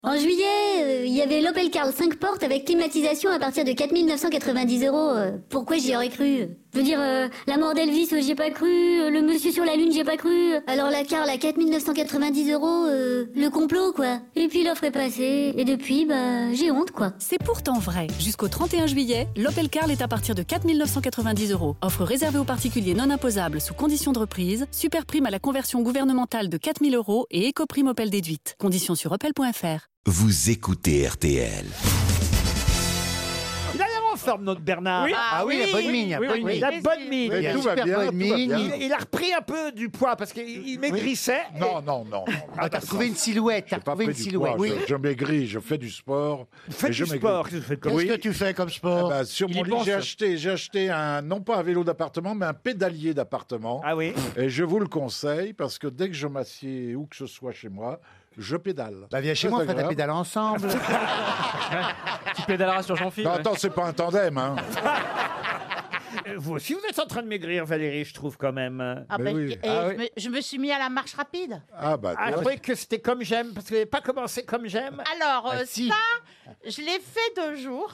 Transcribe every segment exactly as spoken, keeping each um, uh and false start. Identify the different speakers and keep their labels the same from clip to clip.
Speaker 1: En juillet, il euh, y avait l'Opel Karl cinq portes avec climatisation à partir de quatre mille neuf cent quatre-vingt-dix euros. Euh, pourquoi j'y aurais cru? Je veux dire, euh, la mort d'Elvis, euh, j'y ai pas cru. Euh, le monsieur sur la lune, j'y ai pas cru. Alors la Karl à quatre mille neuf cent quatre-vingt-dix euros, euh, le complot quoi. Et puis l'offre est passée. Et depuis, bah, j'ai honte quoi.
Speaker 2: C'est pourtant vrai. Jusqu'au trente et un juillet, l'Opel Karl est à partir de quatre mille neuf cent quatre-vingt-dix euros. Offre réservée aux particuliers non imposables sous conditions de reprise. Super prime à la conversion gouvernementale de quatre mille euros et éco-prime Opel déduite. Conditions sur opel point f r.
Speaker 3: Vous écoutez R T L.
Speaker 4: Il a l'air en forme, notre Bernard.
Speaker 5: Oui.
Speaker 6: Ah oui, la bonne mine. La
Speaker 4: Oui,
Speaker 6: bonne
Speaker 4: oui,
Speaker 6: mine.
Speaker 4: il a bonne mine.
Speaker 6: Il a
Speaker 5: tout
Speaker 6: une
Speaker 5: va
Speaker 6: super
Speaker 5: bien,
Speaker 6: bonne
Speaker 5: tout va
Speaker 6: mine.
Speaker 5: bien.
Speaker 4: Il, il a repris un peu du poids parce qu'il il maigrissait.
Speaker 5: Non, non, non.
Speaker 6: Ah, t'as retrouvé une silhouette. T'as
Speaker 5: J'ai pas
Speaker 6: retrouvé
Speaker 5: pris
Speaker 6: une
Speaker 5: du
Speaker 6: silhouette.
Speaker 5: poids, je, je maigris, je fais du sport.
Speaker 4: Faites
Speaker 5: et
Speaker 4: du
Speaker 5: je maigris.
Speaker 4: sport. Qu'est-ce que vous faites comme
Speaker 6: Qu'est-ce
Speaker 5: Oui.
Speaker 6: que tu fais comme
Speaker 5: Ah
Speaker 6: sport?
Speaker 5: bah, sur
Speaker 7: Il
Speaker 5: mon
Speaker 7: y
Speaker 5: lit,
Speaker 7: pense.
Speaker 5: j'ai acheté, j'ai acheté un, non pas un vélo d'appartement, mais un pédalier d'appartement.
Speaker 4: Ah oui.
Speaker 5: Et je vous le conseille parce que dès que je m'assieds où que ce soit chez moi, je pédale.
Speaker 6: Bah viens chez
Speaker 5: Très
Speaker 6: moi, on fait la
Speaker 5: agréable.
Speaker 6: pédale ensemble.
Speaker 7: Tu pédaleras sur Jean-Philippe.
Speaker 5: Non, attends, c'est pas un tandem, hein.
Speaker 4: Euh, Vous aussi, vous êtes en train de maigrir, Valérie, je trouve quand même.
Speaker 8: Ah
Speaker 5: Mais
Speaker 8: ben,
Speaker 5: oui.
Speaker 8: et
Speaker 7: Ah
Speaker 8: je,
Speaker 7: oui.
Speaker 8: me, je me suis mis à la marche rapide.
Speaker 5: Ah bah,
Speaker 4: Ah, je
Speaker 5: tu vois,
Speaker 4: croyais que c'était comme j'aime, parce que vous n'avez pas commencé comme j'aime.
Speaker 8: Alors, euh,
Speaker 6: Ah, si.
Speaker 8: ça, je l'ai fait deux jours.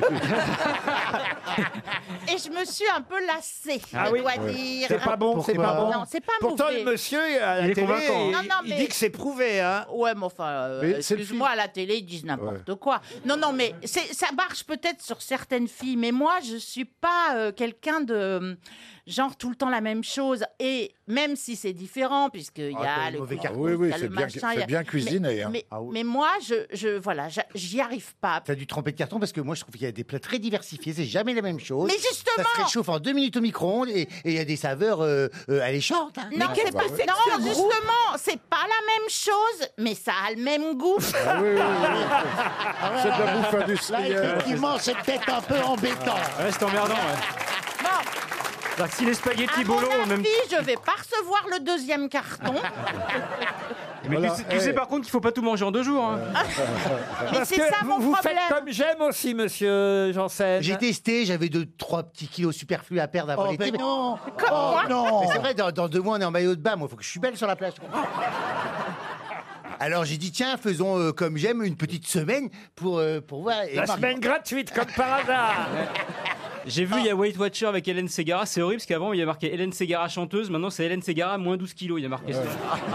Speaker 8: Et je me suis un peu lassée,
Speaker 4: Ah
Speaker 8: je
Speaker 4: oui.
Speaker 8: dois
Speaker 5: Ouais.
Speaker 8: dire.
Speaker 4: C'est pas bon, c'est
Speaker 6: Pourquoi
Speaker 4: pas bon.
Speaker 8: Non, c'est pas
Speaker 4: Pourtant,
Speaker 8: mauvais.
Speaker 4: le monsieur, à la
Speaker 7: Il est
Speaker 4: télé,
Speaker 7: convaincant, hein.
Speaker 4: il,
Speaker 8: Non, non,
Speaker 4: il
Speaker 8: mais-
Speaker 4: dit que c'est prouvé, hein.
Speaker 8: Ouais, mais enfin, euh,
Speaker 5: Mais c'est le
Speaker 8: excuse-moi, à la télé, ils disent n'importe quoi. Non, non, mais c'est, ça marche peut-être sur certaines filles, mais moi, je suis pas euh, quelqu'un de euh, genre tout le temps la même chose. Et même si c'est différent, puisqu'il y
Speaker 6: Ah, t'as
Speaker 8: a
Speaker 6: le
Speaker 8: le
Speaker 6: mauvais
Speaker 8: couscous,
Speaker 5: carton. Oui, oui,
Speaker 8: il y a
Speaker 5: c'est
Speaker 8: le
Speaker 5: bien-
Speaker 8: machin,
Speaker 5: c'est
Speaker 8: il y a-
Speaker 5: bien cuisiné,
Speaker 8: Mais,
Speaker 5: hein.
Speaker 8: mais,
Speaker 6: Ah oui.
Speaker 8: mais moi, je, je voilà, j'a- j'y arrive pas.
Speaker 6: T'as dû tremper de carton parce que moi je trouve qu'il y a des plats très diversifiés, c'est jamais la même chose.
Speaker 8: Mais
Speaker 6: Ça
Speaker 8: justement,
Speaker 6: se réchauffe en deux minutes au micro-ondes et et il y a des saveurs euh, euh, alléchantes. hein.
Speaker 8: non,
Speaker 5: quelle
Speaker 8: c'est pas,
Speaker 5: perfection.
Speaker 8: non, justement, c'est pas la même chose, mais ça a le même goût.
Speaker 5: Ah oui, oui, oui. C'est de la bouffe industrielle.
Speaker 6: Effectivement, c'est peut-être un peu embêtant.
Speaker 7: Ouais, c'est emmerdant. Ouais.
Speaker 8: Bon,
Speaker 7: C'est-à-dire que si les spaghettis
Speaker 8: à
Speaker 7: bolo
Speaker 8: mon
Speaker 7: ont même.
Speaker 8: avis, je vais pas recevoir le deuxième carton.
Speaker 7: Mais
Speaker 5: Voilà.
Speaker 7: tu, sais- tu sais
Speaker 5: Eh.
Speaker 7: par contre qu'il faut pas tout manger en deux jours. Hein.
Speaker 8: Mais
Speaker 4: Parce
Speaker 8: c'est
Speaker 4: que
Speaker 8: ça
Speaker 4: vous,
Speaker 8: mon
Speaker 4: vous
Speaker 8: problème.
Speaker 4: faites comme j'aime aussi, monsieur Janssen.
Speaker 6: J'ai testé, j'avais deux, trois petits kilos superflus à perdre avant
Speaker 9: Oh,
Speaker 6: l'été.
Speaker 9: ben
Speaker 6: mais-
Speaker 9: non.
Speaker 8: Comme
Speaker 9: Oh
Speaker 8: moi.
Speaker 9: non.
Speaker 6: Mais c'est vrai, dans, dans deux mois, on est en maillot de bain. Moi, il faut que je suis belle sur la plage. Alors j'ai dit, tiens, faisons euh, comme j'aime une petite semaine pour, euh, pour voir. Et
Speaker 4: La
Speaker 6: Marie-
Speaker 4: semaine gratuite, comme par hasard.
Speaker 7: J'ai vu, il y a Weight Watcher avec Hélène Ségara. C'est horrible parce qu'avant, il y a marqué Hélène Ségara chanteuse. Maintenant, c'est Hélène Ségara moins douze kilos. Il y a marqué ça.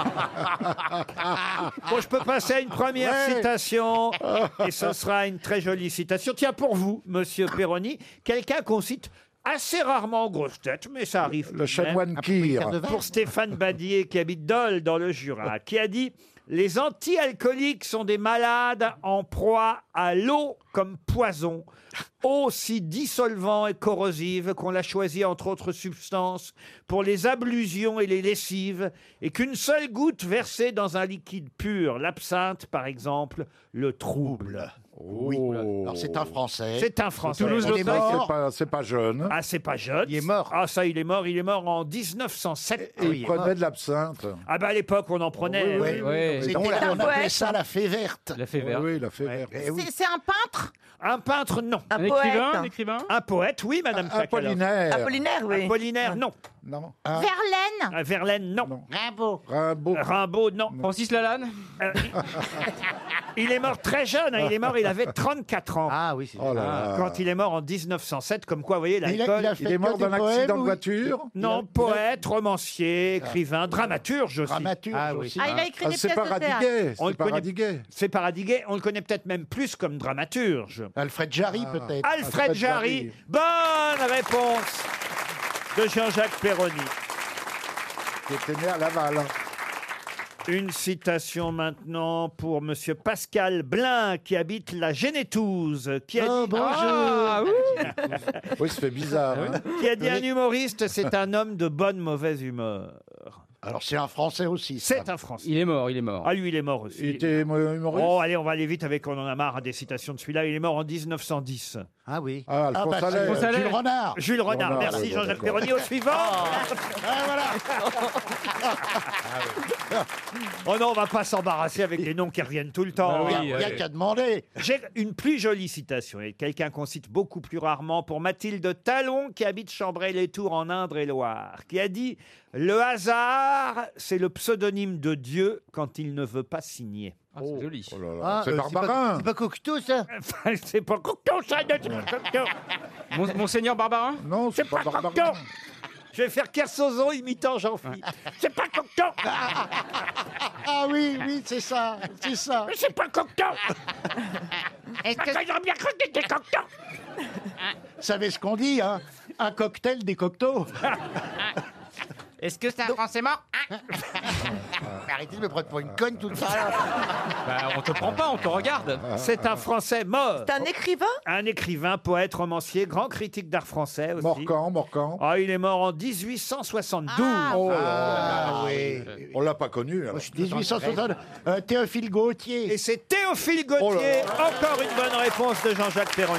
Speaker 4: Bon, je peux passer à une première
Speaker 5: Ouais.
Speaker 4: citation. Et ce sera une très jolie citation. Tiens, pour vous, monsieur Perroni, quelqu'un qu'on cite assez rarement en grosse tête, mais ça arrive.
Speaker 5: Le
Speaker 4: tout de
Speaker 5: chanoine
Speaker 4: même.
Speaker 5: Kir.
Speaker 4: Pour Stéphane Badier, qui habite Dole, dans le Jura, qui a dit « Les anti-alcooliques sont des malades en proie à l'eau comme poison, eau si dissolvant et corrosive qu'on l'a choisie entre autres substances pour les ablutions et les lessives, et qu'une seule goutte versée dans un liquide pur, l'absinthe par exemple, le trouble. »
Speaker 5: Oui.
Speaker 9: Alors c'est un Français.
Speaker 4: C'est un Français.
Speaker 7: Toulouse,
Speaker 9: Il est mort.
Speaker 5: C'est pas, c'est pas jeune.
Speaker 4: Ah, c'est pas jeune.
Speaker 6: Il est mort.
Speaker 4: Ah, ça, il est mort. Il est mort en dix-neuf cent sept.
Speaker 5: Et il prenait de l'absinthe.
Speaker 4: Ah, bah, à l'époque, on en prenait.
Speaker 5: Oui, oui,
Speaker 7: Ouais.
Speaker 9: C'était-
Speaker 6: on
Speaker 9: on,
Speaker 6: l'a-
Speaker 9: appelait ça la fée verte.
Speaker 7: La fait
Speaker 5: Oui,
Speaker 7: vert.
Speaker 5: oui, il a fait vert.
Speaker 6: Eh oui.
Speaker 8: C'est, c'est un peintre.
Speaker 4: Un peintre, non.
Speaker 7: Un, écrivain, un écrivain.
Speaker 4: Un poète, oui, madame Tchakaloff.
Speaker 5: Apollinaire.
Speaker 10: Apollinaire, oui.
Speaker 4: Apollinaire, non.
Speaker 5: Non.
Speaker 8: Verlaine.
Speaker 4: Euh, Verlaine, non.
Speaker 5: Non.
Speaker 8: Rimbaud.
Speaker 5: Rimbaud.
Speaker 4: Rimbaud, non.
Speaker 7: Francis Lalanne.
Speaker 4: Euh, il, il est mort très jeune. hein. Il est mort, il avait trente-quatre ans.
Speaker 6: Ah oui, c'est
Speaker 5: Oh là là.
Speaker 4: Quand il est mort en dix-neuf cent sept, comme quoi, vous voyez,
Speaker 9: Il a-
Speaker 4: l'alcool...
Speaker 9: il a fait
Speaker 5: Il est mort
Speaker 9: que
Speaker 5: d'un
Speaker 9: des
Speaker 5: accident
Speaker 9: poèmes,
Speaker 5: de
Speaker 9: oui.
Speaker 5: voiture.
Speaker 4: Non,
Speaker 9: il a-
Speaker 4: poète, romancier, écrivain, dramaturge aussi.
Speaker 9: Dramaturge
Speaker 6: Ah oui.
Speaker 9: aussi.
Speaker 8: Ah, il a écrit
Speaker 5: Ah,
Speaker 8: des
Speaker 5: c'est
Speaker 8: pièces
Speaker 5: pas
Speaker 8: de théâtre.
Speaker 5: Radiguet.
Speaker 4: On le
Speaker 5: C'est pas
Speaker 4: connaît-
Speaker 5: Radiguet.
Speaker 4: C'est Paradiguet. On le connaît peut-être même plus comme dramaturge.
Speaker 9: Alfred Jarry peut-être.
Speaker 4: Alfred Jarry. Bonne réponse de Jean-Jacques Perroni.
Speaker 5: Qui était né à Laval.
Speaker 4: Une citation maintenant pour Monsieur Pascal Blin, qui habite la Génétouze, qui a
Speaker 9: Oh,
Speaker 4: dit,
Speaker 9: bonjour.
Speaker 7: Ah, oui.
Speaker 5: Oui, ça fait bizarre. hein.
Speaker 4: qui a dit un humoriste, c'est un homme de bonne mauvaise humeur.
Speaker 9: Alors c'est un Français aussi. ça.
Speaker 4: C'est un Français.
Speaker 7: Il est mort, il est mort.
Speaker 4: Ah, lui, il est mort aussi.
Speaker 5: Il était humoriste.
Speaker 4: Oh, allez, on va aller vite avec, on en a marre des citations de celui-là. Il est mort en dix-neuf cent dix.
Speaker 6: Ah oui.
Speaker 5: Ah,
Speaker 9: Ah
Speaker 5: Alphonse
Speaker 9: bah,
Speaker 5: Allais.
Speaker 9: c'est
Speaker 7: Allais.
Speaker 9: Jules Renard.
Speaker 4: Jules Renard,
Speaker 5: Renard,
Speaker 4: merci
Speaker 5: oui, bon,
Speaker 4: Jean-Jacques
Speaker 5: d'accord.
Speaker 4: Perroni. Au suivant. Oh non, on va pas s'embarrasser avec les noms qui reviennent tout le temps.
Speaker 7: Bah oui,
Speaker 4: hein.
Speaker 9: Il n'y a
Speaker 7: ouais.
Speaker 9: qu'à demander.
Speaker 4: J'ai une plus jolie citation, et quelqu'un qu'on cite beaucoup plus rarement, pour Mathilde Talon, qui habite Chambray-les-Tours en Indre-et-Loire, qui a dit « Le hasard, c'est le pseudonyme de Dieu quand il ne veut pas signer ».
Speaker 7: Ah, c'est joli.
Speaker 5: Oh là là,
Speaker 6: Ah,
Speaker 5: c'est
Speaker 6: euh,
Speaker 5: Barbarin.
Speaker 6: pas- C'est pas Cocteau, ça
Speaker 4: C'est pas Cocteau, ça, de Cocteau.
Speaker 7: Mon- Monseigneur Barbarin.
Speaker 5: Non, c'est
Speaker 4: C'est
Speaker 5: pas
Speaker 4: pas
Speaker 5: Barbarin.
Speaker 4: Cocteau. Je vais faire Kersozon imitant Jean-Philippe. C'est pas Cocteau.
Speaker 9: Ah oui, oui, c'est ça, c'est ça.
Speaker 4: Mais c'est pas Cocteau.
Speaker 8: Est-ce que
Speaker 4: Parce que j'aurais bien cru que c'était Cocteau.
Speaker 9: Vous savez ce qu'on dit, hein? Un cocktail des cocteaux.
Speaker 8: est-ce que c'est un Français mort?
Speaker 6: Arrêtez de me prendre pour une conne tout le temps.
Speaker 7: Bah, on te prend pas, on te regarde.
Speaker 4: C'est un Français mort.
Speaker 10: C'est un écrivain?
Speaker 4: Un écrivain, poète, romancier, grand critique d'art français aussi.
Speaker 5: Morcan, Morcan.
Speaker 4: Ah, il est mort en dix-huit cent soixante-douze.
Speaker 5: Oh là
Speaker 6: Ah
Speaker 5: là.
Speaker 6: oui.
Speaker 5: On l'a pas connu. alors.
Speaker 9: Moi, je suis dix-huit cent soixante. Euh, Théophile Gautier.
Speaker 4: Et c'est Théophile Gautier.
Speaker 5: Oh là
Speaker 4: Encore une bonne réponse de Jean-Jacques Perroni.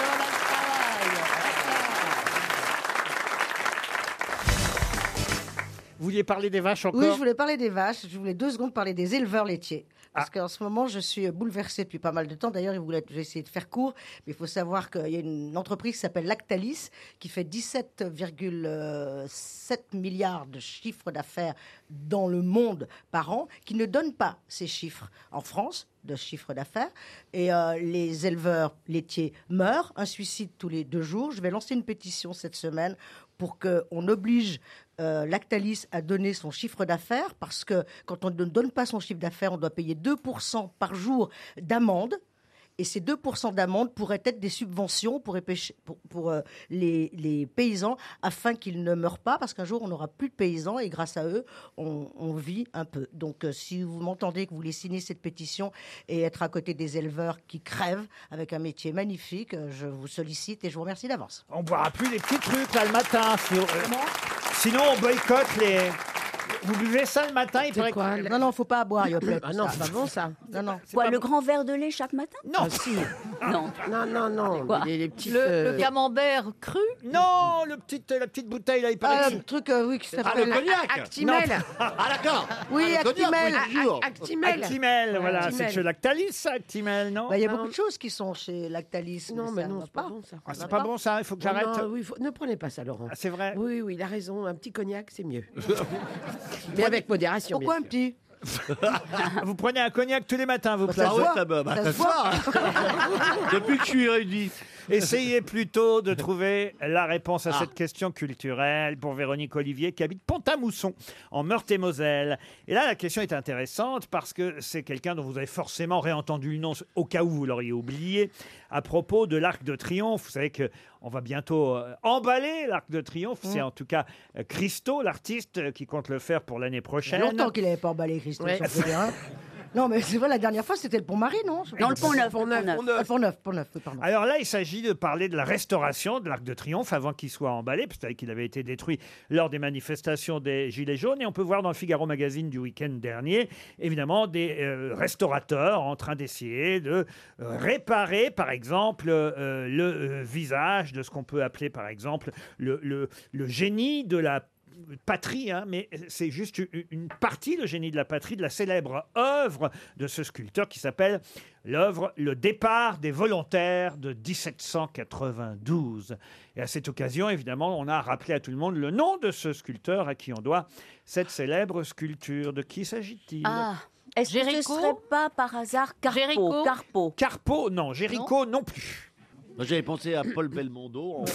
Speaker 4: Vous vouliez parler des vaches encore?
Speaker 10: Oui, je voulais parler des vaches. Je voulais deux secondes parler des éleveurs laitiers. Parce
Speaker 4: Ah.
Speaker 10: qu'en ce moment, je suis bouleversée depuis pas mal de temps. D'ailleurs, il voulait- j'ai essayé de faire court, mais il faut savoir qu'il y a une entreprise qui s'appelle Lactalis, qui fait dix-sept virgule sept milliards de chiffres d'affaires dans le monde par an, qui ne donne pas ces chiffres en France de chiffre d'affaires. Et euh, les éleveurs laitiers meurent, un suicide tous les deux jours. Je vais lancer une pétition cette semaine pour qu'on oblige euh, Lactalis à donner son chiffre d'affaires, parce que quand on ne donne pas son chiffre d'affaires, on doit payer deux pour cent par jour d'amende. Et ces deux pour cent d'amende pourraient être des subventions pour, épêcher- pour, pour, euh, les, les paysans, afin qu'ils ne meurent pas, parce qu'un jour, on n'aura plus de paysans et grâce à eux, on, on vit un peu. Donc, euh, si vous m'entendez, que vous voulez signer cette pétition et être à côté des éleveurs qui crèvent avec un métier magnifique, euh, je vous sollicite et je vous remercie d'avance.
Speaker 4: On boira plus les petits trucs là le matin. Sinon, euh, sinon on boycotte les. Vous buvez ça le matin, il paraît
Speaker 10: quoi,
Speaker 4: que-
Speaker 10: Non, non, faut pas boire, Yoplait.
Speaker 11: Ah non, c'est pas bon ça.
Speaker 10: Non, non.
Speaker 4: C'est
Speaker 11: Quoi,
Speaker 4: pas
Speaker 11: le
Speaker 4: bon.
Speaker 11: grand verre de lait chaque matin?
Speaker 4: Non.
Speaker 11: Ah, si. Non.
Speaker 10: Ah,
Speaker 11: Non, non, non.
Speaker 10: Quoi
Speaker 11: Les, les petites.
Speaker 10: Le-
Speaker 11: euh,
Speaker 10: le camembert cru?
Speaker 4: Non, le petit, la petite bouteille là, il paraît
Speaker 10: Ah,
Speaker 4: que
Speaker 10: le truc, euh, oui, qui
Speaker 9: Ah,
Speaker 10: s'appelle...
Speaker 9: le cognac.
Speaker 10: Actimel.
Speaker 9: Ah, d'accord.
Speaker 10: Oui,
Speaker 9: Ah, le cognac,
Speaker 10: Actimel.
Speaker 9: oui, toujours.
Speaker 10: Actimel.
Speaker 4: Actimel, voilà,
Speaker 10: Actimel.
Speaker 4: c'est chez Lactalis, ça, Actimel, non?
Speaker 10: Bah, il y a beaucoup de choses qui sont chez Lactalis.
Speaker 11: Non, mais
Speaker 10: ça
Speaker 11: non,
Speaker 10: va
Speaker 11: c'est pas bon ça.
Speaker 4: Ah, c'est pas bon ça, il faut que j'arrête.
Speaker 11: Non, oui, faut- ne prenez pas ça, Laurent.
Speaker 4: Ah, c'est vrai.
Speaker 11: Oui, oui, il a raison. Un petit cognac, c'est mieux. Mais avec modération.
Speaker 10: Pourquoi un
Speaker 11: bien
Speaker 10: petit
Speaker 4: Vous prenez un cognac tous les matins, vous
Speaker 10: Bah,
Speaker 4: plaît.
Speaker 10: ça se voit.
Speaker 9: ça me- bah,
Speaker 10: Ça
Speaker 9: ça
Speaker 10: se
Speaker 9: se
Speaker 10: voit.
Speaker 9: Depuis que je suis réuni.
Speaker 4: Essayez plutôt de trouver la réponse à
Speaker 9: Ah.
Speaker 4: cette question culturelle pour Véronique Olivier qui habite Pont-à-Mousson en Meurthe-et-Moselle. Et là, la question est intéressante parce que c'est quelqu'un dont vous avez forcément réentendu le nom au cas où vous l'auriez oublié à propos de l'Arc de Triomphe. Vous savez que on va bientôt euh, emballer l'Arc de Triomphe. C'est en tout cas euh, Christo, l'artiste, euh, qui compte le faire pour l'année
Speaker 10: Il y a
Speaker 4: prochaine.
Speaker 10: longtemps qu'il n'avait pas emballé Christophe.
Speaker 11: Ouais.
Speaker 10: sur le terrain. Non, mais c'est vrai, la dernière fois, c'était le Pont-Marie, non
Speaker 11: Non, le Pont-Neuf.
Speaker 10: Pont-Neuf.
Speaker 11: Pont-Neuf.
Speaker 10: Ah, Pont-Neuf, Pont-Neuf, oui, pardon.
Speaker 4: Alors là, il s'agit de parler de la restauration de l'Arc de Triomphe avant qu'il soit emballé, parce qu'il avait été détruit lors des manifestations des Gilets jaunes. Et on peut voir dans le Figaro Magazine du week-end dernier, évidemment, des euh, restaurateurs en train d'essayer de euh, réparer, par exemple, euh, le euh, visage de ce qu'on peut appeler, par exemple, le, le- le génie de la patrie, hein, mais c'est juste u- une partie, le génie de la patrie, de la célèbre œuvre de ce sculpteur qui s'appelle l'œuvre Le départ des volontaires de dix-sept cent quatre-vingt-douze. Et à cette occasion, évidemment, on a rappelé à tout le monde le nom de ce sculpteur à qui on doit cette célèbre sculpture. De qui s'agit-il?
Speaker 11: Ah, est-ce que ce
Speaker 8: Géricault
Speaker 11: serait pas par hasard Carpo?
Speaker 8: Géricault
Speaker 11: Carpo.
Speaker 4: Carpo, non. Géricault, non, plus.
Speaker 9: Moi, j'avais pensé à Paul Belmondo. en-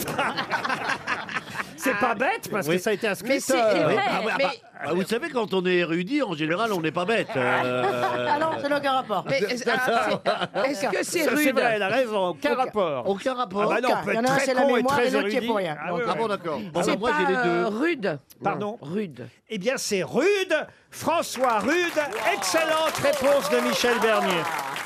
Speaker 4: C'est pas bête, parce
Speaker 9: Oui.
Speaker 4: que ça a été un
Speaker 11: Mais c'est
Speaker 4: sculpteur.
Speaker 11: vrai,
Speaker 9: Ah, ouais, ah,
Speaker 11: mais-
Speaker 9: bah, ah, vous savez, quand on est érudit, en général, on n'est pas bête. euh,
Speaker 10: Ah non, ça n'a aucun rapport.
Speaker 11: Mais est-ce ah, c'est- est-ce que c'est
Speaker 4: Ça, c'est
Speaker 11: rude?
Speaker 4: vrai, elle a raison. Aucun rapport.
Speaker 9: Aucun rapport.
Speaker 4: Ah bah non, on peut
Speaker 10: Il y en
Speaker 4: être
Speaker 10: a un,
Speaker 4: très
Speaker 10: c'est la
Speaker 4: con et
Speaker 10: mémoire,
Speaker 4: très
Speaker 10: et l'autre qui est
Speaker 4: érudit.
Speaker 10: pour rien.
Speaker 4: Ah oui,
Speaker 9: Ah
Speaker 4: oui.
Speaker 9: bon, d'accord. Bon,
Speaker 11: C'est
Speaker 9: bah, moi, j'ai les
Speaker 11: pas
Speaker 9: deux.
Speaker 11: euh, rude?
Speaker 4: Pardon
Speaker 11: Non, rude.
Speaker 4: Eh bien, c'est Rude, François Rude. Excellente réponse de Michel Bernier.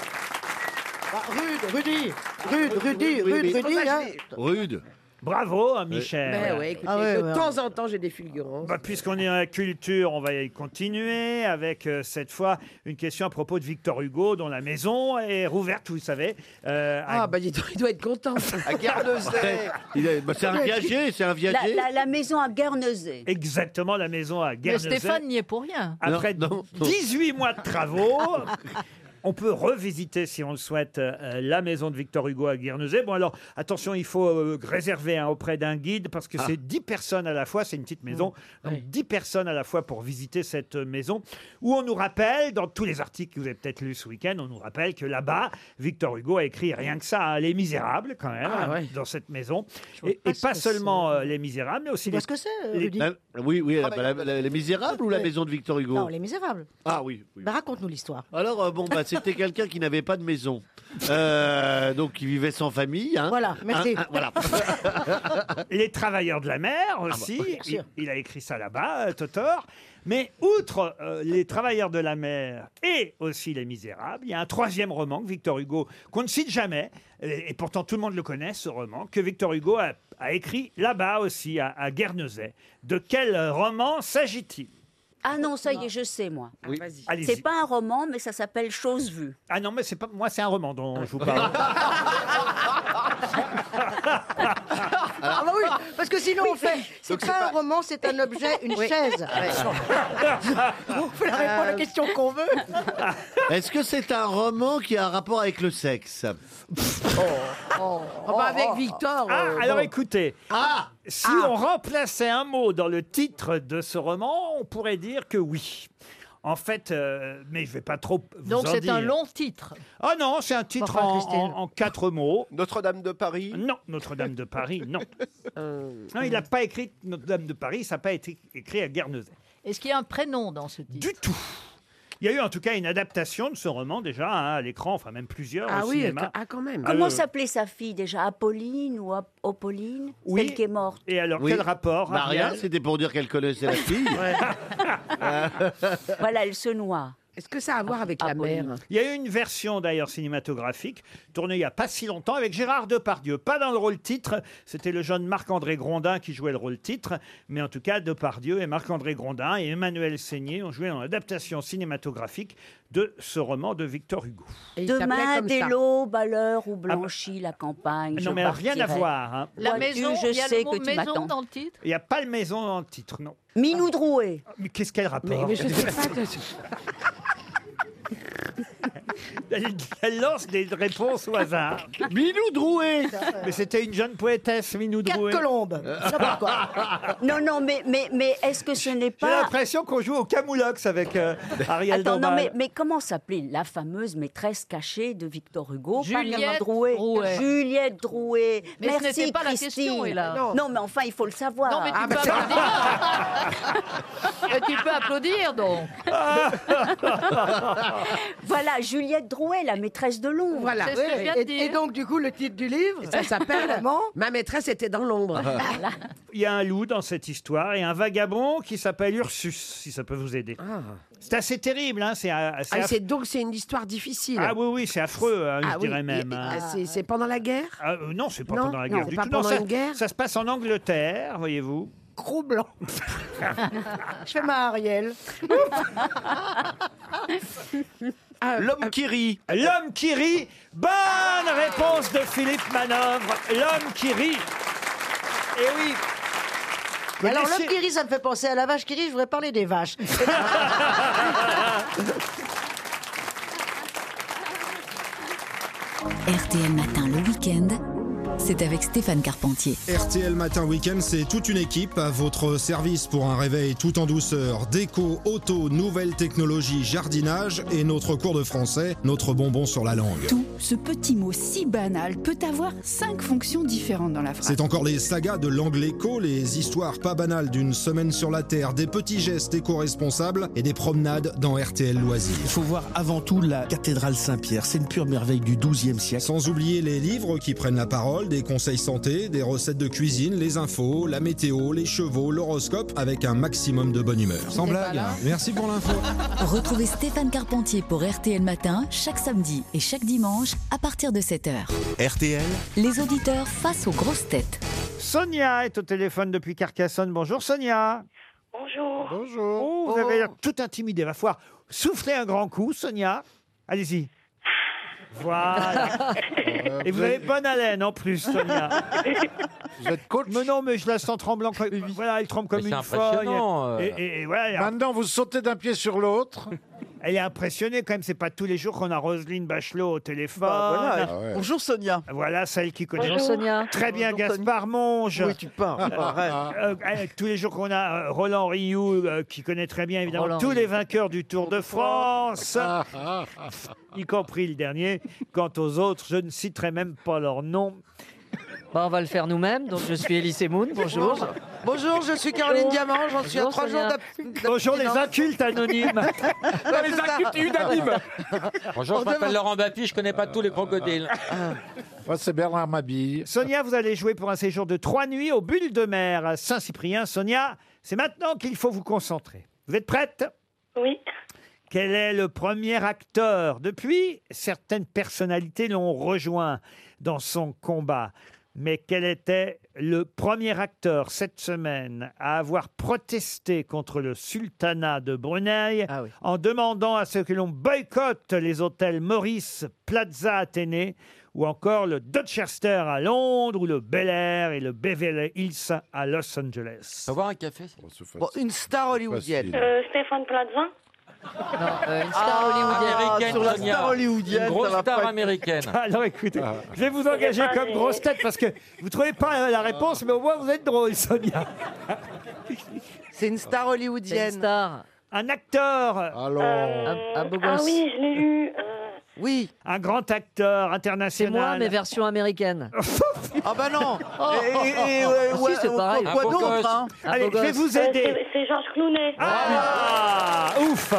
Speaker 10: Ah, Rude, Rudy, Rude, Rudy,
Speaker 9: Oui,
Speaker 10: Rude,
Speaker 9: oui.
Speaker 10: Rudy, hein.
Speaker 9: Rude.
Speaker 4: Bravo, hein, Michel.
Speaker 11: Ben ouais, écoutez,
Speaker 10: Ah ouais,
Speaker 11: de
Speaker 10: ouais.
Speaker 11: temps en temps, j'ai des fulgurances.
Speaker 4: Bah, puisqu'on est dans la culture, on va y continuer avec euh, cette fois une question à propos de Victor Hugo, dont la maison est rouverte, vous le savez. euh, à-
Speaker 11: Ah, bah dis donc, il doit être content.
Speaker 9: À Guernesey. Il est- bah, c'est un viager, c'est un
Speaker 11: La,
Speaker 9: viager.
Speaker 11: la- la maison à Guernesey.
Speaker 4: Exactement, la maison à
Speaker 12: Mais
Speaker 4: Guernesey.
Speaker 12: Stéphane n'y est pour rien.
Speaker 4: Après
Speaker 9: Non, non, non.
Speaker 4: dix-huit mois de travaux, on peut revisiter, si on le souhaite, euh, la maison de Victor Hugo à Guernesey. Bon, alors, attention, il faut euh, réserver hein, auprès d'un guide parce que
Speaker 12: Ah.
Speaker 4: c'est dix personnes à la fois. C'est une petite maison. Donc, dix personnes à la fois pour visiter cette maison où on nous rappelle, dans tous les articles que vous avez peut-être lus ce week-end, on nous rappelle que là-bas, Victor Hugo a écrit rien que ça, hein, Les Misérables, quand même,
Speaker 12: Ah,
Speaker 4: hein,
Speaker 12: ouais.
Speaker 4: dans cette maison.
Speaker 12: vois
Speaker 4: Et,
Speaker 12: pas
Speaker 4: et
Speaker 12: ce
Speaker 4: pas
Speaker 12: que
Speaker 4: seulement euh, Les Misérables, mais aussi
Speaker 10: Tu vois
Speaker 4: les...
Speaker 10: ce que c'est, euh,
Speaker 4: les-
Speaker 10: Rudy
Speaker 12: Ah, oui, oui, bah, la- la- Les Misérables ou la
Speaker 10: Oui.
Speaker 12: maison de Victor Hugo?
Speaker 10: Non, Les Misérables.
Speaker 12: Ah oui. oui.
Speaker 10: Bah, raconte-nous l'histoire.
Speaker 12: Alors, euh, bon, bah, c'était quelqu'un qui n'avait pas de maison. Euh, donc, il vivait sans famille. Hein.
Speaker 10: Voilà, merci.
Speaker 12: Hein, hein, voilà.
Speaker 4: Les travailleurs de la mer aussi.
Speaker 12: bah, bien
Speaker 4: il,
Speaker 10: sûr.
Speaker 4: il a écrit ça là-bas, euh, Totor. Mais outre euh, les travailleurs de la mer et aussi les Misérables, il y a un troisième roman que Victor Hugo, qu'on ne cite jamais, et, et pourtant tout le monde le connaît, ce roman, que Victor Hugo a, a écrit là-bas aussi, à, à Guernesey. De quel roman s'agit-il?
Speaker 13: Ah non, ça y est, je sais, moi.
Speaker 4: Oui. Allez-y.
Speaker 13: C'est pas un roman, mais ça s'appelle Chose vue.
Speaker 4: Ah non, mais c'est pas moi, c'est un roman dont je vous parle.
Speaker 10: Ah bah oui, parce que sinon on fait. C'est
Speaker 9: Donc,
Speaker 10: pas
Speaker 9: c'est
Speaker 10: un
Speaker 9: pas-
Speaker 10: roman, c'est un objet, une
Speaker 11: Oui.
Speaker 10: chaise. On peut répondre à la question qu'on veut.
Speaker 12: Est-ce que c'est un roman qui a un rapport avec le sexe?
Speaker 11: Oh, bah, avec Victor.
Speaker 4: Ah,
Speaker 11: euh,
Speaker 4: alors
Speaker 11: bon.
Speaker 4: écoutez,
Speaker 12: Ah
Speaker 4: si on remplaçait un mot dans le titre de ce roman, on pourrait dire que oui. En fait, euh, mais je vais pas trop vous
Speaker 14: Donc
Speaker 4: en
Speaker 14: c'est
Speaker 4: dire.
Speaker 14: un long titre.
Speaker 4: Ah non, c'est un titre
Speaker 10: Enfin,
Speaker 4: en,
Speaker 10: Christine.
Speaker 4: en- en quatre mots.
Speaker 9: Notre-Dame de Paris.
Speaker 4: Non, Notre-Dame de Paris, non.
Speaker 11: Euh,
Speaker 4: Non, il n'a pas écrit Notre-Dame de Paris, ça n'a pas été écrit à Guernesey.
Speaker 14: Est-ce qu'il y a un prénom dans ce titre?
Speaker 4: Du tout. Il y a eu en tout cas une adaptation de ce roman déjà hein, à l'écran, enfin même plusieurs
Speaker 11: Ah
Speaker 4: au
Speaker 11: oui,
Speaker 4: cinéma.
Speaker 11: ah, quand même.
Speaker 4: Ah,
Speaker 13: Comment
Speaker 4: le-
Speaker 13: s'appelait sa fille déjà? Apolline ou Ap- Opoline?
Speaker 4: Oui.
Speaker 13: Celle qui est morte.
Speaker 4: Et alors,
Speaker 12: Oui.
Speaker 4: quel rapport
Speaker 12: Bah, rien,
Speaker 4: Ariel
Speaker 12: c'était pour dire qu'elle connaissait la fille.
Speaker 13: Voilà, elle se noie.
Speaker 11: Est-ce que ça a à voir avec la mer?
Speaker 4: Il y a eu une version d'ailleurs cinématographique tournée il n'y a pas si longtemps avec Gérard Depardieu. Pas dans le rôle titre, c'était le jeune Marc-André Grondin qui jouait le rôle titre, mais en tout cas Depardieu et Marc-André Grondin et Emmanuel Seigné ont joué dans l'adaptation cinématographique de ce roman de Victor Hugo.
Speaker 11: Et il s'appelait
Speaker 13: Demain,
Speaker 11: comme
Speaker 13: dès
Speaker 11: ça.
Speaker 13: l'aube, à l'heure où blanchit la campagne.
Speaker 4: Non
Speaker 13: je
Speaker 4: mais rien à
Speaker 13: partirai.
Speaker 4: voir. hein.
Speaker 14: La
Speaker 13: Vois-tu,
Speaker 14: maison,
Speaker 13: je
Speaker 14: il y a
Speaker 13: sais
Speaker 14: le mot
Speaker 13: que tu
Speaker 14: maison
Speaker 13: m'attends.
Speaker 14: dans le titre.
Speaker 4: Il n'y a pas le maison dans le titre, non.
Speaker 13: Minou Drouet.
Speaker 4: Mais qu'est-ce qu'elle rapport
Speaker 11: Mais, mais je sais pas.
Speaker 4: elle, elle lance des réponses au hasard.
Speaker 12: Minou Drouet.
Speaker 4: Mais c'était une jeune poétesse, Minou
Speaker 10: Quatre
Speaker 4: Drouet.
Speaker 10: colombes. N'importe quoi.
Speaker 13: Non, non, mais, mais, mais est-ce que ce n'est
Speaker 4: J'ai
Speaker 13: pas...
Speaker 4: l'impression qu'on joue au camoulox avec euh, Ariel
Speaker 13: Attends, non,
Speaker 4: Dombal.
Speaker 13: mais, mais comment s'appelait la fameuse maîtresse cachée de Victor Hugo? Pas
Speaker 14: Juliette
Speaker 13: Minou Drouet.
Speaker 14: Drouet.
Speaker 13: Juliette Drouet.
Speaker 14: Mais ce
Speaker 13: Merci,
Speaker 14: n'était pas la
Speaker 13: Christine.
Speaker 14: question, hélas.
Speaker 13: Non.
Speaker 11: Non.
Speaker 13: mais enfin, il faut le savoir.
Speaker 14: Non, mais tu
Speaker 11: Ah,
Speaker 14: peux
Speaker 11: bah,
Speaker 14: applaudir. Et tu peux applaudir donc.
Speaker 13: Voilà, Juliette Drouet, la maîtresse de l'ombre.
Speaker 11: Voilà.
Speaker 14: C'est ce que je viens de
Speaker 10: Et,
Speaker 14: dire.
Speaker 10: et donc, du coup, le titre du livre,
Speaker 11: Ça s'appelle
Speaker 10: Vraiment
Speaker 11: Ma maîtresse était dans l'ombre.
Speaker 4: Il y a un loup dans cette histoire et un vagabond qui s'appelle Ursus, si ça peut vous aider.
Speaker 11: Ah.
Speaker 4: C'est assez terrible, hein, c'est a- assez
Speaker 11: Ah,
Speaker 4: aff-
Speaker 11: c'est donc c'est une histoire difficile.
Speaker 4: Ah oui, oui, c'est affreux, hein,
Speaker 11: Ah
Speaker 4: je
Speaker 11: oui,
Speaker 4: dirais
Speaker 11: et-
Speaker 4: même.
Speaker 11: et-
Speaker 4: hein.
Speaker 11: ah, c'est- C'est pendant la guerre.
Speaker 4: Ah, euh, non, c'est pas
Speaker 11: Non,
Speaker 4: pendant la
Speaker 11: non,
Speaker 4: guerre du
Speaker 11: pas
Speaker 4: tout.
Speaker 11: pendant
Speaker 4: ça,
Speaker 11: une guerre.
Speaker 4: ça se passe en Angleterre, voyez-vous.
Speaker 10: Gros blanc. Je fais ma Ariel.
Speaker 11: Ah,
Speaker 12: L'homme qui rit.
Speaker 4: L'homme qui rit. Bonne réponse de Philippe Manœuvre. L'homme qui rit. Et oui. Vous
Speaker 10: Alors,
Speaker 4: connaissez-
Speaker 10: l'homme qui rit, ça me fait penser à la vache qui rit. Je voudrais parler des vaches.
Speaker 15: R T L Matin le week-end, c'est avec Stéphane Carpentier.
Speaker 16: R T L Matin Week-end, c'est toute une équipe à votre service pour un réveil tout en douceur. Déco, auto, nouvelles technologies, jardinage et notre cours de français, notre bonbon sur la langue.
Speaker 17: Tout ce petit mot si banal peut avoir cinq fonctions différentes dans la phrase.
Speaker 16: C'est encore les sagas de l'Angléco, les histoires pas banales d'une semaine sur la Terre, des petits gestes éco-responsables et des promenades dans R T L Loisirs.
Speaker 18: Il faut voir avant tout la cathédrale Saint-Pierre, c'est une pure merveille du douzième siècle.
Speaker 16: Sans oublier les livres qui prennent la parole, des conseils santé, des recettes de cuisine, les infos, la météo, les chevaux, l'horoscope, avec un maximum de bonne humeur. Sans blague, merci pour l'info.
Speaker 15: Retrouvez Stéphane Carpentier pour R T L Matin, chaque samedi et chaque dimanche à partir de sept heures.
Speaker 3: R T L,
Speaker 15: Les auditeurs face aux grosses têtes.
Speaker 4: Sonia est au téléphone depuis Carcassonne. Bonjour Sonia.
Speaker 19: Bonjour.
Speaker 4: Bonjour. Oh, vous avez l'air tout intimidé. Va falloir souffler un grand coup, Sonia. Allez-y. Voilà. Et vous avez bonne haleine en plus, Sonia.
Speaker 5: Vous êtes coach?
Speaker 4: Mais non, mais je la sens tremblant. Comme... Voilà, elle tremble comme
Speaker 20: Mais c'est
Speaker 4: une
Speaker 20: impressionnant,
Speaker 4: feuille.
Speaker 20: euh.
Speaker 4: Et, et- et voilà.
Speaker 5: Maintenant, vous sautez d'un pied sur l'autre.
Speaker 4: Elle est impressionnée quand même, c'est pas tous les jours qu'on a Roselyne Bachelot au téléphone.
Speaker 19: Bah, voilà.
Speaker 4: Ah ouais.
Speaker 19: Bonjour Sonia.
Speaker 4: Voilà, celle qui connaît
Speaker 19: Bonjour, Sonia.
Speaker 4: très bien
Speaker 19: Bonjour,
Speaker 4: Gaspard Monge.
Speaker 19: Oui, tu parles. Arrête.
Speaker 4: Euh, euh, tous les jours qu'on a euh, Roland Rioux, euh, qui connaît très bien évidemment
Speaker 19: Roland
Speaker 4: tous les
Speaker 19: Rioux.
Speaker 4: vainqueurs du Tour de France, y compris le dernier. Quant aux autres, je ne citerai même pas leur nom.
Speaker 20: Bah, on va le faire nous-mêmes. Donc, je suis Elise Moon. Bonjour.
Speaker 19: Bonjour, je suis Caroline Diamant. J'en suis à
Speaker 20: Bonjour,
Speaker 19: trois jours
Speaker 20: Sonia.
Speaker 19: d'ab-
Speaker 4: Bonjour les
Speaker 19: d'abstinence.
Speaker 4: incultes anonymes.
Speaker 19: Ouais,
Speaker 21: les
Speaker 19: c'est ça.
Speaker 21: incultes unanimes. Bonjour,
Speaker 19: On
Speaker 21: je m'appelle
Speaker 19: demande-
Speaker 21: Laurent Baffy, je connais pas tous les crocodiles.
Speaker 5: Moi, c'est Bernard Mabille.
Speaker 4: Sonia, vous allez jouer pour un séjour de trois nuits aux Bulles de Mer à Saint-Cyprien. Sonia, c'est maintenant qu'il faut vous concentrer. Vous êtes prête?
Speaker 22: Oui.
Speaker 4: Quel est le premier acteur? Depuis, certaines personnalités l'ont rejoint dans son combat. Mais quel était le premier acteur cette semaine à avoir protesté contre le sultanat de Brunei en demandant à ce que l'on boycotte les hôtels Maurice, Plaza Athénée ou encore le Dorchester à Londres ou le Bel Air et le Beverly Hills à Los Angeles?
Speaker 21: On va boire un café?
Speaker 19: Bon, une star hollywoodienne.
Speaker 22: Euh, Stéphane Plaza.
Speaker 20: Euh, une star
Speaker 19: Ah,
Speaker 20: hollywoodienne.
Speaker 21: Américaine,
Speaker 19: sur la
Speaker 21: Sonia.
Speaker 19: star hollywoodienne,
Speaker 21: Une grosse
Speaker 19: ça va
Speaker 21: star
Speaker 19: pas être-
Speaker 21: américaine.
Speaker 4: Alors écoutez, je vais vous engager
Speaker 22: pas,
Speaker 4: comme
Speaker 22: j'ai-
Speaker 4: grosse tête parce que vous trouvez pas la réponse, mais au moins vous êtes drôle, Sonia.
Speaker 19: C'est une star
Speaker 20: C'est une
Speaker 19: hollywoodienne.
Speaker 20: star.
Speaker 4: Un acteur,
Speaker 5: Allons.
Speaker 20: Un, un beau
Speaker 22: Ah
Speaker 20: gosse.
Speaker 22: oui, je l'ai lu. euh,
Speaker 19: Oui.
Speaker 4: un grand acteur
Speaker 20: C'est
Speaker 4: international.
Speaker 20: moi, mais version américaine.
Speaker 19: Ah bah non.
Speaker 20: Oh,
Speaker 19: Et- et- et-
Speaker 20: oh,
Speaker 19: ouais,
Speaker 20: oh.
Speaker 19: ouais,
Speaker 20: Si, c'est pareil.
Speaker 19: Quoi
Speaker 21: Un beau
Speaker 19: d'autre
Speaker 21: gosse.
Speaker 19: hein
Speaker 20: Un
Speaker 4: Allez,
Speaker 20: beau
Speaker 4: je vais
Speaker 20: gosse.
Speaker 4: vous
Speaker 22: euh,
Speaker 4: aider.
Speaker 22: c'est- c'est Georges Clooney.
Speaker 4: Ah, ouf.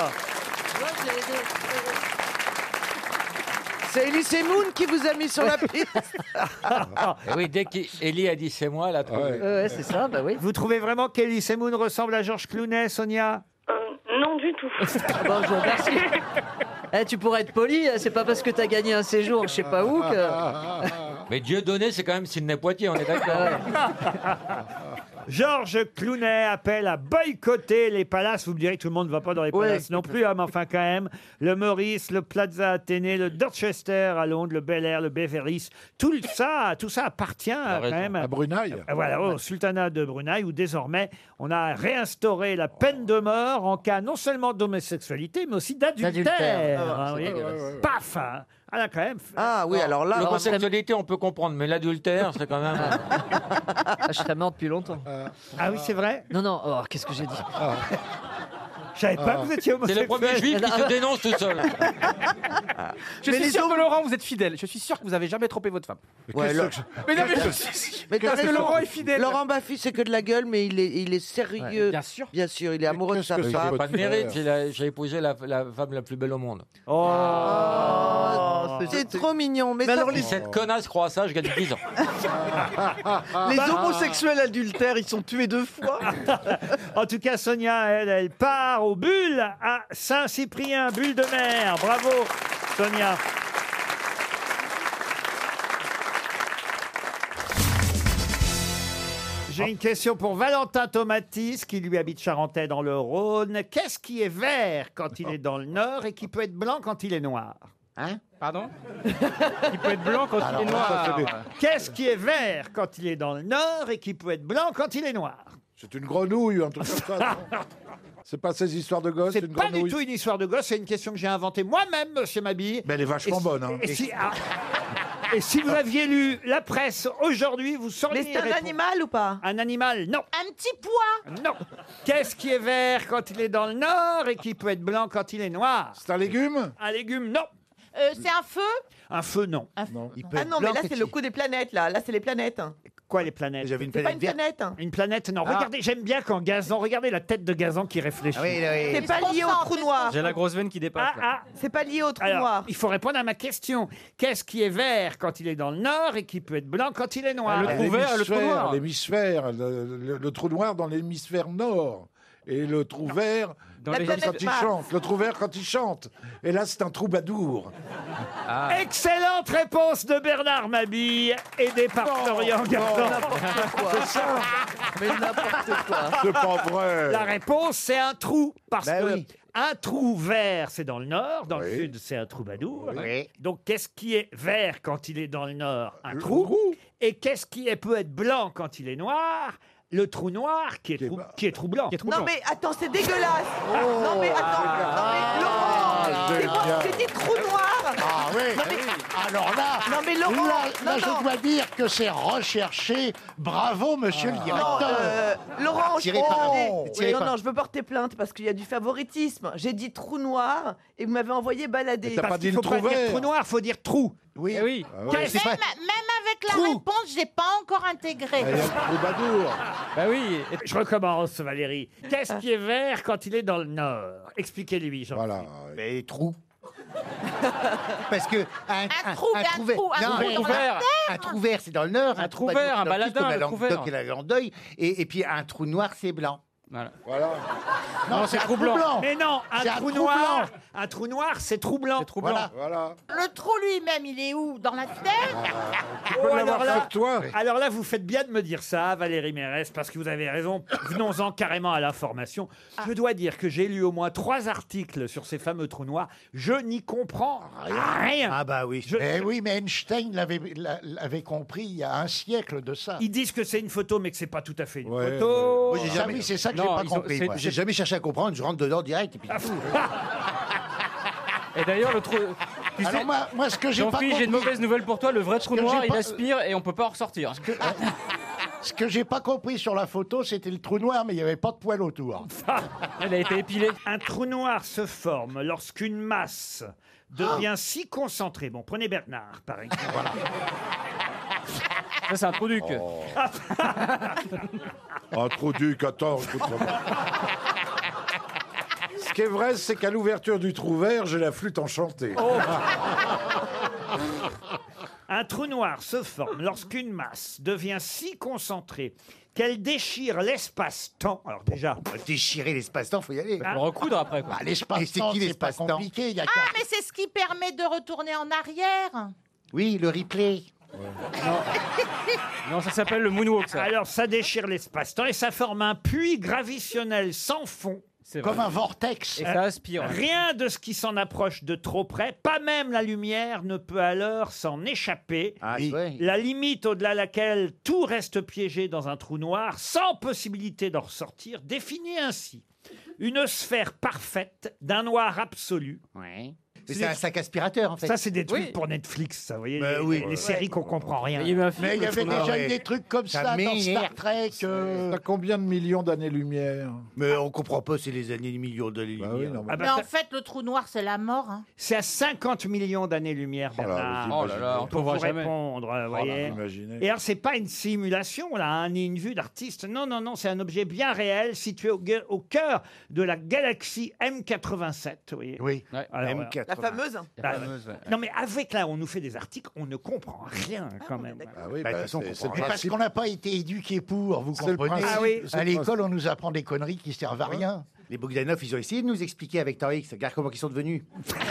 Speaker 19: C'est Elise Moon qui vous a mis sur la piste.
Speaker 21: Et oui, dès qu'Elie a dit c'est moi, elle a trouvé.
Speaker 20: Ouais, ouais, c'est ça, bah oui.
Speaker 4: Vous trouvez vraiment qu'Elie Semoun ressemble à Georges Clooney, Sonia?
Speaker 22: Euh, non du tout.
Speaker 20: Ah bah, je vous remercie. Eh, tu pourrais être poli, hein, c'est pas parce que t'as gagné un séjour, je sais pas où, que...
Speaker 21: Mais Dieu donné, c'est quand même Sidney Poitier, on est d'accord.
Speaker 4: Georges Clooney appelle à boycotter les palaces. Vous me direz que tout le monde ne va pas dans les
Speaker 19: Ouais.
Speaker 4: palaces non plus, hein, mais enfin quand même. Le Maurice, le Plaza Athénée, le Dorchester à Londres, le Bel Air, le Beverly Hills. Tout ça, tout ça appartient euh, quand même
Speaker 5: À Brunei.
Speaker 4: euh, voilà, au sultanat de Brunei, où désormais on a réinstauré la peine de mort en cas non seulement d'homosexualité, mais aussi d'adultère.
Speaker 20: D'adultère.
Speaker 4: Hein,
Speaker 20: Ah,
Speaker 4: vous
Speaker 20: c'est
Speaker 4: voyez.
Speaker 20: dégueulasse.
Speaker 4: Paf hein. Ah là, quand même.
Speaker 19: Ah oui, alors là,
Speaker 21: L'homosexualité, on peut comprendre, mais l'adultère, c'est quand même.
Speaker 20: Ah, je serais mort depuis longtemps.
Speaker 4: Ah oui, c'est vrai?
Speaker 20: Non, non, oh, qu'est-ce que j'ai dit?
Speaker 4: Je savais pas que vous étiez
Speaker 21: C'est
Speaker 4: homosexuel.
Speaker 21: le premier juif qui se dénonce tout seul.
Speaker 7: Je
Speaker 19: Mais
Speaker 7: suis
Speaker 19: les
Speaker 7: sûr
Speaker 19: hommes-
Speaker 7: que Laurent, vous êtes fidèle. Je suis sûr que vous avez jamais trompé votre femme.
Speaker 19: Ouais, Laurent-
Speaker 7: Mais non, mais je suis
Speaker 19: Mais t'as
Speaker 7: Parce que
Speaker 19: raison.
Speaker 7: Laurent est fidèle.
Speaker 19: Laurent Baffy, c'est que de la gueule, mais il est, il est sérieux.
Speaker 7: Ouais, bien sûr.
Speaker 19: Bien sûr, il est amoureux de
Speaker 5: qu'est-ce
Speaker 19: sa
Speaker 5: que ça
Speaker 19: femme.
Speaker 5: peut
Speaker 21: Pas de
Speaker 5: faire.
Speaker 21: mérite, j'ai la- j'ai épousé la, la femme la plus belle au monde.
Speaker 4: Oh.
Speaker 19: Oh, c'est trop mignon. Mais,
Speaker 9: Mais
Speaker 19: ça,
Speaker 9: alors,
Speaker 21: Si cette connasse croit ça, je gagne dix ans.
Speaker 9: Les homosexuels adultères, ils sont tués deux fois.
Speaker 4: En tout cas, Sonia, elle, elle part aux Bulles à Saint-Cyprien, Bulles de Mer. Bravo, Sonia. J'ai une question pour Valentin Tomatis, qui lui habite Charentais dans le Rhône. Qu'est-ce qui est vert quand il est dans le nord et qui peut être blanc quand il est noir?
Speaker 7: Hein? Pardon? Il peut être blanc quand il est noir.
Speaker 4: Qu'est-ce qui est vert quand il est dans le nord et qui peut être blanc quand il est noir?
Speaker 5: C'est une grenouille, un truc comme ça. non C'est pas ces histoires de gosses,
Speaker 4: C'est
Speaker 5: une
Speaker 4: pas
Speaker 5: grenouille.
Speaker 4: du tout une histoire de gosse, c'est une question que j'ai inventée moi-même, monsieur Mabille.
Speaker 5: Mais elle est vachement
Speaker 4: Et si-
Speaker 5: bonne. Hein.
Speaker 4: Et si, ah, et si vous aviez lu la presse aujourd'hui, vous sauriez.
Speaker 19: Mais c'est un
Speaker 4: répondre.
Speaker 19: animal ou pas?
Speaker 4: Un animal, non.
Speaker 8: Un petit pois.
Speaker 4: Non. Qu'est-ce qui est vert quand il est dans le nord et qui peut être blanc quand il est noir?
Speaker 5: C'est un légume?
Speaker 4: Un légume, non.
Speaker 8: Euh, c'est un feu.
Speaker 4: Un feu, non.
Speaker 5: Non.
Speaker 6: Il peut
Speaker 19: Ah
Speaker 6: être
Speaker 19: non, mais
Speaker 6: blanc
Speaker 19: là,
Speaker 6: que
Speaker 19: c'est
Speaker 6: tu-
Speaker 19: le coup des planètes, là. Là, c'est les planètes.
Speaker 4: Quoi, les planètes?
Speaker 6: J'avais une
Speaker 19: C'est pas
Speaker 6: planète
Speaker 19: une
Speaker 6: verte.
Speaker 19: planète. hein.
Speaker 4: Une planète, non.
Speaker 6: Ah.
Speaker 4: Regardez, j'aime bien quand Gazan, regardez la tête de Gazan qui réfléchit.
Speaker 6: Ah oui, oui.
Speaker 19: C'est pas lié au trou noir.
Speaker 7: J'ai la grosse veine qui dépasse.
Speaker 4: Ah,
Speaker 7: là.
Speaker 4: ah.
Speaker 19: C'est pas lié au trou
Speaker 4: Alors,
Speaker 19: noir.
Speaker 4: il faut répondre à ma question. Qu'est-ce qui est vert quand il est dans le nord et qui peut être blanc quand il est noir?
Speaker 7: Le trou vert et le trou
Speaker 5: L'hémisphère,
Speaker 7: noir.
Speaker 5: L'hémisphère, le, le- le trou noir dans l'hémisphère nord. Et le trou vert
Speaker 7: Dans
Speaker 19: La
Speaker 7: les-
Speaker 19: planète
Speaker 5: quand il
Speaker 19: Mars.
Speaker 5: chante. Le trou vert quand il chante. Et là, c'est un troubadour.
Speaker 7: Ah.
Speaker 4: Excellente réponse de Bernard Mabille, aidé par Florian Gazan.
Speaker 5: C'est ça.
Speaker 19: Mais n'importe quoi.
Speaker 5: C'est pas vrai.
Speaker 4: La réponse, c'est un trou. Parce
Speaker 6: Bah
Speaker 4: que
Speaker 6: oui.
Speaker 4: un trou vert, c'est dans le nord. Dans le
Speaker 5: Oui.
Speaker 4: sud, c'est un troubadour.
Speaker 6: Oui.
Speaker 4: Donc, qu'est-ce qui est vert quand il est dans le nord? Un
Speaker 5: Le
Speaker 4: trou.
Speaker 5: trou.
Speaker 4: Et qu'est-ce qui est- peut être blanc quand il est noir? le trou noir qui est, trou- qui est troublant.
Speaker 19: Non mais attends, c'est dégueulasse.
Speaker 4: Oh.
Speaker 19: non mais attends,
Speaker 4: Ah.
Speaker 19: non mais Laurent, c'est
Speaker 9: génial.
Speaker 19: moi, j'ai dit trou noir.
Speaker 9: Ah oui,
Speaker 19: Non, mais-
Speaker 9: alors là,
Speaker 19: Non, mais Laurent,
Speaker 9: là, là,
Speaker 19: non,
Speaker 9: je
Speaker 19: non.
Speaker 9: dois dire que c'est recherché. Bravo, monsieur le
Speaker 19: Non,
Speaker 9: directeur.
Speaker 19: euh, Laurent, je
Speaker 9: Tirez par-
Speaker 19: oh,
Speaker 9: tirez
Speaker 19: non,
Speaker 9: par-
Speaker 19: non, je veux porter plainte parce qu'il y a du favoritisme. J'ai dit trou noir et vous m'avez envoyé balader.
Speaker 4: Parce qu'il faut pas dire trou noir, faut dire trou.
Speaker 9: Oui,
Speaker 7: Eh oui.
Speaker 4: Ah ouais.
Speaker 8: Même,
Speaker 4: C'est pas-
Speaker 8: même avec la réponse, j'ai pas encore intégré.
Speaker 4: troubadour.
Speaker 7: Bah oui.
Speaker 4: Je recommence, Valérie. Qu'est-ce qui est vert quand il est dans le nord? Expliquez-lui, Jean.
Speaker 5: Voilà.
Speaker 6: Mais trou. Parce que un,
Speaker 8: Un trou, un
Speaker 6: vert-
Speaker 8: trou, un
Speaker 6: non,
Speaker 8: trou
Speaker 6: mais
Speaker 8: dans
Speaker 6: un,
Speaker 8: la terre.
Speaker 6: un trou vert, c'est dans le nord.
Speaker 7: Un trou
Speaker 6: troubadour,
Speaker 7: vert, un
Speaker 6: c'est dans le sud,
Speaker 7: baladin,
Speaker 6: comme la
Speaker 7: le trou
Speaker 6: Languedoc
Speaker 7: vert.
Speaker 6: et la Landeuil. Et, et puis un trou noir, c'est blanc.
Speaker 7: Voilà.
Speaker 5: Voilà.
Speaker 7: Non, c'est
Speaker 6: un
Speaker 7: trou
Speaker 6: trou
Speaker 7: blanc.
Speaker 6: blanc.
Speaker 4: Mais non, un
Speaker 6: C'est un
Speaker 4: trou
Speaker 6: trou
Speaker 4: noir.
Speaker 6: blanc.
Speaker 4: Un trou noir, c'est troublant.
Speaker 7: Trou
Speaker 6: Voilà.
Speaker 5: Voilà.
Speaker 8: Le trou lui-même, il est où? Dans la terre?
Speaker 4: Oh,
Speaker 5: peux l'avoir
Speaker 4: alors, là,
Speaker 5: sur toi.
Speaker 4: alors là, vous faites bien de me dire ça, Valérie Mérès, parce que vous avez raison. Venons-en carrément à l'information. Je dois dire que j'ai lu au moins trois articles sur ces fameux trous noirs. Je n'y comprends rien.
Speaker 6: Ah bah oui.
Speaker 4: Je-
Speaker 9: Eh oui, mais Einstein l'avait l'a- l'avait compris il y a un siècle de ça.
Speaker 4: Ils disent que c'est une photo, mais que c'est pas tout à fait une
Speaker 5: Ouais,
Speaker 4: photo.
Speaker 6: Moi, j'ai
Speaker 9: Ça,
Speaker 6: jamais-
Speaker 9: oui, c'est ça que j'ai
Speaker 7: Non,
Speaker 9: pas
Speaker 7: ils ont-
Speaker 9: compris.
Speaker 7: c'est-
Speaker 9: moi.
Speaker 6: J'ai jamais cherché à comprendre, je rentre dedans direct et puis c'est tout.
Speaker 7: Et d'ailleurs, le trou. Tu sais,
Speaker 9: Alors moi, moi, ce que j'ai pas
Speaker 7: Jean-Philippe, j'ai une
Speaker 9: compris,
Speaker 7: mauvaise nouvelle pour toi. Le vrai trou
Speaker 9: que
Speaker 7: noir,
Speaker 9: j'ai
Speaker 7: il
Speaker 9: pas-
Speaker 7: aspire et on peut pas en ressortir.
Speaker 9: ce que j'ai pas compris sur la photo, c'était le trou noir, mais il n'y avait pas de poils autour.
Speaker 7: Elle a été épilée.
Speaker 4: Un trou noir se forme lorsqu'une masse devient si concentrée. Bon, prenez Bernard, par exemple.
Speaker 7: Ça, c'est un trou duc.
Speaker 5: Un trou duc, attends, écoute-moi. Ce qui est vrai, c'est qu'à l'ouverture du trou vert, j'ai la flûte enchantée.
Speaker 4: Un trou noir se forme lorsqu'une masse devient si concentrée qu'elle déchire l'espace-temps. Alors déjà,
Speaker 6: Déchirer l'espace-temps, faut y aller.
Speaker 4: Ah.
Speaker 7: Le recoudre après, quoi.
Speaker 9: Bah,
Speaker 6: Et
Speaker 9: l'espace-temps,
Speaker 6: c'est qui
Speaker 9: c'est pas
Speaker 6: l'espace-temps
Speaker 9: compliqué. Il y a
Speaker 8: Ah,
Speaker 9: qu'à-
Speaker 8: mais c'est ce qui permet de retourner en arrière.
Speaker 6: Oui, le replay.
Speaker 7: Non, ça s'appelle le moonwalk, ça.
Speaker 4: alors ça déchire l'espace-temps et ça forme un puits gravitationnel sans fond.
Speaker 7: C'est vrai.
Speaker 9: comme un vortex.
Speaker 7: Et ça aspire.
Speaker 4: Rien de ce qui s'en approche de trop près, pas même la lumière, ne peut alors s'en échapper.
Speaker 6: Ah,
Speaker 9: Oui.
Speaker 6: ouais.
Speaker 4: La limite au-delà de laquelle tout reste piégé dans un trou noir, sans possibilité d'en ressortir, définit ainsi une sphère parfaite d'un noir absolu.
Speaker 6: Ouais. Mais c'est un sac aspirateur, en fait.
Speaker 4: Ça, c'est des trucs
Speaker 7: Oui.
Speaker 4: pour Netflix, ça, vous voyez,
Speaker 6: Bah
Speaker 4: les,
Speaker 6: oui.
Speaker 4: les
Speaker 6: Ouais.
Speaker 4: séries qu'on comprend rien.
Speaker 7: Il y a eu un film,
Speaker 9: Mais il y
Speaker 7: le
Speaker 9: avait
Speaker 7: trou noir.
Speaker 9: déjà
Speaker 6: ouais.
Speaker 9: eu des trucs comme
Speaker 6: Ça
Speaker 9: ça dans
Speaker 6: m'énerve.
Speaker 9: Star Trek. euh,
Speaker 5: T'as combien de millions d'années-lumière?
Speaker 6: Mais on comprend pas, c'est les années millions de
Speaker 5: Bah oui, non, mais-
Speaker 4: Ah bah,
Speaker 8: Mais en
Speaker 4: ça-
Speaker 8: fait, le trou noir, c'est la mort. hein.
Speaker 4: c'est à cinquante millions d'années-lumière,
Speaker 5: Oh là,
Speaker 4: Bernard.
Speaker 5: vous
Speaker 7: Oh là là, on
Speaker 4: pour
Speaker 7: trouvera
Speaker 4: vous
Speaker 7: jamais.
Speaker 4: répondre, vous
Speaker 5: Oh,
Speaker 4: voyez.
Speaker 5: vous imaginez.
Speaker 4: Et alors, c'est pas une simulation, là, hein, ni une vue d'artiste. Non, non, non, c'est un objet bien réel, situé au, gue- au cœur de la galaxie M quatre-vingt-sept, vous voyez.
Speaker 9: Oui.
Speaker 7: Ouais.
Speaker 4: Alors,
Speaker 6: M
Speaker 4: voilà.
Speaker 6: quatre.
Speaker 19: La fameuse.
Speaker 4: Bah,
Speaker 7: fameuse, ouais.
Speaker 4: Non, mais avec là, on nous fait des articles, on ne comprend rien quand même.
Speaker 5: Ah oui,
Speaker 6: Bah, de
Speaker 5: bah,
Speaker 6: toute façon,
Speaker 5: c'est
Speaker 6: on
Speaker 5: c'est le
Speaker 9: Mais parce
Speaker 5: principe.
Speaker 9: qu'on n'a pas été éduqués pour, vous
Speaker 5: C'est le
Speaker 9: comprenez.
Speaker 5: principe.
Speaker 4: Ah oui.
Speaker 5: C'est
Speaker 9: À
Speaker 5: le
Speaker 9: l'école, on nous apprend des conneries qui servent à rien.
Speaker 6: Les Bogdanov, ils ont essayé de nous expliquer avec temps X. Regarde comment ils sont devenus.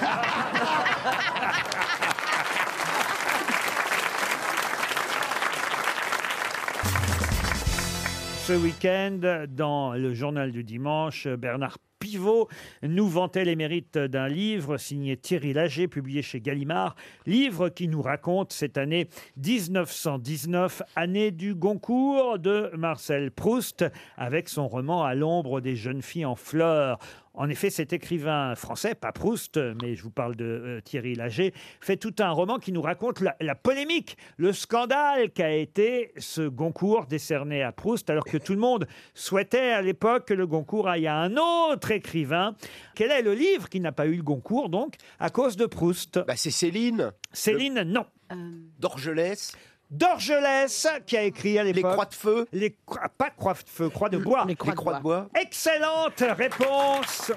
Speaker 4: Ce week-end, dans le journal du dimanche, Bernard Pivot nous vantait les mérites d'un livre signé Thierry Laget, publié chez Gallimard. Livre qui nous raconte cette année dix-neuf cent dix-neuf, année du Goncourt de Marcel Proust, avec son roman À l'ombre des jeunes filles en fleurs. En effet, cet écrivain français, pas Proust, mais je vous parle de euh, Thierry Laget, fait tout un roman qui nous raconte la, la polémique, le scandale qu'a été ce Goncourt décerné à Proust, alors que tout le monde souhaitait à l'époque que le Goncourt aille à un autre écrivain. Quel est le livre qui n'a pas eu le Goncourt, donc, à cause de Proust?
Speaker 1: Bah, c'est Céline.
Speaker 4: Céline, non.
Speaker 1: Dorgelès.
Speaker 4: Dorgelès, qui a écrit à l'époque...
Speaker 1: Les croix de feu.
Speaker 4: Les cro- pas croix de feu, croix de bois.
Speaker 11: Les croix,
Speaker 1: Les croix de bois.
Speaker 4: Excellente réponse.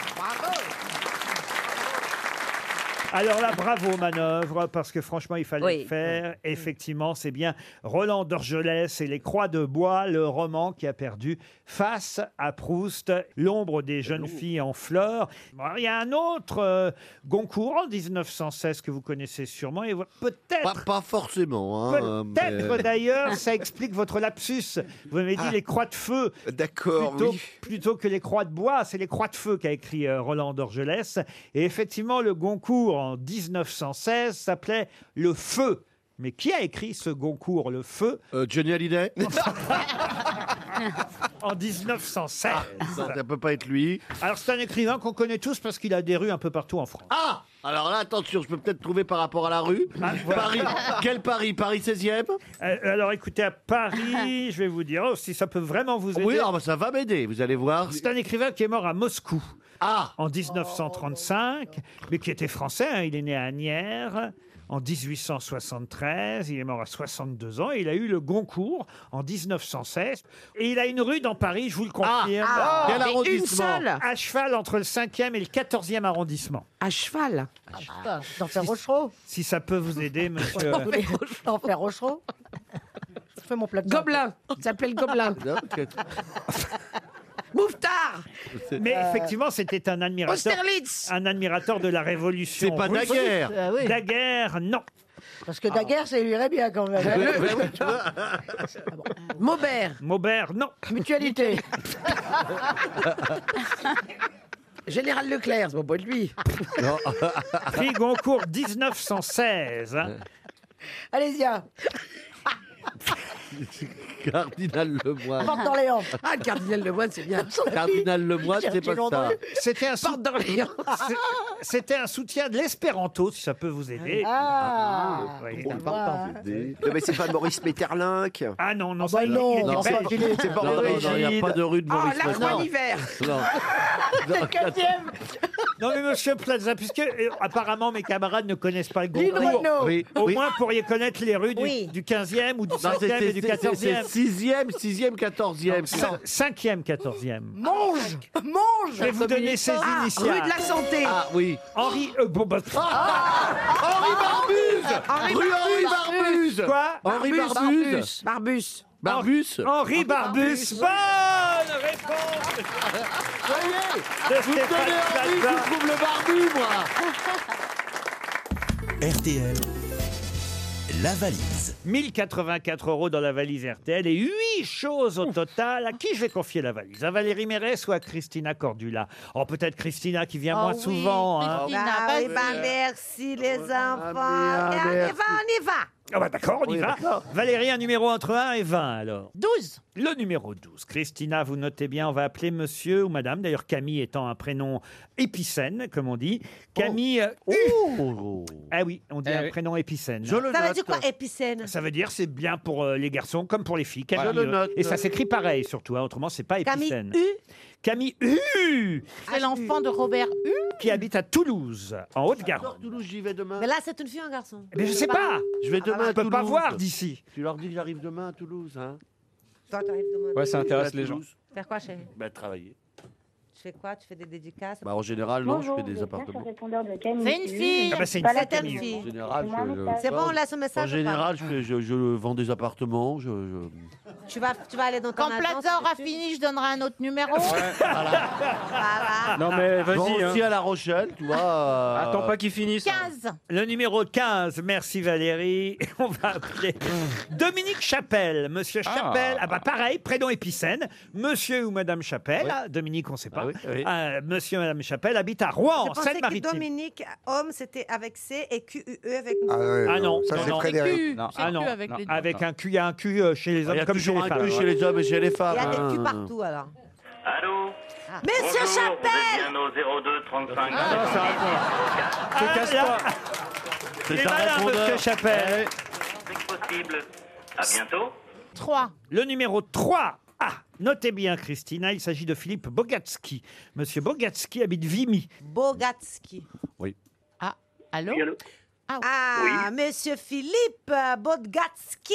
Speaker 4: Alors là, bravo manœuvre, parce que franchement, il fallait
Speaker 13: Oui.
Speaker 4: le faire. Effectivement, c'est bien Roland Dorgelès et les Croix de Bois, le roman qui a perdu face à Proust, L'ombre des jeunes filles en fleurs. Bon, alors, il y a un autre euh, Goncourt en dix-neuf cent seize que vous connaissez sûrement, et
Speaker 12: Pas,
Speaker 4: peut-être...
Speaker 12: pas forcément. Hein,
Speaker 4: Peut-être
Speaker 12: mais-
Speaker 4: d'ailleurs, ça explique votre lapsus. Vous m'avez dit
Speaker 1: Ah.
Speaker 4: les croix de feu.
Speaker 1: D'accord,
Speaker 4: Plutôt,
Speaker 1: oui.
Speaker 4: plutôt que les croix de bois, c'est les croix de feu qu'a écrit euh, Roland Dorgelès. Et effectivement, le Goncourt en dix-neuf cent seize s'appelait Le Feu. Mais qui a écrit ce Goncourt, Le Feu?
Speaker 12: Euh, Johnny Hallyday.
Speaker 4: en dix-neuf cent seize.
Speaker 12: Ça ne peut pas être lui.
Speaker 4: Alors, c'est un écrivain qu'on connaît tous parce qu'il a des rues un peu partout en France.
Speaker 12: Ah, alors là, attention, je peux peut-être trouver par rapport à la rue.
Speaker 4: voilà.
Speaker 12: Paris. Quel Paris? Paris seizième?
Speaker 4: Euh, alors, écoutez, à Paris, je vais vous dire, oh, si ça peut vraiment vous aider.
Speaker 12: Oui, ah bah ça va m'aider, vous allez voir.
Speaker 4: C'est un écrivain qui est mort à Moscou.
Speaker 12: Ah.
Speaker 4: En dix-neuf cent trente-cinq, mais qui était français. Hein, il est né à Asnières en dix-huit cent soixante-treize. Il est mort à soixante-deux ans. Et il a eu le Goncourt en dix-neuf cent seize. Et il a une rue dans Paris, je vous le confirme.
Speaker 11: Ah,
Speaker 12: Quel
Speaker 11: mais
Speaker 12: arrondissement?
Speaker 11: une seule.
Speaker 4: À cheval entre le cinquième et le quatorzième arrondissement.
Speaker 11: À cheval.
Speaker 10: D'Enfer Rochereau.
Speaker 4: Si ça peut vous aider, monsieur.
Speaker 10: D'Enfer Rochereau. Je fais mon plat de
Speaker 11: Gobelin. Ça s'appelle Gobelin. Mouffetard.
Speaker 4: Mais effectivement, c'était un admirateur,
Speaker 11: Austerlitz.
Speaker 4: un admirateur de la Révolution.
Speaker 12: C'est pas
Speaker 4: russe.
Speaker 12: Daguerre.
Speaker 10: Ah oui.
Speaker 4: Daguerre, non.
Speaker 10: Parce que Daguerre, ça lui irait bien quand même.
Speaker 11: Maubert.
Speaker 4: Maubert, non.
Speaker 11: Mutualité. Général Leclerc, c'est bon, pas de lui.
Speaker 4: Prix Goncourt dix-neuf cent seize. hein.
Speaker 10: Allez-y, hein.
Speaker 12: Cardinal Lemoine.
Speaker 10: Porte d'Orléans.
Speaker 11: Ah, le cardinal Lemoine, c'est bien.
Speaker 12: Cardinal Lemoine, c'est pas ça.
Speaker 4: C'était un, sou-
Speaker 11: Porte d'Orléans.
Speaker 4: c'est- c'était un soutien de l'espéranto, si ça peut vous aider.
Speaker 10: Ah.
Speaker 4: Oui.
Speaker 10: On va, hein.
Speaker 1: Non, mais c'est pas Maurice Metterlinck.
Speaker 4: Ah non, non,
Speaker 10: Ah bah
Speaker 4: c'est-
Speaker 10: non,
Speaker 4: il était
Speaker 10: non,
Speaker 4: belge.
Speaker 10: c'est pas-
Speaker 1: C'est pas
Speaker 12: Non, non,
Speaker 1: André
Speaker 12: non, il n'y a
Speaker 1: Gide.
Speaker 12: pas de rue de
Speaker 11: Ah,
Speaker 12: Maurice
Speaker 11: la
Speaker 12: Metterlinck.
Speaker 11: fois l'hiver.
Speaker 12: Non.
Speaker 10: C'est le quatrième.
Speaker 4: Non mais monsieur Plaza, puisque euh, apparemment mes camarades ne connaissent pas le
Speaker 10: Lynn
Speaker 4: Goncourt,
Speaker 10: Renaud.
Speaker 12: Oui,
Speaker 4: au
Speaker 12: oui.
Speaker 4: moins pourriez connaître les rues du,
Speaker 10: Oui.
Speaker 4: du quinzième ou du
Speaker 12: Non,
Speaker 4: cinquième et
Speaker 12: c'est-
Speaker 4: du
Speaker 12: c'est- c'est
Speaker 4: quatorzième.
Speaker 12: sixième, sixième, quatorzième.
Speaker 4: Cin- Cinquième, quatorzième.
Speaker 10: Mange. Mange.
Speaker 4: Je vais vous donner ses
Speaker 11: Ah,
Speaker 4: initiales.
Speaker 11: rue de la Santé.
Speaker 12: Ah oui.
Speaker 4: Henri... euh, bon, bah,
Speaker 12: Henri Barbuse.
Speaker 11: Henri
Speaker 12: Rue Henri Barbuse.
Speaker 4: quoi
Speaker 12: Henri
Speaker 11: Barbus.
Speaker 12: Barbuse.
Speaker 11: Barbus.
Speaker 12: Barbus.
Speaker 4: Henri Barbus. Bonne réponse
Speaker 12: Voyez,
Speaker 4: de
Speaker 12: vous me donnez
Speaker 4: Stéphane
Speaker 12: envie,
Speaker 4: Plaza.
Speaker 12: je trouve le barbu, moi.
Speaker 3: R T L, la valise.
Speaker 4: mille quatre-vingt-quatre euros dans la valise R T L et huit choses au total. À qui je vais confier la valise? À Valérie Mérès ou à Christina Cordula? Oh, peut-être Christina qui vient moins souvent. hein.
Speaker 8: Christina,
Speaker 19: Ah oui,
Speaker 8: vas-y.
Speaker 19: bah merci les enfants.
Speaker 12: bien,
Speaker 19: Et on y
Speaker 12: merci.
Speaker 19: va, on y va.
Speaker 4: Ah bah d'accord, on y
Speaker 12: Oui,
Speaker 4: va.
Speaker 12: d'accord.
Speaker 4: Valérie, un numéro entre un et vingt alors.
Speaker 8: douze.
Speaker 4: Le numéro douze. Christina, vous notez bien, on va appeler monsieur ou madame. D'ailleurs, Camille étant un prénom épicène, comme on dit. Camille. euh,
Speaker 12: Oh.
Speaker 4: Ah oui, on dit
Speaker 7: Eh
Speaker 4: un
Speaker 7: oui.
Speaker 4: prénom épicène.
Speaker 12: Je le
Speaker 19: Ça veut
Speaker 12: note.
Speaker 19: dire quoi, épicène?
Speaker 4: Ça veut dire c'est bien pour euh, les garçons comme pour les filles. Camille,
Speaker 12: Je le
Speaker 4: euh,
Speaker 12: note.
Speaker 4: Et ça s'écrit pareil surtout, hein, autrement c'est pas
Speaker 19: Camille
Speaker 4: épicène.
Speaker 19: U.
Speaker 4: Camille U,
Speaker 8: C'est l'enfant de Robert U.
Speaker 4: qui habite à Toulouse, en Haute-Garonne.
Speaker 12: Toulouse, j'y vais demain.
Speaker 19: Mais là, c'est une fille ou un garçon?
Speaker 4: Mais je sais pas,
Speaker 12: Je vais demain
Speaker 4: je
Speaker 12: à
Speaker 4: peux
Speaker 12: Toulouse.
Speaker 4: pas voir d'ici.
Speaker 12: Tu leur dis que j'arrive demain à Toulouse, hein.
Speaker 19: Toi, t'arrives demain.
Speaker 7: Ouais, ça intéresse
Speaker 12: À
Speaker 7: les gens.
Speaker 12: Toulouse.
Speaker 19: Faire quoi, chérie?
Speaker 12: Bah, travailler.
Speaker 19: Tu fais quoi? Tu fais des dédicaces?
Speaker 12: Bah, en général, non,
Speaker 22: Bonjour,
Speaker 12: je fais des
Speaker 22: vous êtes bien
Speaker 12: appartements.
Speaker 22: sur le répondeur de Camille.
Speaker 19: C'est une fille.
Speaker 4: Ah bah, c'est une
Speaker 22: Pas
Speaker 4: fille,
Speaker 22: la
Speaker 4: Camille.
Speaker 19: fille.
Speaker 12: En général,
Speaker 22: C'est moi,
Speaker 12: je,
Speaker 22: message.
Speaker 12: je-
Speaker 19: C'est bon, on laisse un message.
Speaker 12: En
Speaker 19: ou pas?
Speaker 12: général, je, fais- je, je vends des appartements. Je, je-
Speaker 19: Tu vas, tu vas aller dans ton
Speaker 8: Quand
Speaker 19: agence,
Speaker 8: Plaza aura
Speaker 19: tu-
Speaker 8: fini, je donnerai un autre numéro.
Speaker 19: Voilà.
Speaker 7: Non mais
Speaker 12: je vends
Speaker 7: vas-y.
Speaker 12: aussi
Speaker 7: Hein.
Speaker 12: à La Rochelle, tu vois. euh,
Speaker 7: Attends pas qu'il finisse. hein.
Speaker 8: quinze.
Speaker 4: Le numéro quinze, merci Valérie. On va appeler Dominique Chapelle. Monsieur
Speaker 7: Ah.
Speaker 4: Chapelle, ah bah pareil, prénom épicène. Monsieur ou Madame Chapelle,
Speaker 12: Oui.
Speaker 4: ah, Dominique on sait pas.
Speaker 12: Ah oui, oui.
Speaker 4: Ah, monsieur et Madame Chapelle habitent à Rouen,
Speaker 19: Je pensais que
Speaker 4: Seine-Maritime.
Speaker 19: Dominique, homme, c'était avec C et Q U E avec nous.
Speaker 2: Ah, ouais,
Speaker 4: Ah non,
Speaker 2: ça
Speaker 4: non,
Speaker 2: c'est
Speaker 4: non.
Speaker 2: Frédéric.
Speaker 7: Non.
Speaker 4: Ah non,
Speaker 8: avec
Speaker 7: non.
Speaker 8: les deux.
Speaker 4: avec un cul, il y a un cul euh, chez les
Speaker 12: Il
Speaker 4: hommes
Speaker 12: y a
Speaker 4: comme chez
Speaker 12: toujours
Speaker 4: les
Speaker 12: un
Speaker 4: femmes.
Speaker 12: cul chez les hommes et chez les femmes.
Speaker 19: Il y a des
Speaker 12: hein.
Speaker 19: culs partout, alors.
Speaker 22: Allô
Speaker 19: Monsieur
Speaker 22: Bonjour,
Speaker 19: Chapelle!
Speaker 22: vous êtes bien au zéro deux trente-cinq.
Speaker 7: Ah non, ça répond.
Speaker 4: Ah,
Speaker 7: Te casse
Speaker 4: là,
Speaker 7: pas.
Speaker 12: C'est
Speaker 4: il est
Speaker 12: un
Speaker 4: malin,
Speaker 12: répondeur.
Speaker 4: monsieur Chapelle.
Speaker 22: Dès que possible. À bientôt.
Speaker 8: trois.
Speaker 4: Le numéro trois. Ah, notez bien Christina, il s'agit de Philippe Bogatski. Monsieur Bogatski habite Vimy.
Speaker 19: Bogatski.
Speaker 12: Oui.
Speaker 8: Ah, allô?
Speaker 22: Oui, allô
Speaker 19: Ah, monsieur Philippe Bogatski.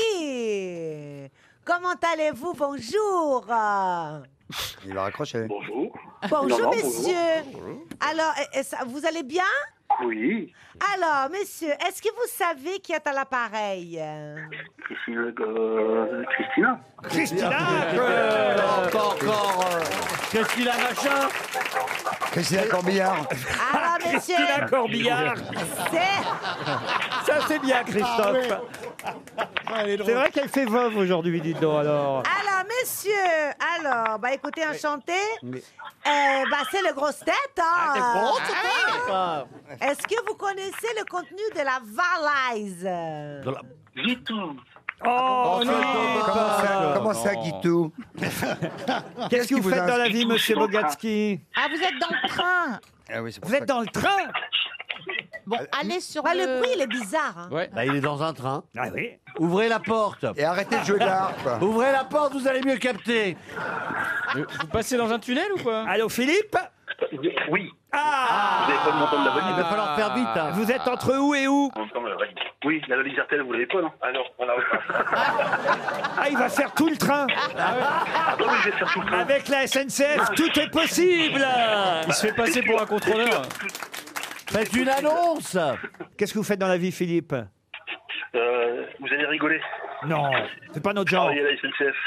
Speaker 19: Comment allez-vous? Bonjour.
Speaker 2: Il va raccrocher.
Speaker 22: Bonjour.
Speaker 19: Bonjour,
Speaker 22: Non, non,
Speaker 19: messieurs.
Speaker 22: bonjour.
Speaker 19: Alors, eh, eh, ça- vous allez bien?
Speaker 22: Oui.
Speaker 19: Alors, monsieur, est-ce que vous savez qui est à l'appareil?
Speaker 22: Christine, euh, Christina.
Speaker 4: Christina
Speaker 12: Euh, Encore, encore. euh, Christina machin.
Speaker 2: Christina Corbillard.
Speaker 19: Alors, monsieur,
Speaker 4: Christina Corbillard.
Speaker 19: c'est...
Speaker 4: Ça c'est bien Christophe. C'est vrai qu'elle fait veuve aujourd'hui, dites donc alors.
Speaker 19: Alors, messieurs, alors, bah écoutez, enchanté. Euh, bah, c'est le grosse tête, hein.
Speaker 12: Ah,
Speaker 19: Est-ce que vous connaissez le contenu de la valise?
Speaker 12: Dans la-
Speaker 22: Du tout.
Speaker 4: Oh, non.
Speaker 2: Comment ça, comment ça, Guitou?
Speaker 4: Qu'est-ce que vous
Speaker 2: vous
Speaker 4: faites dans la
Speaker 2: inscrit
Speaker 4: vie, monsieur Bogatsky?
Speaker 8: Ah, vous êtes dans le train.
Speaker 2: Ah oui, c'est pour
Speaker 4: Vous
Speaker 2: ça
Speaker 4: êtes
Speaker 2: que-
Speaker 4: dans le train?
Speaker 8: Bon, allez sur
Speaker 19: Bah,
Speaker 8: le...
Speaker 19: le bruit, il est bizarre. hein.
Speaker 12: Ouais. Bah, il est dans un train.
Speaker 4: Ah oui.
Speaker 12: Ouvrez la porte.
Speaker 2: Et arrêtez de jouer de l'harpe.
Speaker 12: Ouvrez la porte, vous allez mieux capter.
Speaker 7: Euh, Vous passez dans un tunnel ou quoi?
Speaker 4: Allô, Philippe?
Speaker 22: Oui.
Speaker 4: Ah,
Speaker 22: Vous n'avez pas le montant de la valise.
Speaker 12: Il va falloir faire vite. hein.
Speaker 4: Vous êtes entre où et où?
Speaker 22: Le montant de la valise. Oui, la valise R T L, vous l'avez pas, non? Ah non, on l'a
Speaker 4: Ah, il va faire tout le train.
Speaker 22: Ah oui, je vais faire tout le train.
Speaker 4: Avec la S N C F, tout est possible.
Speaker 7: Il se fait passer pour un contrôleur.
Speaker 12: Faites une annonce.
Speaker 4: Qu'est-ce que vous faites dans la vie, Philippe?
Speaker 22: Euh, vous allez rigoler.
Speaker 4: Non, c'est pas notre genre.
Speaker 22: Ah, il y a la S N C F.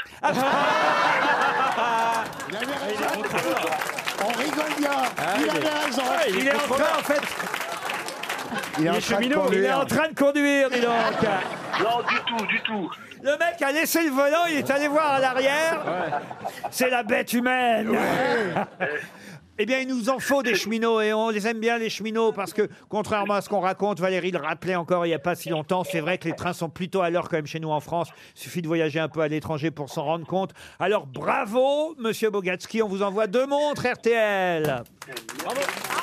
Speaker 9: Il avait raison. On rigole bien. Il avait raison.
Speaker 4: Il est en train, en fait,
Speaker 2: Il est
Speaker 7: Il
Speaker 2: en
Speaker 7: est
Speaker 2: train de
Speaker 7: cheminot,
Speaker 4: il est en
Speaker 2: conduire.
Speaker 4: train de conduire, dis donc.
Speaker 22: Non, du tout, du tout.
Speaker 4: Le mec a laissé le volant, il est allé voir à l'arrière. C'est la bête humaine. Eh bien, il nous en faut des cheminots et on les aime bien, les cheminots, parce que, contrairement à ce qu'on raconte, Valérie le rappelait encore il n'y a pas si longtemps, c'est vrai que les trains sont plutôt à l'heure quand même chez nous en France. Il suffit de voyager un peu à l'étranger pour s'en rendre compte. Alors, bravo, monsieur Bogatsky, on vous envoie deux montres R T L. Bravo.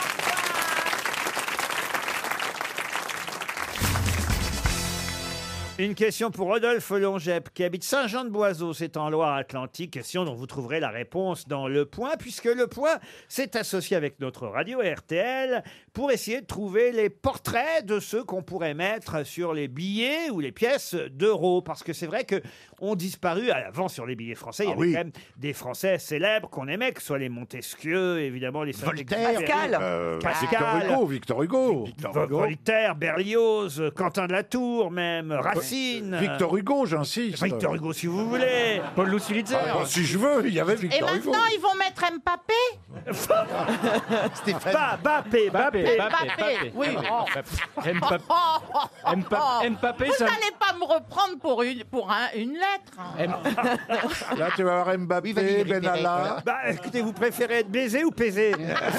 Speaker 4: Une question pour Rodolphe Longep, qui habite Saint-Jean-de-Boiseau, c'est en Loire-Atlantique. Question dont vous trouverez la réponse dans Le Point, puisque Le Point s'est associé avec notre radio R T L pour essayer de trouver les portraits de ceux qu'on pourrait mettre sur les billets ou les pièces d'euros. Parce que c'est vrai que ont disparu, avant sur les billets français, il y
Speaker 5: Ah
Speaker 4: avait
Speaker 5: oui.
Speaker 4: quand même des Français célèbres qu'on aimait, que ce soit les Montesquieu, évidemment, les
Speaker 5: Voltaire.
Speaker 4: Pascal,
Speaker 5: Euh,
Speaker 4: Pascal.
Speaker 5: Victor Hugo, Victor Hugo.
Speaker 4: Vo- Voltaire, Berlioz, Quentin de la Tour même, Racine.
Speaker 5: Victor Hugo, j'insiste.
Speaker 4: Victor Hugo, si vous voulez.
Speaker 7: Paul Louis-Pulitzer.
Speaker 5: Ah, bah, si je veux, il y avait
Speaker 8: Et
Speaker 5: Victor Hugo.
Speaker 8: maintenant, ils vont mettre Mbappé.
Speaker 4: Ba- Bappé, Bappé.
Speaker 8: Mbappé. Oui.
Speaker 7: Mbappé.
Speaker 8: Oh, oh, oh, oh.
Speaker 7: Mbappé, Mbappé,
Speaker 8: Vous
Speaker 7: ça-
Speaker 8: n'allez pas me reprendre pour une, pour un- une lettre.
Speaker 5: Là, tu vas avoir Mbappé, Benalla.
Speaker 4: Bah, écoutez, vous préférez être baisé ou pesé?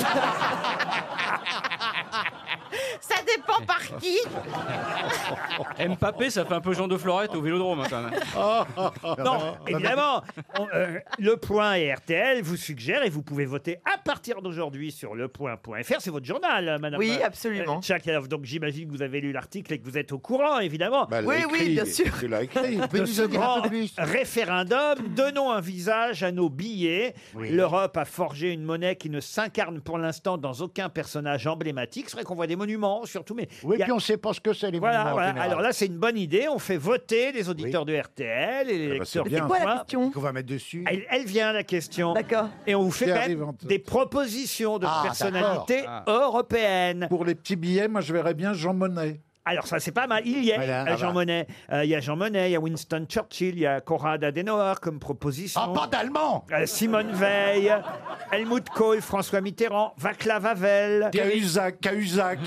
Speaker 8: Ça dépend par qui.
Speaker 7: Mbappé, ça fait un peu Jean de Florette au Vélodrome, hein, quand même.
Speaker 4: Non, évidemment. on- euh, le Point et R T L vous suggèrent et vous pouvez voter à partir d'aujourd'hui sur lepoint point f r. C'est votre journal, madame.
Speaker 14: Oui, absolument.
Speaker 4: euh, Tchakalov. Donc j'imagine que vous avez lu l'article et que vous êtes au courant, évidemment.
Speaker 5: Bah, elle
Speaker 14: Oui,
Speaker 5: l'a
Speaker 14: oui,
Speaker 5: écrit.
Speaker 14: bien sûr.
Speaker 5: Tu l'as écrit.
Speaker 4: De ce grand référendum, donnons un visage à nos billets. L'Europe a forgé une monnaie qui ne s'incarne pour l'instant dans aucun personnage emblématique. C'est vrai qu'on voit des monuments, surtout, mais
Speaker 9: Oui,
Speaker 4: il y a-
Speaker 9: puis on ne sait pas ce que c'est, les
Speaker 4: Voilà,
Speaker 9: monuments, en
Speaker 4: voilà.
Speaker 9: général.
Speaker 4: Alors là, c'est une bonne idée. On fait voter les auditeurs de R T L et les
Speaker 5: bah,
Speaker 4: lecteurs
Speaker 5: c'est
Speaker 4: du
Speaker 5: bien.
Speaker 14: C'est quoi la
Speaker 4: Point.
Speaker 14: question?
Speaker 6: Qu'on va mettre dessus.
Speaker 4: Elle, elle vient, la question.
Speaker 14: D'accord.
Speaker 4: Et on vous fait
Speaker 5: Qui
Speaker 4: quand
Speaker 5: arrive
Speaker 4: même
Speaker 5: en tête.
Speaker 4: des propositions de
Speaker 9: Ah,
Speaker 4: personnalités
Speaker 7: d'accord.
Speaker 4: européennes.
Speaker 5: Pour les petits billets, moi, je verrais bien Jean Monnet.
Speaker 4: Alors ça, c'est pas mal. Il y est,
Speaker 6: Voilà.
Speaker 4: euh, Jean Monnet. Euh, Il y a Jean Monnet, il y a Winston Churchill, il y a Konrad Adenauer comme proposition.
Speaker 9: Ah, pas d'allemand.
Speaker 4: Euh, Simone Veil, Helmut Kohl, François Mitterrand, Václav Havel,
Speaker 5: Cahuzac, Cahuzac.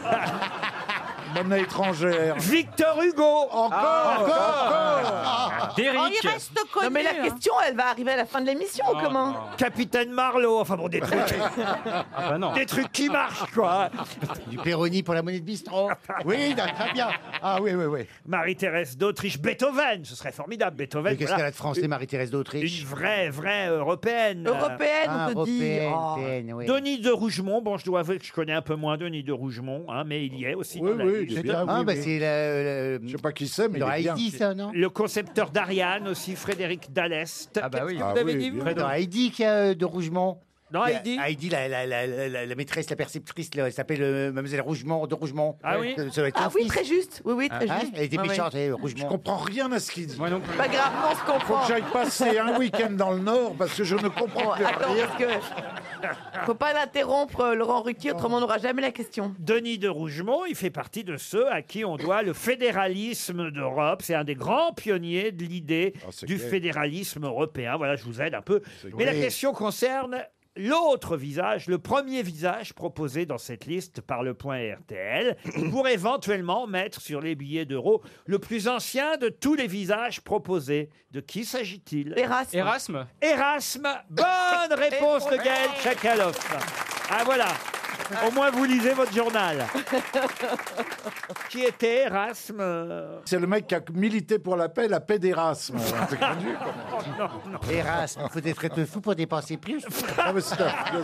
Speaker 5: Monnaie étrangère.
Speaker 4: Victor Hugo.
Speaker 5: Encore, encore.
Speaker 8: Oh,
Speaker 7: Derrick.
Speaker 8: il reste connu.
Speaker 14: Non, mais la
Speaker 8: hein.
Speaker 14: question, elle va arriver à la fin de l'émission, ou comment?
Speaker 4: Capitaine Marlowe. Enfin bon, des trucs,
Speaker 7: Ah bah non.
Speaker 4: des trucs qui marchent, quoi.
Speaker 6: Du Péroni pour la monnaie de bistrot. Oui, très bien. Ah oui, oui, oui.
Speaker 4: Marie-Thérèse d'Autriche, Beethoven. Ce serait formidable, Beethoven.
Speaker 6: Mais qu'est-ce
Speaker 4: voilà.
Speaker 6: qu'elle a de français, Marie-Thérèse d'Autriche?
Speaker 4: Une vraie, vraie européenne.
Speaker 14: Européenne,
Speaker 6: Ah,
Speaker 14: on te dit.
Speaker 6: européenne,
Speaker 14: Oh.
Speaker 6: européenne, oui.
Speaker 4: Denis de Rougemont, bon, je dois avouer que je connais un peu moins Denis de Rougemont, hein, mais il y est aussi.
Speaker 5: Oui,
Speaker 4: dans la
Speaker 5: oui,
Speaker 4: liste.
Speaker 5: il est bien.
Speaker 6: Ah,
Speaker 5: oui,
Speaker 6: bah
Speaker 5: oui.
Speaker 6: c'est le.
Speaker 5: Je sais pas qui c'est, mais il
Speaker 6: Dans
Speaker 5: est bien.
Speaker 6: Heidi, ça, non?
Speaker 4: Le concepteur d'Ariane aussi, Frédéric Dallest.
Speaker 7: Ah bah oui.
Speaker 5: Ah
Speaker 4: Vous avez
Speaker 5: oui,
Speaker 4: dit,
Speaker 5: bien.
Speaker 4: vous
Speaker 6: Dans Heidi, qui a euh, de Rougemont.
Speaker 4: Non,
Speaker 6: Il y a-
Speaker 4: Heidi
Speaker 6: Heidi, la, la, la, la, la- la maîtresse, la perceptrice, là, elle s'appelle euh, Mademoiselle Rougemont, de Rougemont.
Speaker 4: Ah oui
Speaker 6: Ça- ça doit être
Speaker 14: Ah
Speaker 6: son
Speaker 14: oui,
Speaker 6: fils.
Speaker 14: très juste. Oui, oui, très
Speaker 6: Hein,
Speaker 14: juste.
Speaker 6: elle était
Speaker 14: Ouais, ouais.
Speaker 6: méchante, elle,
Speaker 5: Je
Speaker 6: Rougemont.
Speaker 5: comprends rien à ce qu'il dit.
Speaker 7: Moi non plus.
Speaker 14: Pas grave, on se
Speaker 5: Faut
Speaker 14: comprend.
Speaker 5: que j'aille passer un week-end dans le Nord parce que je ne comprends
Speaker 14: Bon,
Speaker 5: plus
Speaker 14: attends,
Speaker 5: rien.
Speaker 14: parce que faut pas l'interrompre, euh, Laurent Ruquier, autrement on n'aura jamais la question.
Speaker 4: Denis de Rougemont, il fait partie de ceux à qui on doit le fédéralisme d'Europe. C'est un des grands pionniers de l'idée
Speaker 5: Ah, c'est
Speaker 4: du
Speaker 5: clair.
Speaker 4: fédéralisme européen. Voilà, je vous aide un peu.
Speaker 5: C'est
Speaker 4: Mais la
Speaker 6: clair.
Speaker 4: question concerne l'autre visage, le premier visage proposé dans cette liste par le Point R T L, pour éventuellement mettre sur les billets d'euros le plus ancien de tous les visages proposés. De qui s'agit-il?
Speaker 14: Erasme.
Speaker 7: Erasme.
Speaker 4: Erasme. Bonne réponse de Gaël Tchakaloff. Ah voilà. Au moins, vous lisez votre journal. Qui était Erasme?
Speaker 5: C'est le mec qui a milité pour la paix, la paix d'Erasme. C'est connu,
Speaker 4: Non, non.
Speaker 6: Erasme, faut être très fou pour dépenser plus.
Speaker 5: Ah, mais stop, stop.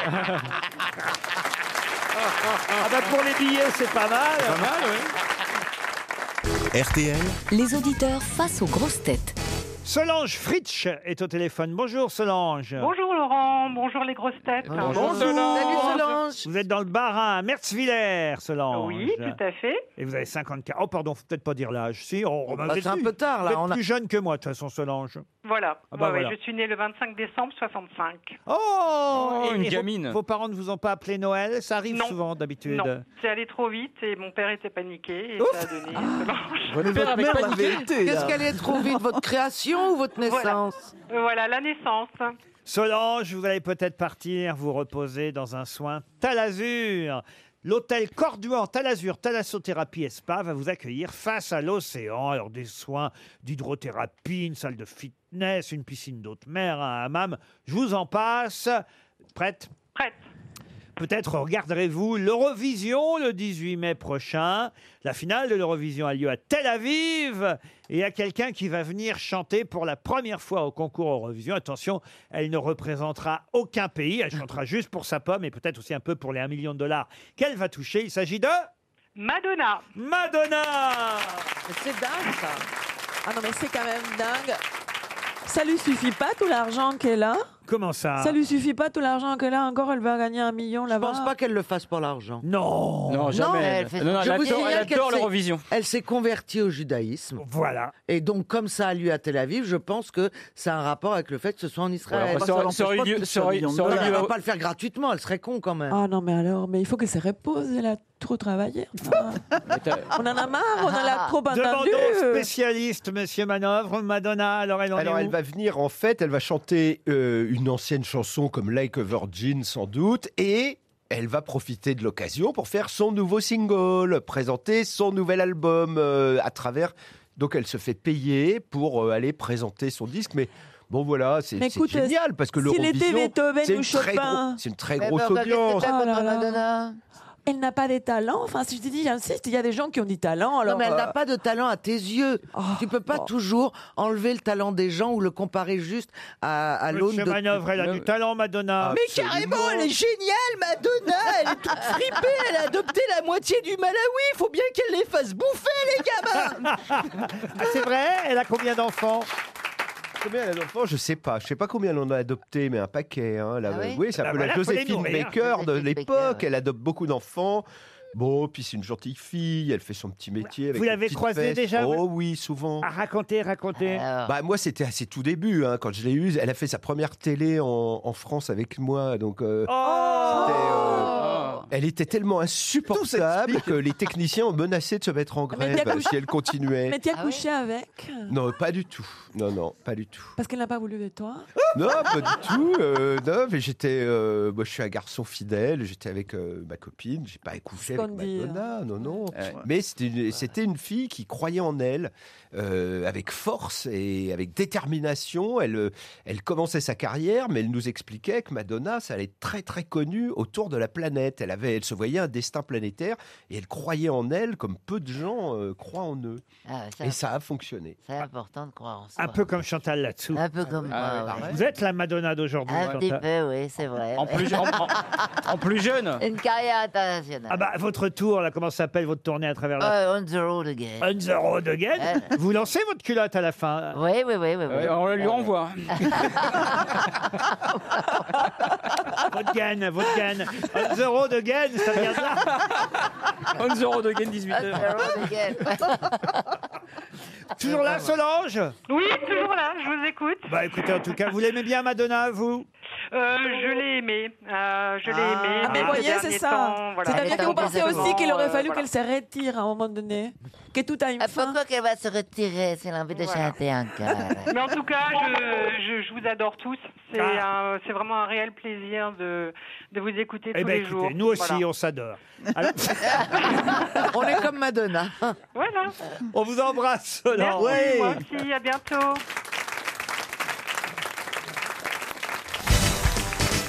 Speaker 4: Ah bah pour les billets, c'est pas mal.
Speaker 5: Pas mal, oui.
Speaker 3: R T L,
Speaker 15: Les auditeurs face aux grosses têtes.
Speaker 4: Solange Fritsch est au téléphone. Bonjour Solange.
Speaker 17: Bonjour Laurent, bonjour les grosses têtes.
Speaker 4: Bonjour.
Speaker 17: Salut Solange.
Speaker 4: Vous êtes dans le Bas-Rhin, à Merzwiller, Solange.
Speaker 17: Oui, tout à fait.
Speaker 4: Et vous avez cinquante-quatre. Oh, pardon, faut peut-être pas dire l'âge. Si, on,
Speaker 17: Oh,
Speaker 4: bah,
Speaker 17: bah,
Speaker 4: vous êtes
Speaker 17: c'est un
Speaker 4: plus-
Speaker 17: peu tard, là,
Speaker 4: Vous êtes
Speaker 17: on a-
Speaker 4: plus jeune que moi, de toute façon, Solange.
Speaker 17: Voilà,
Speaker 4: Ah bah
Speaker 17: Ouais, ouais,
Speaker 4: voilà.
Speaker 17: je suis née le vingt-cinq décembre soixante-cinq.
Speaker 4: Oh,
Speaker 17: une
Speaker 4: et vos-
Speaker 17: gamine.
Speaker 4: Vos, parents ne vous ont pas appelé Noël? Ça arrive
Speaker 17: Non.
Speaker 4: souvent d'habitude.
Speaker 17: Non, c'est allé trop vite et mon père était paniqué et ça a donné Solange.
Speaker 4: Votre père avait paniqué.
Speaker 18: Qu'est-ce qu'elle est trop vite, votre création ou votre naissance?
Speaker 17: Voilà, Voilà, la naissance.
Speaker 4: Solange, vous allez peut-être partir vous reposer dans un soin Talazur. L'hôtel Corduan Talazur Thalassothérapie et Spa va vous accueillir face à l'océan. Alors des soins d'hydrothérapie, une salle de fitness, une piscine d'eau de mer, un hammam. Je vous en passe. Prête?
Speaker 17: Prête.
Speaker 4: Peut-être regarderez-vous l'Eurovision le dix-huit mai prochain. La finale de l'Eurovision a lieu à Tel Aviv. Et il y a quelqu'un qui va venir chanter pour la première fois au concours Eurovision. Attention, elle ne représentera aucun pays. Elle chantera juste pour sa pomme et peut-être aussi un peu pour les un million de dollars qu'elle va toucher. Il s'agit de...
Speaker 17: Madonna.
Speaker 4: Madonna.
Speaker 23: C'est dingue ça. Ah non mais c'est quand même dingue. Ça lui suffit pas tout l'argent qu'elle a?
Speaker 4: Comment ça?
Speaker 23: Ça lui suffit pas tout l'argent qu'elle a encore? Elle va gagner un million là-bas.
Speaker 18: Je pense pas qu'elle le fasse pour l'argent.
Speaker 4: Non.
Speaker 7: Non, jamais. Elle fait- Non, non, elle
Speaker 18: Je vous
Speaker 7: adore-
Speaker 18: signale
Speaker 7: elle
Speaker 18: qu'elle
Speaker 7: adore
Speaker 18: s'est-
Speaker 7: l'Eurovision.
Speaker 18: Elle s'est convertie au judaïsme.
Speaker 4: Voilà.
Speaker 18: Et donc, comme ça a lieu à Tel Aviv, je pense que ça a un rapport avec le fait que ce soit en Israël.
Speaker 7: Ouais, ça aurait- ça aurait eu lieu- ça aurait- ça aurait
Speaker 18: Elle
Speaker 7: lieu-
Speaker 18: va pas le faire gratuitement, elle serait con quand même.
Speaker 23: Ah non mais alors, mais il faut qu'elle se repose, elle a trop travaillé. Ah. On en a marre, on en a trop entendu.
Speaker 4: Demandons au spécialiste, Monsieur Manœuvre. Madonna, alors elle en
Speaker 1: Alors
Speaker 4: est
Speaker 1: elle
Speaker 4: où?
Speaker 1: va venir, en fait, elle va chanter euh, une ancienne chanson comme Like a Virgin sans doute, et elle va profiter de l'occasion pour faire son nouveau single, présenter son nouvel album euh, à travers... Donc elle se fait payer pour euh, aller présenter son disque, mais... Bon voilà, c'est
Speaker 23: Mais
Speaker 1: c'est
Speaker 23: écoute,
Speaker 1: génial parce que
Speaker 23: s'il était
Speaker 1: l'Eurovision,
Speaker 23: Beethoven
Speaker 1: c'est
Speaker 23: ou
Speaker 1: une, très
Speaker 23: Chopin.
Speaker 1: gros- c'est une très
Speaker 23: Mais
Speaker 1: grosse
Speaker 23: pourquoi, qu'est-ce que
Speaker 1: audience.
Speaker 23: t'as contre
Speaker 18: Oh
Speaker 23: Madonna? Elle n'a pas des talents. Enfin, si je te dis, j'insiste, il y a des gens qui ont du talent. Alors,
Speaker 18: non, mais elle n'a
Speaker 23: euh,
Speaker 18: pas de talent à tes yeux. tu peux pas toujours enlever le talent des gens ou le comparer juste à, à l'aune
Speaker 4: Monsieur
Speaker 18: de...
Speaker 4: Manœuvre, elle a du talent, Madonna.
Speaker 18: Mais carrément, elle est géniale, Madonna. Elle est toute fripée. Elle a adopté la moitié du Malawi. Il faut bien qu'elle les fasse bouffer, les gamins.
Speaker 4: Ah, c'est vrai? Elle a combien d'enfants?
Speaker 1: Combien elle a d'enfants? Je sais pas. Je sais pas combien elle en a adopté, mais un paquet. Hein. Elle a-
Speaker 4: Ah oui
Speaker 1: oui, c'est un
Speaker 4: Bah
Speaker 1: peu
Speaker 4: voilà,
Speaker 1: la
Speaker 4: faut les
Speaker 1: Joséphine
Speaker 4: nourrir.
Speaker 1: Baker de
Speaker 4: Joséphine
Speaker 1: l'époque.
Speaker 4: Baker, ouais.
Speaker 1: Elle adopte beaucoup d'enfants. Bon, puis c'est une gentille fille. Elle fait son petit métier. Avec
Speaker 4: Vous
Speaker 1: ses
Speaker 4: l'avez
Speaker 1: petites
Speaker 4: croisée
Speaker 1: fesses.
Speaker 4: déjà,
Speaker 1: Oh
Speaker 4: vous
Speaker 1: oui, souvent.
Speaker 4: Ah, racontez, racontez.
Speaker 1: Bah, moi, c'était à ses tout débuts. Hein, quand je l'ai eue, elle a fait sa première télé en, en France avec moi. Donc, euh, c'était, euh, elle était tellement insupportable que les techniciens ont menacé de se mettre en
Speaker 23: Mais
Speaker 1: grève
Speaker 23: t'as couché-
Speaker 1: si elle continuait.
Speaker 23: Mais tu as couché avec?
Speaker 1: Non, pas du tout. Non, non, pas du tout.
Speaker 23: Parce qu'elle n'a pas voulu de toi?
Speaker 1: Non, pas du tout. euh, non, mais j'étais. euh, moi, je suis un garçon fidèle. J'étais avec euh, ma copine. J'ai pas couché
Speaker 23: Ce
Speaker 1: avec
Speaker 23: qu'on dit,
Speaker 1: Madonna. Non, non. Mais c'était une, c'était une fille qui croyait en elle, euh, avec force et avec détermination. Elle, euh, elle commençait sa carrière, mais elle nous expliquait que Madonna, ça allait être très, très connue autour de la planète. Elle avait, elle se voyait un destin planétaire et elle croyait en elle comme peu de gens euh, croient en eux.
Speaker 24: Ah, ça-
Speaker 1: et ça a fonctionné.
Speaker 24: C'est important de croire en soi.
Speaker 4: Un peu comme Chantal là-dessous.
Speaker 24: Un peu comme
Speaker 4: Ah,
Speaker 24: moi,
Speaker 4: oui.
Speaker 24: ouais.
Speaker 4: Vous êtes la Madonna d'aujourd'hui,
Speaker 24: Un petit
Speaker 4: Chantal.
Speaker 24: peu, oui, c'est vrai.
Speaker 7: En plus, en, en- en plus jeune.
Speaker 24: Une carrière internationale.
Speaker 4: Ah bah, votre tour, là, comment s'appelle votre tournée à travers la...
Speaker 24: Euh, on the road again.
Speaker 4: On the road again.
Speaker 24: Euh.
Speaker 4: Vous lancez votre culotte à la fin.
Speaker 24: Oui, oui, oui. oui, oui.
Speaker 7: Ouais, on lui renvoie.
Speaker 4: Votre gaine, votre gaine. On the road again, ça vient de là.
Speaker 7: On the road again, dix-huit
Speaker 24: On the
Speaker 7: heures.
Speaker 24: road again.
Speaker 4: Toujours là, Solange?
Speaker 17: Oui, toujours là, je vous écoute.
Speaker 4: Bah écoutez, en tout cas, vous l'aimez bien, Madonna, vous?
Speaker 17: Euh, je l'ai aimé. Euh, je l'ai aimé.
Speaker 23: Ah, mais
Speaker 17: ces
Speaker 23: voyez, c'est
Speaker 17: derniers
Speaker 23: ça.
Speaker 17: temps, voilà.
Speaker 23: C'est-à-dire que vous pensez aussi qu'il aurait fallu
Speaker 17: Euh,
Speaker 23: qu'elle se retire à un moment donné, que tout a une
Speaker 24: Ah,
Speaker 23: fin.
Speaker 24: Pourquoi qu'elle va se retirer si elle a envie de
Speaker 17: Voilà.
Speaker 24: chanter encore?
Speaker 17: Mais en tout cas, je, je, je vous adore tous. C'est
Speaker 4: Ah.
Speaker 17: un- c'est vraiment un réel plaisir de, de vous écouter
Speaker 4: Eh
Speaker 17: tous
Speaker 4: ben
Speaker 17: les
Speaker 4: écoutez,
Speaker 17: jours.
Speaker 4: nous aussi,
Speaker 17: Voilà.
Speaker 4: on s'adore. Alors,
Speaker 18: On est comme Madonna.
Speaker 17: Voilà.
Speaker 4: on vous embrasse, Solange.
Speaker 17: Merci, moi aussi, à bientôt.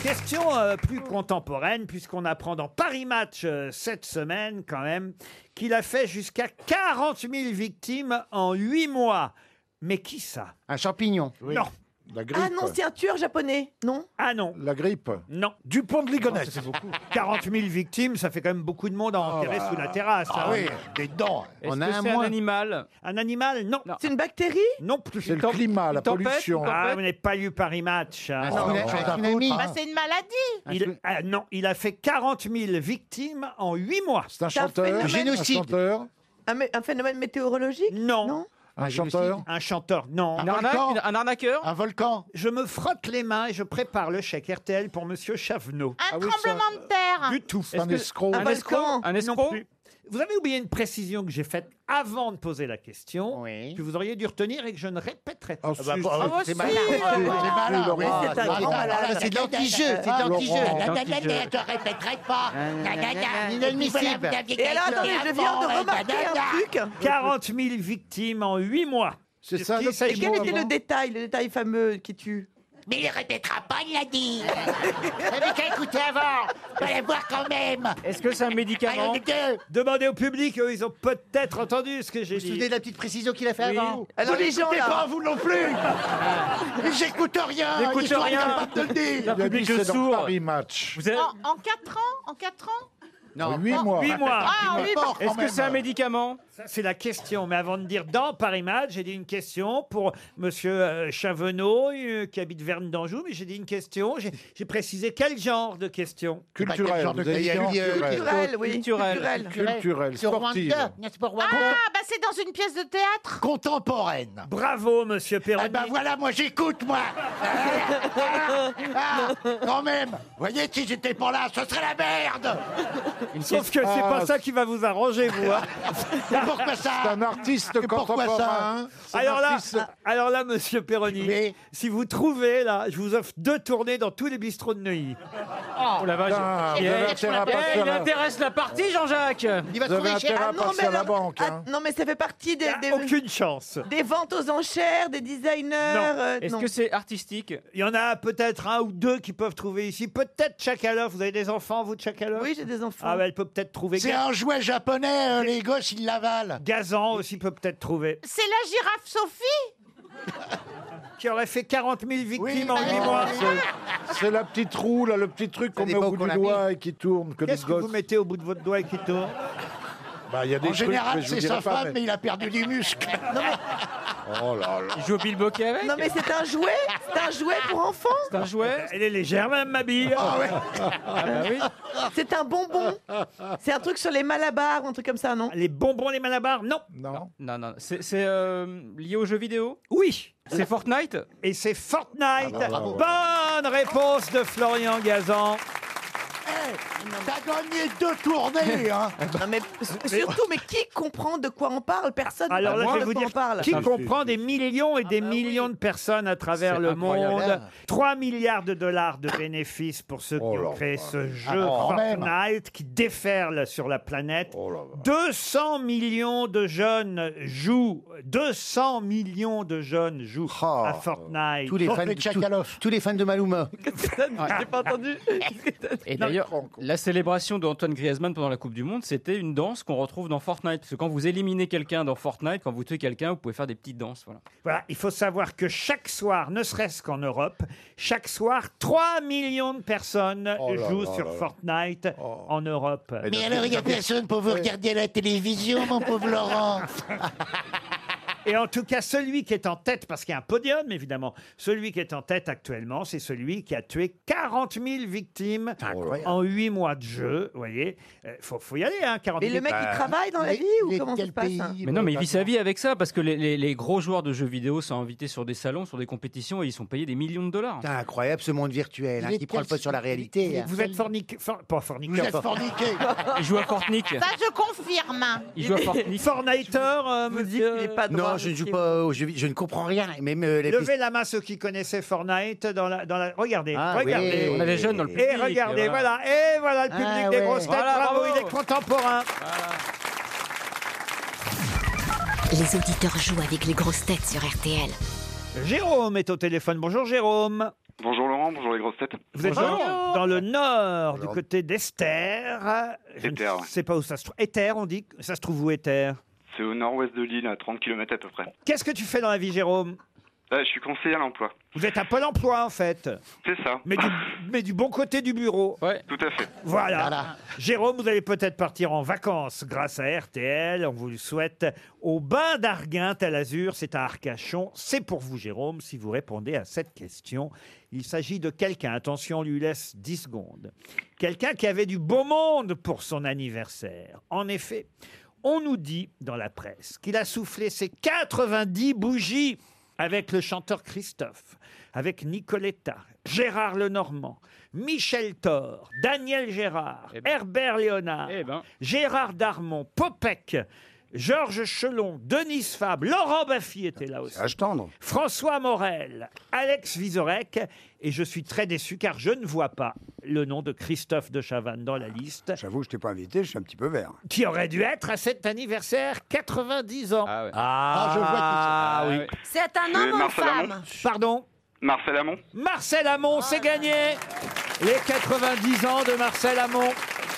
Speaker 4: Question euh, plus contemporaine, puisqu'on apprend dans Paris Match euh, cette semaine, quand même, qu'il a fait jusqu'à quarante mille victimes en huit mois. Mais qui ça?
Speaker 9: Un champignon.
Speaker 4: Non.
Speaker 5: La grippe.
Speaker 14: Ah non, c'est un tueur japonais, non?
Speaker 4: Ah non.
Speaker 5: La grippe.
Speaker 4: Non.
Speaker 5: Dupont de Ligonnès.
Speaker 4: Ça fait beaucoup. quarante mille victimes, ça fait quand même beaucoup de monde à enterrer
Speaker 5: bah.
Speaker 4: sous la terrasse.
Speaker 9: Ah
Speaker 4: hein.
Speaker 9: oui, des dents.
Speaker 7: Est-ce
Speaker 9: On
Speaker 7: que
Speaker 9: a un
Speaker 7: c'est un
Speaker 9: moins.
Speaker 7: animal?
Speaker 4: Un animal? Non.
Speaker 14: C'est une bactérie?
Speaker 4: Non plus.
Speaker 5: C'est le
Speaker 7: Temp-
Speaker 5: climat, la
Speaker 7: une tempête,
Speaker 5: pollution.
Speaker 7: une tempête.
Speaker 4: Ah, vous n'avez pas lu Paris Match. hein.
Speaker 9: Ah,
Speaker 5: Oh,
Speaker 9: c'est une-
Speaker 5: non.
Speaker 9: c'est
Speaker 5: Un
Speaker 9: une amie.
Speaker 8: Bah, c'est une maladie.
Speaker 4: Il, ah, non, il a fait quarante mille victimes en huit mois.
Speaker 5: C'est un
Speaker 14: C'est un
Speaker 5: chanteur.
Speaker 14: phénomène.
Speaker 5: Un
Speaker 9: Génocide.
Speaker 5: chanteur.
Speaker 14: Un, mé- un phénomène météorologique?
Speaker 4: Non.
Speaker 14: Non.
Speaker 5: Un chanteur.
Speaker 4: Un chanteur, non.
Speaker 7: Une arnaque,
Speaker 9: volcan.
Speaker 7: une- un arnaqueur?
Speaker 9: Un volcan.
Speaker 4: Je me frotte les mains et je prépare le chèque R T L pour Monsieur Chavenot.
Speaker 8: Un
Speaker 5: Ah oui,
Speaker 8: tremblement
Speaker 5: ça-
Speaker 8: de terre.
Speaker 4: Du tout.
Speaker 5: C'est un escroc.
Speaker 14: Un volcan.
Speaker 7: Un
Speaker 4: Non
Speaker 7: escroc?
Speaker 4: plus. Vous avez oublié une précision que j'ai faite avant de poser la question,
Speaker 9: Oui.
Speaker 4: que vous auriez dû retenir et que je ne répéterai pas.
Speaker 5: Oh,
Speaker 9: Ah bah,
Speaker 5: si,
Speaker 9: bon,
Speaker 5: si.
Speaker 9: ah,
Speaker 14: moi
Speaker 9: c'est
Speaker 14: aussi.
Speaker 9: malin.
Speaker 14: Ah,
Speaker 9: C'est
Speaker 5: oui.
Speaker 9: malin.
Speaker 5: Oui,
Speaker 9: oui.
Speaker 5: Laurent.
Speaker 14: C'est un
Speaker 9: Ah,
Speaker 14: grand
Speaker 9: ah,
Speaker 14: malade.
Speaker 9: C'est de l'anti-jeu. C'est de
Speaker 5: Ah,
Speaker 9: l'anti-jeu.
Speaker 5: Laurent.
Speaker 7: L'anti-jeu.
Speaker 9: te répéterai pas. Inadmissible.
Speaker 14: Et alors, attendez, je viens de remarquer un truc.
Speaker 4: quarante mille victimes en huit mois.
Speaker 5: C'est
Speaker 4: De
Speaker 5: ça,
Speaker 4: qui
Speaker 5: le-
Speaker 14: Et
Speaker 4: s'agit-il
Speaker 14: quel était le
Speaker 5: avant.
Speaker 14: détail, le détail fameux qui tue?
Speaker 9: Mais il répétera pas, il l'a dit. T'avais qu'à écouter avant. Fallait voir quand même.
Speaker 7: Est-ce que c'est un médicament?
Speaker 4: Demandez au public, eux, ils ont peut-être entendu ce que j'ai
Speaker 9: Vous vous souvenez
Speaker 4: dit.
Speaker 9: de la petite précision qu'il a fait
Speaker 7: Oui.
Speaker 9: avant?
Speaker 14: Alors, les gens, là.
Speaker 9: pas, vous non plus. Mais j'écoute rien.
Speaker 7: J'écoute
Speaker 9: Ils sont
Speaker 7: rien.
Speaker 9: incapables de le dire.
Speaker 5: Il a dit
Speaker 7: public
Speaker 5: c'est dans
Speaker 7: sourd.
Speaker 5: Paris Match.
Speaker 7: Vous avez-
Speaker 8: En, en quatre ans En quatre ans
Speaker 5: En huit mois.
Speaker 4: Huit mois.
Speaker 8: Ah, en huit mois.
Speaker 7: Est-ce que c'est un médicament?
Speaker 4: Ça, c'est la question. Mais avant de dire dans Paris Match, j'ai dit une question pour Monsieur euh, Chavenot, euh, qui habite Verne d'Anjou. Mais j'ai dit une question. J'ai j'ai précisé quel genre de question.
Speaker 5: Culturel.
Speaker 9: genre de
Speaker 5: Vous avez dit
Speaker 9: question
Speaker 5: culturel.
Speaker 14: Culturel, oui.
Speaker 7: Culturel.
Speaker 14: Culturel.
Speaker 5: Culturel,
Speaker 9: C'est au
Speaker 5: sportive.
Speaker 9: Rwanda, n'est-ce pas, au Rwanda?
Speaker 8: Ah, bah c'est dans une pièce de théâtre.
Speaker 9: Contemporaine.
Speaker 4: Bravo, Monsieur Perroni.
Speaker 9: Eh ben voilà, moi j'écoute, moi. Ah, ah, quand même. Vous voyez, si j'étais pas là, ce serait la merde.
Speaker 4: Sauf que c'est
Speaker 5: Ah,
Speaker 4: pas ça qui va vous arranger, vous. hein.
Speaker 9: Et pourquoi ça?
Speaker 5: C'est un artiste
Speaker 9: Et pourquoi ça?
Speaker 5: contemporain. C'est un
Speaker 4: Alors là,
Speaker 5: artiste-
Speaker 4: alors là, Monsieur Perroni,
Speaker 9: Oui.
Speaker 4: si vous trouvez là, je vous offre deux tournées dans tous les bistrots de Neuilly.
Speaker 7: Oh la vache.
Speaker 5: Putain,
Speaker 7: Eh,
Speaker 5: vous avez intérêt à
Speaker 7: eh,
Speaker 5: passer
Speaker 7: il
Speaker 5: à la-
Speaker 7: intéresse la partie, Jean-Jacques.
Speaker 9: Il va
Speaker 5: Vous avez
Speaker 9: trouver chez...
Speaker 5: intérêt à
Speaker 14: Ah non,
Speaker 5: passer
Speaker 14: mais
Speaker 5: à la
Speaker 14: alors-
Speaker 5: banque.
Speaker 14: ah,
Speaker 5: hein.
Speaker 14: non, mais ça fait partie des, des,
Speaker 4: Aucune chance.
Speaker 14: des ventes aux enchères, des designers. euh,
Speaker 7: Est-ce
Speaker 14: non.
Speaker 7: que c'est artistique?
Speaker 4: Il y en a peut-être un ou deux qui peuvent trouver ici. Peut-être Tchakaloff. Vous avez des enfants, vous, Tchakaloff?
Speaker 14: Oui, j'ai des enfants.
Speaker 4: Ah, bah, elle peut peut-être trouver.
Speaker 9: C'est
Speaker 4: Ga-
Speaker 9: un jouet japonais, euh, les gosses, ils l'avalent.
Speaker 4: Gazan aussi peut peut-être trouver.
Speaker 8: C'est la girafe Sophie.
Speaker 4: Qui aurait fait quarante mille victimes
Speaker 9: Oui,
Speaker 4: en
Speaker 9: bah,
Speaker 4: huit
Speaker 9: oui,
Speaker 4: mois.
Speaker 5: C'est- C'est la petite roue, là, le petit truc qu'on met
Speaker 9: dépend
Speaker 5: au bout
Speaker 9: qu'on
Speaker 5: du
Speaker 9: l'a
Speaker 5: doigt et qui tourne. Que les
Speaker 4: Qu'est-ce que vous
Speaker 5: gosses.
Speaker 4: mettez au bout de votre doigt et qui tourne?
Speaker 5: Bah, il y a des
Speaker 9: En
Speaker 5: trucs,
Speaker 9: général,
Speaker 5: mais je vous
Speaker 9: c'est
Speaker 5: dirai
Speaker 9: sa
Speaker 5: pas,
Speaker 9: femme,
Speaker 5: mais-
Speaker 9: mais il a perdu du muscle.
Speaker 5: Oh là là.
Speaker 7: Il joue au bilboquet avec?
Speaker 14: Non, mais c'est un jouet. C'est un jouet pour enfants.
Speaker 7: C'est un jouet?
Speaker 4: Elle est légère, Madame Mabille.
Speaker 9: Ah ouais.
Speaker 7: Ah bah oui.
Speaker 14: C'est un bonbon. C'est un truc sur les malabars ou un truc comme ça, non?
Speaker 4: Les bonbons, les malabars? Non.
Speaker 5: Non.
Speaker 7: Non, non. C'est c'est, euh, lié aux jeux vidéo?
Speaker 4: Oui.
Speaker 7: C'est Fortnite?
Speaker 4: Et c'est Fortnite.
Speaker 5: Ah, bravo.
Speaker 4: Bonne réponse de Florian Gazan.
Speaker 9: Hey, t'as gagné deux tournées, hein.
Speaker 14: Non, mais surtout, mais qui comprend de quoi on parle? Personne.
Speaker 4: Alors là,
Speaker 14: ne
Speaker 4: je vais
Speaker 14: comprend
Speaker 4: vous
Speaker 14: de quoi
Speaker 4: dire,
Speaker 14: on parle.
Speaker 4: qui
Speaker 5: Ah,
Speaker 4: comprend
Speaker 5: si,
Speaker 4: des millions et des millions de personnes à travers
Speaker 7: C'est
Speaker 4: le
Speaker 7: incroyable.
Speaker 4: monde. trois milliards de dollars de bénéfices pour ceux qui
Speaker 5: Oh là
Speaker 4: ont créé
Speaker 5: là.
Speaker 4: ce jeu
Speaker 9: Ah, quand même.
Speaker 4: Fortnite qui déferle sur la planète.
Speaker 5: Oh là là.
Speaker 4: deux cents millions de jeunes jouent. deux cents millions de jeunes jouent
Speaker 5: Ah.
Speaker 4: à Fortnite.
Speaker 9: Tous les fans de Tchakaloff. Tous les fans de Maluma.
Speaker 14: J'ai pas entendu.
Speaker 7: Et d'ailleurs, la célébration d'Antoine Griezmann pendant la Coupe du Monde, c'était une danse qu'on retrouve dans Fortnite. Parce que quand vous éliminez quelqu'un dans Fortnite, quand vous tuez quelqu'un, vous pouvez faire des petites danses. Voilà.
Speaker 4: Voilà, il faut savoir que chaque soir, ne serait-ce qu'en Europe, chaque soir, trois millions de personnes
Speaker 5: Oh là
Speaker 4: jouent
Speaker 5: là
Speaker 4: sur
Speaker 5: là là.
Speaker 4: Fortnite en Europe.
Speaker 9: Mais alors, il n'y a personne pour vous regarder à la télévision, mon pauvre Laurent.
Speaker 4: Et en tout cas, celui qui est en tête, parce qu'il y a un podium évidemment, celui qui est en tête actuellement, c'est celui qui a tué quarante mille victimes en huit mois de jeu. Vous voyez, il faut, faut y aller, hein, quarante
Speaker 14: Mais
Speaker 4: mille.
Speaker 14: le mec, il travaille dans la vie ou comment ça se passe? hein
Speaker 7: Mais non, mais il vit sa vie avec ça, parce que les, les- les gros joueurs de jeux vidéo sont invités sur des salons, sur des compétitions, et ils sont payés des millions de dollars.
Speaker 6: C'est incroyable ce monde virtuel hein,
Speaker 9: Il est
Speaker 6: qui prend le pas sur la réalité. hein.
Speaker 4: Vous êtes forniqué, for- pas forniqué,
Speaker 9: Vous êtes
Speaker 4: enfin,
Speaker 9: forniqué.
Speaker 7: Il joue à Fortnite.
Speaker 8: Ça, je confirme.
Speaker 7: Il joue à Fortnite.
Speaker 4: Fortniteur, euh,
Speaker 14: Vous dites
Speaker 4: monsieur.
Speaker 14: qu'il est pas droit.
Speaker 6: Non, je ne joue pas aux jeux vidéo, je ne comprends rien. Même euh, les
Speaker 4: Levez la main ceux qui connaissaient Fortnite dans la, dans la... Regardez,
Speaker 6: Ah,
Speaker 4: regardez.
Speaker 6: oui.
Speaker 7: On a des jeunes dans le public.
Speaker 4: Et regardez,
Speaker 7: et
Speaker 4: voilà. Et voilà le public
Speaker 6: Ah,
Speaker 4: des
Speaker 6: ouais.
Speaker 4: grosses têtes.
Speaker 7: Voilà,
Speaker 4: bravo,
Speaker 7: bravo.
Speaker 4: il est contemporain.
Speaker 15: Les auditeurs jouent avec les grosses têtes sur R T L.
Speaker 4: Jérôme est au téléphone. Bonjour Jérôme.
Speaker 13: Bonjour Laurent, bonjour les grosses têtes.
Speaker 4: Vous êtes dans, dans le nord, du côté d'Esther. Je
Speaker 13: Éther,
Speaker 4: ne
Speaker 13: ouais.
Speaker 4: sais pas où ça se trouve. Éther, on dit. Ça se trouve où, Éther?
Speaker 13: C'est au nord-ouest de l'île, à trente kilomètres à peu près.
Speaker 4: Qu'est-ce que tu fais dans la vie, Jérôme?
Speaker 13: Euh, je suis conseiller à l'emploi.
Speaker 4: Vous êtes à Pôle emploi, en fait.
Speaker 13: C'est ça.
Speaker 4: Mais du, mais du bon côté du bureau.
Speaker 7: Ouais.
Speaker 13: Tout à fait.
Speaker 4: Voilà.
Speaker 13: Voilà.
Speaker 4: Jérôme, vous allez peut-être partir en vacances grâce à R T L. On vous le souhaite. Au bain d'Arguin, à l'Azur, c'est à Arcachon. C'est pour vous, Jérôme, si vous répondez à cette question. Il s'agit de quelqu'un, attention, on lui laisse dix secondes. Quelqu'un qui avait du beau monde pour son anniversaire. En effet, on nous dit dans la presse qu'il a soufflé ses quatre-vingt-dix bougies avec le chanteur Christophe, avec Nicoletta, Gérard Lenormand, Michel Thor, Daniel Gérard, Herbert Léonard, Gérard Darmon, Popek, Georges Chelon, Denise Fabre, Laurent Baffy était là aussi.
Speaker 2: Âge tendre.
Speaker 4: François Morel, Alex Vizorek, et je suis très déçu car je ne vois pas le nom de Christophe de Chavannes dans la liste.
Speaker 2: J'avoue, je t'ai pas invité, je suis un petit peu vert.
Speaker 4: Qui aurait dû être à cet anniversaire quatre-vingt-dix ans.
Speaker 7: Ah, ouais.
Speaker 2: Ah, je vois qui c'est.
Speaker 4: oui.
Speaker 8: C'est un homme ou une
Speaker 13: Marcel Amont.
Speaker 8: femme?
Speaker 4: Pardon?
Speaker 13: Marcel Amont.
Speaker 4: Marcel Amont, c'est gagné. Les quatre-vingt-dix ans de Marcel Amont.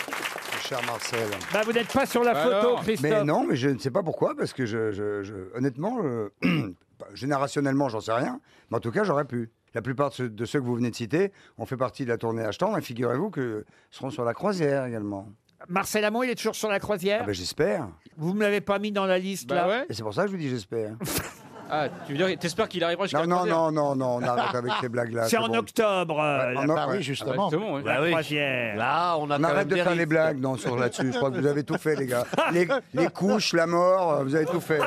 Speaker 2: Cher Marcel.
Speaker 4: Bah, vous n'êtes pas sur la
Speaker 2: Bah
Speaker 4: photo,
Speaker 2: non.
Speaker 4: Christophe.
Speaker 2: Mais non, mais je ne sais pas pourquoi, parce que je, je- je- honnêtement, je- générationnellement, j'en sais rien, mais en tout cas, j'aurais pu. La plupart de ceux, de ceux que vous venez de citer ont fait partie de la tournée Ashton, et figurez-vous qu'ils seront sur la croisière également.
Speaker 4: Marcel Amont, il est toujours sur la croisière.
Speaker 2: Ah ben, j'espère.
Speaker 4: Vous ne me l'avez pas mis dans la liste,
Speaker 7: Bah
Speaker 4: là
Speaker 7: ouais.
Speaker 2: Et c'est pour ça que je vous dis j'espère.
Speaker 7: Ah, tu veux dire, t'espères qu'il arrivera jusqu'à
Speaker 2: Non,
Speaker 7: la
Speaker 2: non,
Speaker 7: croisière.
Speaker 2: non, non, non, on arrête avec ces blagues-là.
Speaker 4: C'est en
Speaker 2: bon.
Speaker 4: octobre, euh,
Speaker 2: Ouais,
Speaker 4: la,
Speaker 2: en
Speaker 4: la
Speaker 2: octobre, ouais.
Speaker 5: justement.
Speaker 7: Exactement, oui.
Speaker 12: Bah oui.
Speaker 4: croisière.
Speaker 12: Là, on a
Speaker 2: On
Speaker 12: quand
Speaker 2: arrête
Speaker 12: même
Speaker 2: de
Speaker 12: des
Speaker 2: faire des
Speaker 12: risques.
Speaker 2: blagues non, sur là-dessus. Je crois que vous avez tout fait, les gars. Les, les couches, la mort, euh, vous avez tout fait.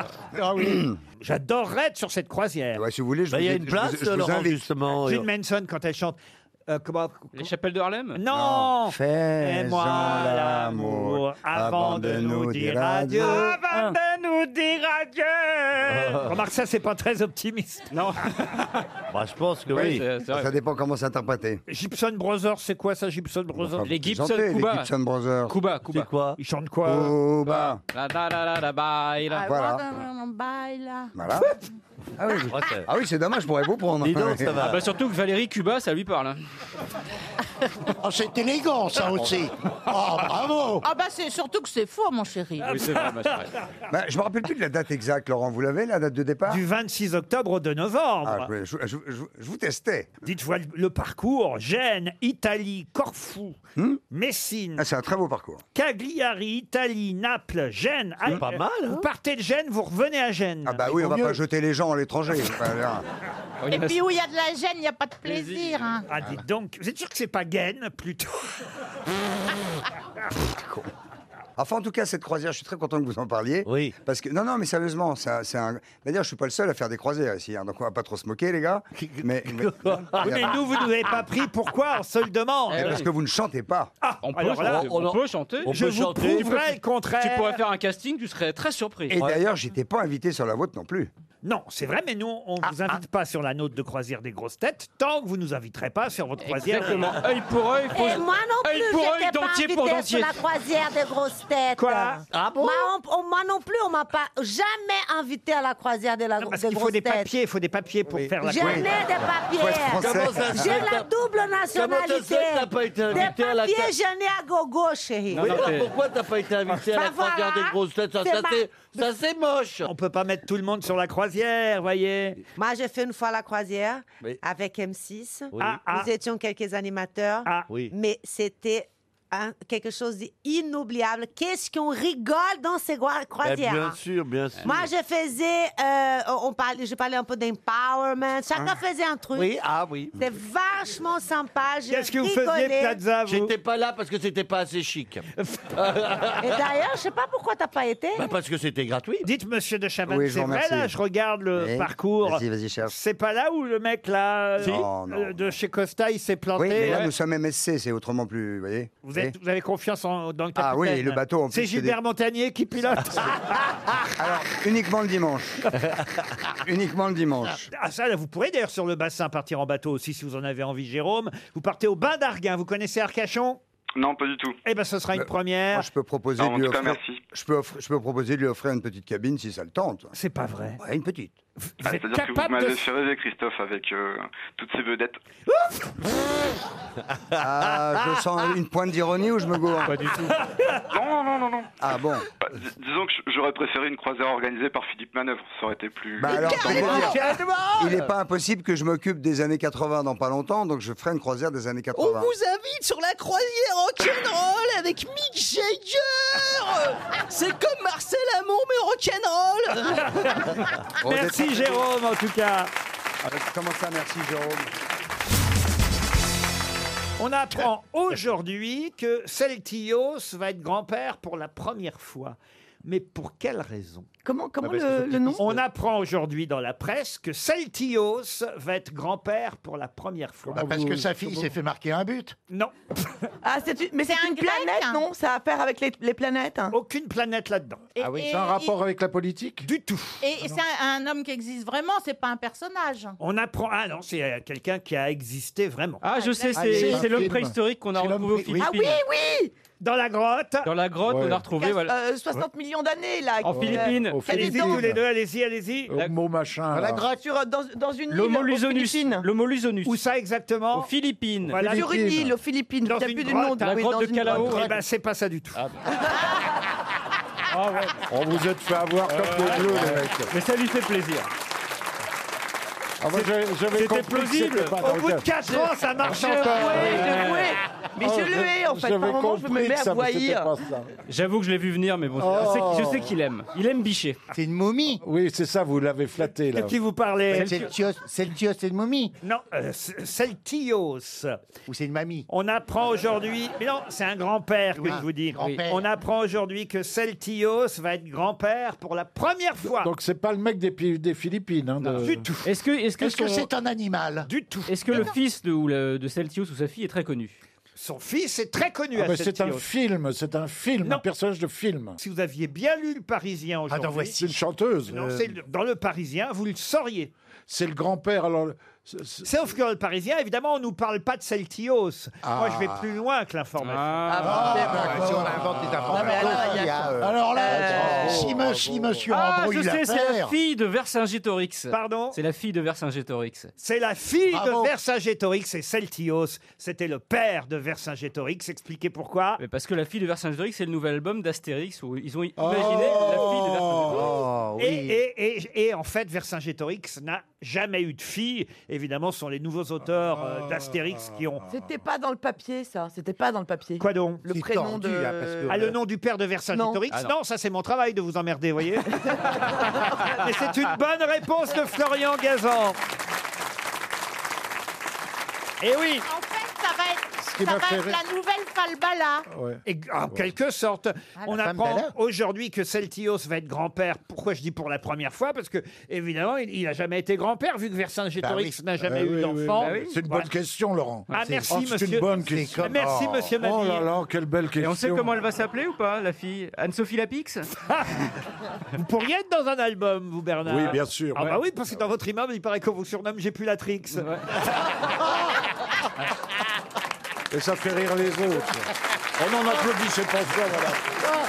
Speaker 5: Ah oui.
Speaker 4: J'adorerais être sur cette croisière.
Speaker 2: Ouais, si vous voulez, je
Speaker 12: Bah,
Speaker 2: vous
Speaker 12: il y a
Speaker 2: ai-
Speaker 12: une
Speaker 2: je
Speaker 12: place,
Speaker 2: vous- je vous
Speaker 12: Laurent,
Speaker 2: invite.
Speaker 12: justement.
Speaker 4: Gene Manson, quand elle chante... euh, comment,
Speaker 7: Les chapelles de Harlem?
Speaker 4: Non,
Speaker 2: Fais-moi
Speaker 4: l'amour avant de nous dire adieu. Avant de nous dire adieu. Remarque, ça, c'est pas très optimiste.
Speaker 7: Non.
Speaker 12: Bah, je pense que
Speaker 7: Ouais,
Speaker 12: oui.
Speaker 7: c'est- c'est vrai.
Speaker 2: Ça dépend comment c'est interprété.
Speaker 4: Gibson Brothers, c'est quoi ça, Gibson Brothers?
Speaker 2: Enfin,
Speaker 7: Les
Speaker 2: vous
Speaker 7: Gibson
Speaker 2: chantez,
Speaker 7: Cuba.
Speaker 2: Les Gibson Brothers.
Speaker 7: Cuba, Cuba.
Speaker 12: C'est quoi?
Speaker 4: Ils chantent quoi?
Speaker 2: Cuba.
Speaker 7: La la la la la baila.
Speaker 2: Voilà.
Speaker 8: Baila.
Speaker 2: Voilà. Ah oui,
Speaker 12: Ouais, c'est-
Speaker 2: ah oui, c'est dommage, je pourrais vous prendre.
Speaker 12: Dis donc, ça va.
Speaker 7: Ah bah surtout que Valérie Cuba, ça lui parle. hein.
Speaker 9: Oh, c'est élégant, ça aussi. Oh, bravo.
Speaker 8: Ah bah c'est surtout que c'est faux, mon chéri.
Speaker 7: Oui, c'est vrai, ma chérie.
Speaker 2: Bah, je me rappelle plus de la date exacte, Laurent. Vous l'avez, la date de départ?
Speaker 4: Du vingt-six octobre au deux novembre.
Speaker 2: Ah, je, je- je- je- je vous testais.
Speaker 4: Dites-moi le- le parcours. Gênes, Italie, Corfou,
Speaker 2: Hmm
Speaker 4: Messine,
Speaker 2: Ah, c'est un très beau parcours.
Speaker 4: Cagliari, Italie, Naples, Gênes.
Speaker 12: C'est
Speaker 4: Ah,
Speaker 12: pas
Speaker 4: euh,
Speaker 12: mal, hein.
Speaker 4: Vous partez de Gênes, vous revenez à Gênes.
Speaker 2: Ah bah
Speaker 4: Il
Speaker 2: oui,
Speaker 4: vaut
Speaker 2: on va
Speaker 4: mieux.
Speaker 2: pas jeter les gens à l'étranger. Enfin, là.
Speaker 7: Oh, il y
Speaker 8: Et
Speaker 7: en a-
Speaker 8: puis où il y a de la gêne, il n'y a pas de plaisir. Hein.
Speaker 4: Ah, dites donc, vous êtes sûr que c'est pas Gênes, plutôt?
Speaker 2: Enfin, en tout cas, cette croisière, je suis très content que vous en parliez.
Speaker 12: Oui.
Speaker 2: Parce que, non, non, mais sérieusement, c'est un. c'est un- D'ailleurs, je suis pas le seul à faire des croisières ici, hein, donc on va pas trop se moquer, les gars. Mais, mais-
Speaker 4: Oui, mais nous, vous ne nous avez pas pris. Pourquoi? On se le demande.
Speaker 2: mais
Speaker 7: Eh
Speaker 2: parce
Speaker 7: oui.
Speaker 2: que vous ne chantez pas.
Speaker 4: Ah,
Speaker 7: On peut,
Speaker 4: alors là,
Speaker 7: chanter, on,
Speaker 12: on-
Speaker 7: peut chanter.
Speaker 12: on
Speaker 4: je
Speaker 12: peut
Speaker 4: vous
Speaker 12: chanter.
Speaker 4: prouverai le contraire.
Speaker 7: Tu pourrais faire un casting, tu serais très surpris.
Speaker 2: Et d'ailleurs, j'étais pas invité sur la vôtre non plus.
Speaker 4: Non, c'est vrai, mais nous, on ne vous invite pas sur la nôtre de croisière des grosses têtes tant que vous nous inviterez pas sur votre croisière.
Speaker 7: Exactement. Œil pour œil,
Speaker 19: Et
Speaker 7: faut-
Speaker 19: moi non
Speaker 7: œil
Speaker 19: plus,
Speaker 7: pour œil,
Speaker 19: j'étais pas
Speaker 7: dentier pour
Speaker 19: invitée
Speaker 7: dentier.
Speaker 19: sur la croisière des grosses têtes.
Speaker 4: Quoi?
Speaker 12: Ah bon?
Speaker 19: Moi, on- on- moi non plus, on m'a pas jamais invité à la croisière de la,
Speaker 4: Non, parce
Speaker 19: des
Speaker 4: qu'il faut
Speaker 19: grosses
Speaker 4: des
Speaker 19: têtes.
Speaker 4: papiers, il faut des papiers pour faire la
Speaker 19: J'en ai
Speaker 4: croisière.
Speaker 19: des
Speaker 2: Faut être
Speaker 19: papiers.
Speaker 2: français.
Speaker 12: Comment ça se
Speaker 19: J'ai
Speaker 12: fait
Speaker 19: la
Speaker 12: que t'as-
Speaker 19: double
Speaker 12: Comment ça se
Speaker 19: nationalité.
Speaker 12: fait que t'as pas été
Speaker 19: Des
Speaker 12: invité à la
Speaker 19: papiers,
Speaker 12: ca-
Speaker 19: j'en ai à gogo, chérie.
Speaker 7: Non,
Speaker 12: Oui,
Speaker 7: non,
Speaker 12: alors
Speaker 7: t'es-
Speaker 12: pourquoi t'as pas été invité à
Speaker 19: Bah
Speaker 12: la croisière
Speaker 19: voilà,
Speaker 12: des grosses têtes? Ça,
Speaker 19: c'est
Speaker 12: ça,
Speaker 19: ma-
Speaker 12: c'est- ça, c'est moche.
Speaker 4: On peut pas mettre tout le monde sur la croisière, voyez.
Speaker 19: Moi, j'ai fait une fois la croisière
Speaker 12: Oui.
Speaker 19: avec M six.
Speaker 12: Oui.
Speaker 4: Ah, ah.
Speaker 19: Nous étions quelques animateurs,
Speaker 4: Ah.
Speaker 12: Oui.
Speaker 19: mais c'était hein, quelque chose d'inoubliable. Qu'est-ce qu'on rigole dans ces gro-
Speaker 12: Eh,
Speaker 19: croisières?
Speaker 12: bien
Speaker 19: hein.
Speaker 12: sûr, bien sûr.
Speaker 19: Moi, je faisais, euh, on parlait, je parlais un peu d'empowerment. Chacun faisait un truc.
Speaker 12: Oui, ah oui.
Speaker 19: C'était vachement sympa. Je
Speaker 4: Qu'est-ce que vous
Speaker 19: rigolais.
Speaker 4: faisiez, Plaza, vous?
Speaker 12: J'étais pas là parce que c'était pas assez chic.
Speaker 19: Et d'ailleurs, je sais pas pourquoi t'as pas été.
Speaker 12: Bah, parce que c'était gratuit.
Speaker 4: Dites, monsieur de Chavannes,
Speaker 2: Oui, je
Speaker 4: c'est
Speaker 2: vous
Speaker 4: vrai,
Speaker 2: remercie.
Speaker 4: là, je regarde le
Speaker 2: Oui.
Speaker 4: parcours.
Speaker 2: Vas-y, vas-y, cherche.
Speaker 4: C'est pas là où le mec, là,
Speaker 2: Si.
Speaker 4: euh,
Speaker 2: Non, non.
Speaker 4: euh, de chez Costa, il s'est planté.
Speaker 2: Oui, mais là,
Speaker 4: Ouais.
Speaker 2: nous sommes M S C, c'est autrement plus. Vous voyez
Speaker 4: Vous, êtes- vous avez confiance en- dans le capitaine?
Speaker 2: Ah oui, et le bateau, en plus,
Speaker 4: C'est
Speaker 2: c'est
Speaker 4: Gilbert
Speaker 2: des-
Speaker 4: Montagnier qui pilote.
Speaker 2: Alors, uniquement le dimanche. Uniquement le dimanche.
Speaker 4: Ah ça, là, vous pourrez d'ailleurs sur le bassin partir en bateau aussi si vous en avez envie, Jérôme. Vous partez au bain d'Arguin. Vous connaissez Arcachon?
Speaker 13: Non, pas du tout.
Speaker 4: Eh ben, ce sera une
Speaker 2: Mais-
Speaker 4: première.
Speaker 2: Moi, je peux proposer
Speaker 13: Ah,
Speaker 2: de
Speaker 13: en
Speaker 2: lui
Speaker 13: tout cas,
Speaker 2: offrir.
Speaker 13: merci.
Speaker 2: Je peux, offrir- je peux proposer de lui offrir une petite cabine si ça le tente.
Speaker 4: C'est pas vrai.
Speaker 2: Ouais, une petite.
Speaker 13: Ah, C'est-à-dire que vous
Speaker 4: capable de-
Speaker 13: m'avez fait rêver, Christophe, avec euh, toutes ces vedettes.
Speaker 2: Ah, je sens une pointe d'ironie ou je me gourre?
Speaker 7: Pas du tout.
Speaker 13: Non, non, non, non.
Speaker 2: Ah bon?
Speaker 13: Bah, dis- disons que j'aurais préféré une croisière organisée par Philippe Manœuvre. Ça aurait été plus...
Speaker 2: Bah alors, je vais te dire,
Speaker 19: Carrément.
Speaker 2: il n'est pas impossible que je m'occupe des années quatre-vingts dans pas longtemps, donc je ferai une croisière des années
Speaker 18: On
Speaker 2: quatre-vingts.
Speaker 18: vous invite sur la croisière rock'n'roll avec Mick Jagger. C'est comme Marcel Amont mais rock'n'roll.
Speaker 2: Oh,
Speaker 4: Merci
Speaker 2: des-
Speaker 4: Jérôme en tout cas.
Speaker 2: Avec- Comment ça, merci Jérôme?
Speaker 4: On apprend aujourd'hui que Celtios va être grand-père pour la première fois. Mais pour quelle raison?
Speaker 14: Comment, comment
Speaker 4: Ah,
Speaker 14: le, le nom
Speaker 4: On apprend aujourd'hui dans la presse que Celtios va être grand-père pour la première fois.
Speaker 9: Bah, parce que sa fille s'est fait marquer un but.
Speaker 4: Non.
Speaker 14: Ah, c'est une- mais c'est
Speaker 8: C'est un
Speaker 14: une
Speaker 8: grec,
Speaker 14: planète,
Speaker 8: hein.
Speaker 14: non? Ça a à faire avec les, les planètes hein.
Speaker 4: Aucune planète là-dedans.
Speaker 8: Et-
Speaker 5: Ah oui,
Speaker 8: et-
Speaker 5: c'est un rapport
Speaker 8: et-
Speaker 5: avec la politique?
Speaker 4: Du tout.
Speaker 8: Et, et c'est un, un homme qui existe vraiment, c'est pas un personnage.
Speaker 4: On apprend. Ah non, c'est euh, quelqu'un qui a existé vraiment.
Speaker 7: Ah, je sais,
Speaker 9: Ah,
Speaker 7: c'est
Speaker 9: c'est un
Speaker 7: c'est l'homme
Speaker 9: film.
Speaker 7: préhistorique qu'on a
Speaker 9: C'est l'homme
Speaker 7: retrouvé aux
Speaker 9: pré- oui.
Speaker 7: Philippines.
Speaker 14: Ah oui, oui.
Speaker 4: Dans la grotte.
Speaker 7: Dans la grotte,
Speaker 5: Ouais.
Speaker 7: on a retrouvé.
Speaker 14: Quas-
Speaker 7: Voilà.
Speaker 14: euh, soixante millions d'années, là.
Speaker 7: En
Speaker 14: Euh,
Speaker 7: Philippines.
Speaker 5: Aux
Speaker 14: Quel est
Speaker 4: Allez-y
Speaker 14: donc
Speaker 4: tous les deux, allez-y, allez-y.
Speaker 5: Au mot machin.
Speaker 9: Dans la
Speaker 5: là.
Speaker 9: grotte.
Speaker 14: Sur, dans, dans une île
Speaker 7: L'Homo
Speaker 14: aux
Speaker 7: lusonus.
Speaker 14: Philippines.
Speaker 7: L'Homo lusonus.
Speaker 4: Où ça exactement?
Speaker 7: Aux Philippines.
Speaker 4: Voilà.
Speaker 14: Sur une
Speaker 5: Philippines.
Speaker 14: île aux Philippines.
Speaker 4: Dans
Speaker 14: Il n'y a
Speaker 4: une
Speaker 14: plus du
Speaker 4: grotte.
Speaker 14: nom.
Speaker 7: La
Speaker 14: oui,
Speaker 7: grotte
Speaker 14: dans
Speaker 7: de
Speaker 14: une
Speaker 7: Calao.
Speaker 14: grotte.
Speaker 4: Eh ben, c'est pas ça du tout.
Speaker 7: Ah, ouais.
Speaker 5: On vous êtes fait avoir comme des bleus, les mecs.
Speaker 7: Mais ça lui fait plaisir.
Speaker 5: Ah, moi, j'avais- j'avais
Speaker 7: C'était
Speaker 5: compris que
Speaker 7: plausible.
Speaker 5: c'était pas dans
Speaker 4: Au
Speaker 5: le
Speaker 4: bout de
Speaker 5: cas.
Speaker 4: quatre ans, ça marche
Speaker 14: Je
Speaker 4: encore.
Speaker 14: houais, je houais. Mais
Speaker 5: Oh,
Speaker 14: je le hais, en fait.
Speaker 5: j'avais
Speaker 14: Par moment, je me
Speaker 5: compris
Speaker 14: mets
Speaker 5: que
Speaker 14: à
Speaker 5: ça, mais c'était
Speaker 14: boyer.
Speaker 5: pas ça.
Speaker 7: J'avoue que je l'ai vu venir, mais bon, je sais
Speaker 5: Oh.
Speaker 7: que- je sais qu'il aime. Il aime bicher.
Speaker 9: C'est une momie.
Speaker 5: Oui, c'est ça, vous l'avez flatté, là.
Speaker 4: De qui vous parlez?
Speaker 9: Celtios, Celtios, c'est une momie.
Speaker 4: Non, euh, C- Celtios.
Speaker 9: Ou c'est une mamie.
Speaker 4: On apprend aujourd'hui, mais non, c'est un grand-père que
Speaker 9: Oui,
Speaker 4: je vous dis.
Speaker 9: grand-père.
Speaker 4: On apprend aujourd'hui que Celtios va être grand-père pour la première fois.
Speaker 5: Donc, c'est pas le mec des, Pi- des Philippines. Hein, de...
Speaker 4: Du tout.
Speaker 7: Est-ce que, est-ce que,
Speaker 9: Est-ce que
Speaker 7: son-
Speaker 9: c'est un animal?
Speaker 4: Du tout.
Speaker 7: est-ce que le fils de, ou le- de Celtios ou sa fille est très connu?
Speaker 4: Son fils est très connu
Speaker 5: Ah,
Speaker 4: à
Speaker 5: mais c'est un
Speaker 4: Celtios.
Speaker 5: film, c'est un film,
Speaker 4: Non.
Speaker 5: un personnage de film.
Speaker 4: Si vous aviez bien lu Le Parisien
Speaker 9: Attends,
Speaker 4: aujourd'hui,
Speaker 9: voici.
Speaker 5: C'est une chanteuse.
Speaker 4: non,
Speaker 5: Euh,
Speaker 4: c'est le- dans Le Parisien, vous le sauriez.
Speaker 5: C'est le grand-père. Alors, c'est- c'est-
Speaker 4: Sauf que dans Le Parisien, évidemment, on nous parle pas de Celtios. Moi, je vais
Speaker 5: Ah.
Speaker 4: plus loin que l'information.
Speaker 9: Ah, bah, si on invente des informations, il y a, euh, Alors là,
Speaker 14: Euh,
Speaker 9: si, me- si monsieur
Speaker 7: Ah,
Speaker 9: embrouille
Speaker 7: je sais, c'est la
Speaker 9: l'affaire.
Speaker 7: fille de Vercingétorix.
Speaker 4: Pardon.
Speaker 7: C'est la fille de Vercingétorix.
Speaker 4: C'est la fille
Speaker 9: Bravo.
Speaker 4: de Vercingétorix et Celtios. C'était le père de Vercingétorix. Expliquez pourquoi.
Speaker 7: Mais parce que la fille de Vercingétorix, c'est le nouvel album d'Astérix où ils ont imaginé la fille de Vercingétorix.
Speaker 9: Oh, oui.
Speaker 4: Et, et, et, et en fait, Vercingétorix n'a jamais eu de fille. Évidemment, ce sont les nouveaux auteurs euh, d'Astérix qui ont.
Speaker 14: C'était pas dans le papier, ça. C'était pas dans le papier.
Speaker 4: Quoi donc?
Speaker 14: Le
Speaker 9: C'est
Speaker 14: prénom
Speaker 9: tordu,
Speaker 14: de.
Speaker 9: hein, parce que-
Speaker 4: Ah, le nom du père de Vercingétorix?
Speaker 7: Non. Ah, non.
Speaker 4: non. ça c'est mon travail de vous emmerder, vous voyez. Mais c'est une bonne réponse de Florian Gazan. Et oui,
Speaker 8: En fait, ça va être,
Speaker 5: qui
Speaker 8: ça
Speaker 5: m'a
Speaker 8: va
Speaker 5: fait
Speaker 8: être
Speaker 5: rire-
Speaker 8: la nouvelle Falbala.
Speaker 5: Ouais.
Speaker 4: et en quelque sorte, on
Speaker 9: la
Speaker 4: apprend
Speaker 9: femme belle.
Speaker 4: aujourd'hui que Celtios va être grand-père. Pourquoi je dis pour la première fois? Parce que, évidemment, il n'a jamais été grand-père, vu que Vercingétorix n'a jamais
Speaker 5: Ah
Speaker 4: eu
Speaker 5: oui,
Speaker 4: d'enfant.
Speaker 5: oui, oui. C'est une
Speaker 4: Voilà.
Speaker 5: bonne question, Laurent.
Speaker 4: Ah, merci,
Speaker 5: Oh, c'est
Speaker 4: monsieur.
Speaker 5: une bonne
Speaker 9: C'est
Speaker 5: question.
Speaker 9: comme-
Speaker 4: Merci,
Speaker 9: Oh.
Speaker 4: monsieur
Speaker 5: Oh
Speaker 4: Mabille.
Speaker 5: là là, quelle belle question.
Speaker 7: Et on sait comment elle va s'appeler ou pas, la fille? Anne-Sophie Lapix?
Speaker 4: Vous pourriez être dans un album, vous, Bernard?
Speaker 5: Oui, bien sûr.
Speaker 4: Ah bah oui, parce que dans votre immeuble, il paraît qu'on vous surnomme J'ai plus la trix.
Speaker 5: Et ça fait rire les autres. Oh non, n'applaudissez pas ça, voilà.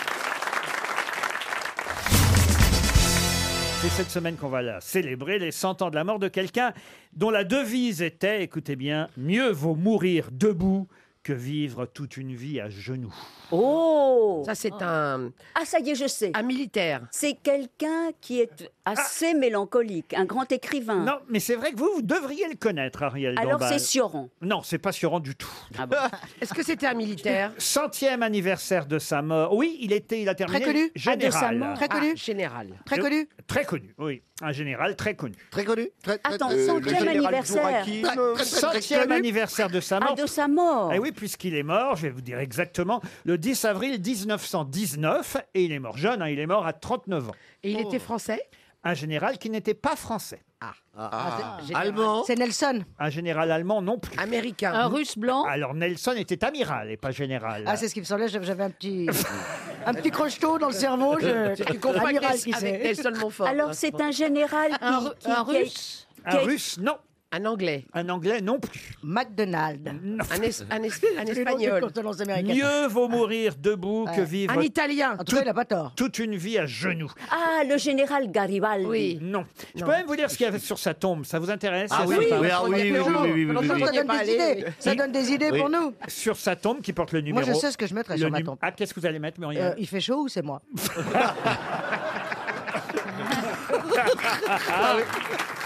Speaker 4: C'est cette semaine qu'on va la célébrer, les cent ans de la mort de quelqu'un dont la devise était, écoutez bien, mieux vaut mourir debout que vivre toute une vie à genoux.
Speaker 11: Oh Ça, c'est un,
Speaker 10: Ah, ça y est, je sais.
Speaker 11: un militaire.
Speaker 10: C'est quelqu'un qui est assez mélancolique, un grand écrivain.
Speaker 4: Non, mais c'est vrai que vous, vous devriez le connaître, Ariel
Speaker 10: Alors
Speaker 4: Dombal.
Speaker 10: c'est Sioran.
Speaker 4: Non, c'est pas Sioran du tout.
Speaker 10: Ah bon.
Speaker 11: Est-ce que c'était un militaire
Speaker 4: Centième anniversaire de sa mort. Oui, il était, il a terminé
Speaker 11: Très connu
Speaker 4: général.
Speaker 10: Ah, de sa mort.
Speaker 11: Très connu Général. Très
Speaker 4: Le-
Speaker 11: connu
Speaker 4: Très connu, oui. Un général très connu.
Speaker 9: Très connu. Très, très-
Speaker 10: Attends,
Speaker 9: euh,
Speaker 10: centième
Speaker 9: le général
Speaker 10: anniversaire.
Speaker 9: Djouraki. Très, très, très, très
Speaker 4: Centième
Speaker 9: connu.
Speaker 4: anniversaire de sa
Speaker 10: Ah,
Speaker 4: mort.
Speaker 10: de sa mort.
Speaker 4: Eh oui, puisqu'il est mort, je vais vous dire exactement, le dix avril mille neuf cent dix-neuf, et il est mort jeune, hein, il est mort à trente-neuf ans.
Speaker 11: Et il était français
Speaker 4: Un général qui n'était pas français.
Speaker 11: Ah.
Speaker 9: Ah,
Speaker 11: c'est-
Speaker 9: allemand.
Speaker 11: C'est Nelson.
Speaker 4: Un général allemand non plus.
Speaker 11: Américain.
Speaker 10: Un russe blanc.
Speaker 4: Alors Nelson était amiral et pas général.
Speaker 11: Ah, c'est ce qui me semblait, j'avais un petit, un petit crochetot dans le cerveau. Je... Tu confonds avec,
Speaker 14: Amiral,
Speaker 11: Nels-
Speaker 14: qui
Speaker 11: avec
Speaker 14: c'est
Speaker 11: Nelson Montfort.
Speaker 10: Alors c'est un général qui,
Speaker 14: Un, ru-
Speaker 10: qui-
Speaker 14: un
Speaker 10: qui a-
Speaker 14: russe.
Speaker 4: Un
Speaker 10: qui a-
Speaker 4: russe, non.
Speaker 11: Un anglais.
Speaker 4: Un anglais non plus.
Speaker 11: McDonald's.
Speaker 4: Un,
Speaker 11: es- un es- un espagnol.
Speaker 4: Mieux vaut mourir debout que
Speaker 11: Ouais.
Speaker 4: vivre.
Speaker 11: Un Italien. En tout cas, il a pas tort.
Speaker 4: Toute une vie à genoux.
Speaker 10: Ah, le général Garibaldi.
Speaker 11: Oui.
Speaker 4: Non. Je peux même vous dire ce qu'il y avait sur sa tombe. Ça vous intéresse
Speaker 12: Ah
Speaker 4: ça,
Speaker 12: oui,
Speaker 4: ça,
Speaker 12: oui,
Speaker 4: pas
Speaker 12: oui, ah oui, oui, oui, oui, oui, oui, oui,
Speaker 11: Ça
Speaker 12: oui.
Speaker 11: donne des idées. Ça donne des idées
Speaker 12: Oui.
Speaker 11: pour nous.
Speaker 4: Sur sa tombe qui porte le
Speaker 11: Moi,
Speaker 4: numéro.
Speaker 11: je sais ce que je mettrais
Speaker 4: le
Speaker 11: sur ma
Speaker 4: nu-
Speaker 11: tombe.
Speaker 4: Ah, qu'est-ce que vous allez mettre, Muriel
Speaker 11: Euh, il fait chaud ou c'est moi
Speaker 4: Ah oui.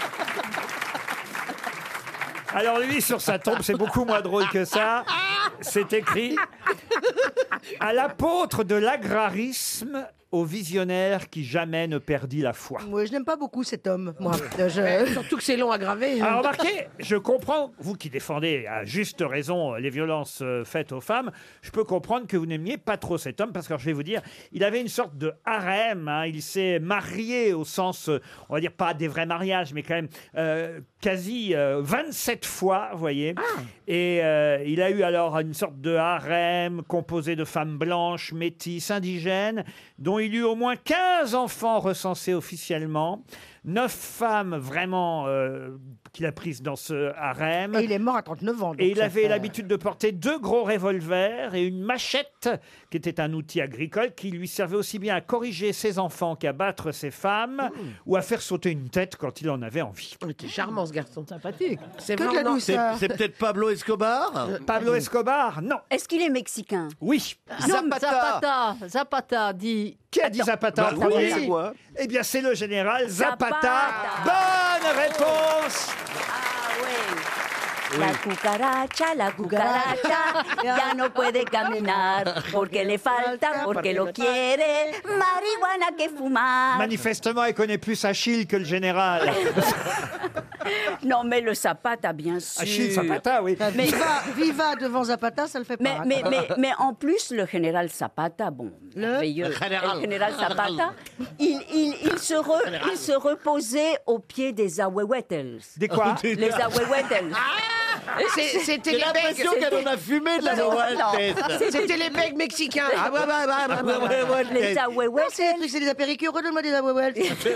Speaker 4: Alors lui, sur sa tombe, c'est beaucoup moins drôle que ça. C'est écrit « À l'apôtre de l'agrarisme, au visionnaire qui jamais ne perdit la foi ».
Speaker 11: Moi, je n'aime pas beaucoup cet homme, moi. Je- Surtout que c'est long à graver.
Speaker 4: Alors remarquez, je comprends, vous qui défendez à juste raison les violences euh, faites aux femmes, je peux comprendre que vous n'aimiez pas trop cet homme, parce que alors, je vais vous dire, il avait une sorte de harem, hein, il s'est marié au sens, euh, on va dire pas des vrais mariages, mais quand même euh, quasi euh, vingt-sept fois, vous voyez. Et euh, il a eu alors une sorte de harem composé de femmes blanches, métisses, indigènes, dont il eut au moins quinze enfants recensés officiellement. Neuf femmes vraiment euh, qu'il a prises dans ce harem.
Speaker 11: Et il est mort à trente-neuf ans. donc
Speaker 4: Et il
Speaker 11: ça
Speaker 4: avait
Speaker 11: fait-
Speaker 4: l'habitude de porter deux gros revolvers et une machette, qui était un outil agricole, qui lui servait aussi bien à corriger ses enfants qu'à battre ses femmes, ou à faire sauter une tête quand il en avait envie.
Speaker 11: C'est charmant, ce garçon.
Speaker 14: Sympathique.
Speaker 11: C'est
Speaker 12: Que de la
Speaker 11: vraiment...
Speaker 12: douceur. C'est- c'est peut-être Pablo Escobar
Speaker 4: Pablo Escobar, non.
Speaker 10: Est-ce qu'il est mexicain?
Speaker 4: Oui.
Speaker 14: Non, mais Zapata. Zapata dit.
Speaker 4: Qui a dit Zapata
Speaker 12: Bah, oui, c'est moi.
Speaker 4: Eh bien, c'est le général Zapata.
Speaker 10: Zapata.
Speaker 4: Bonne réponse.
Speaker 10: Ah oui. La cucaracha, la cucaracha, ya no puede caminar, porque le falta, porque lo quiere, marihuana que fumar.
Speaker 4: Manifestement, elle connaît plus Achille que le général.
Speaker 10: Non, mais le Zapata, bien sûr.
Speaker 4: Achille Zapata, oui.
Speaker 10: Mais,
Speaker 11: Viva, viva devant Zapata, ça le fait pas.
Speaker 10: mais,
Speaker 11: hein,
Speaker 10: mais,
Speaker 11: quand même.
Speaker 10: mais, mais en plus, le général Zapata, bon, merveilleux.
Speaker 12: Le général.
Speaker 10: Le général Zapata, il, il, il, se re- il se reposait au pied des Ahuehuetels.
Speaker 4: Des quoi?
Speaker 10: Les Ahuehuetels.
Speaker 11: C'est- C'était
Speaker 12: J'ai
Speaker 11: les
Speaker 12: l'impression
Speaker 11: becs.
Speaker 12: qu'elle en a fumé de la
Speaker 10: Non,
Speaker 12: nouvelle
Speaker 10: non.
Speaker 12: tête.
Speaker 11: C'était les becs mexicains. Ah ouais, ouais, ouais, ouais, ouais, ouais.
Speaker 10: Les
Speaker 11: Non,
Speaker 10: Ahuehuetels.
Speaker 11: c'est des trucs, c'est des apéricures. Redonne-moi des Ahuehuels.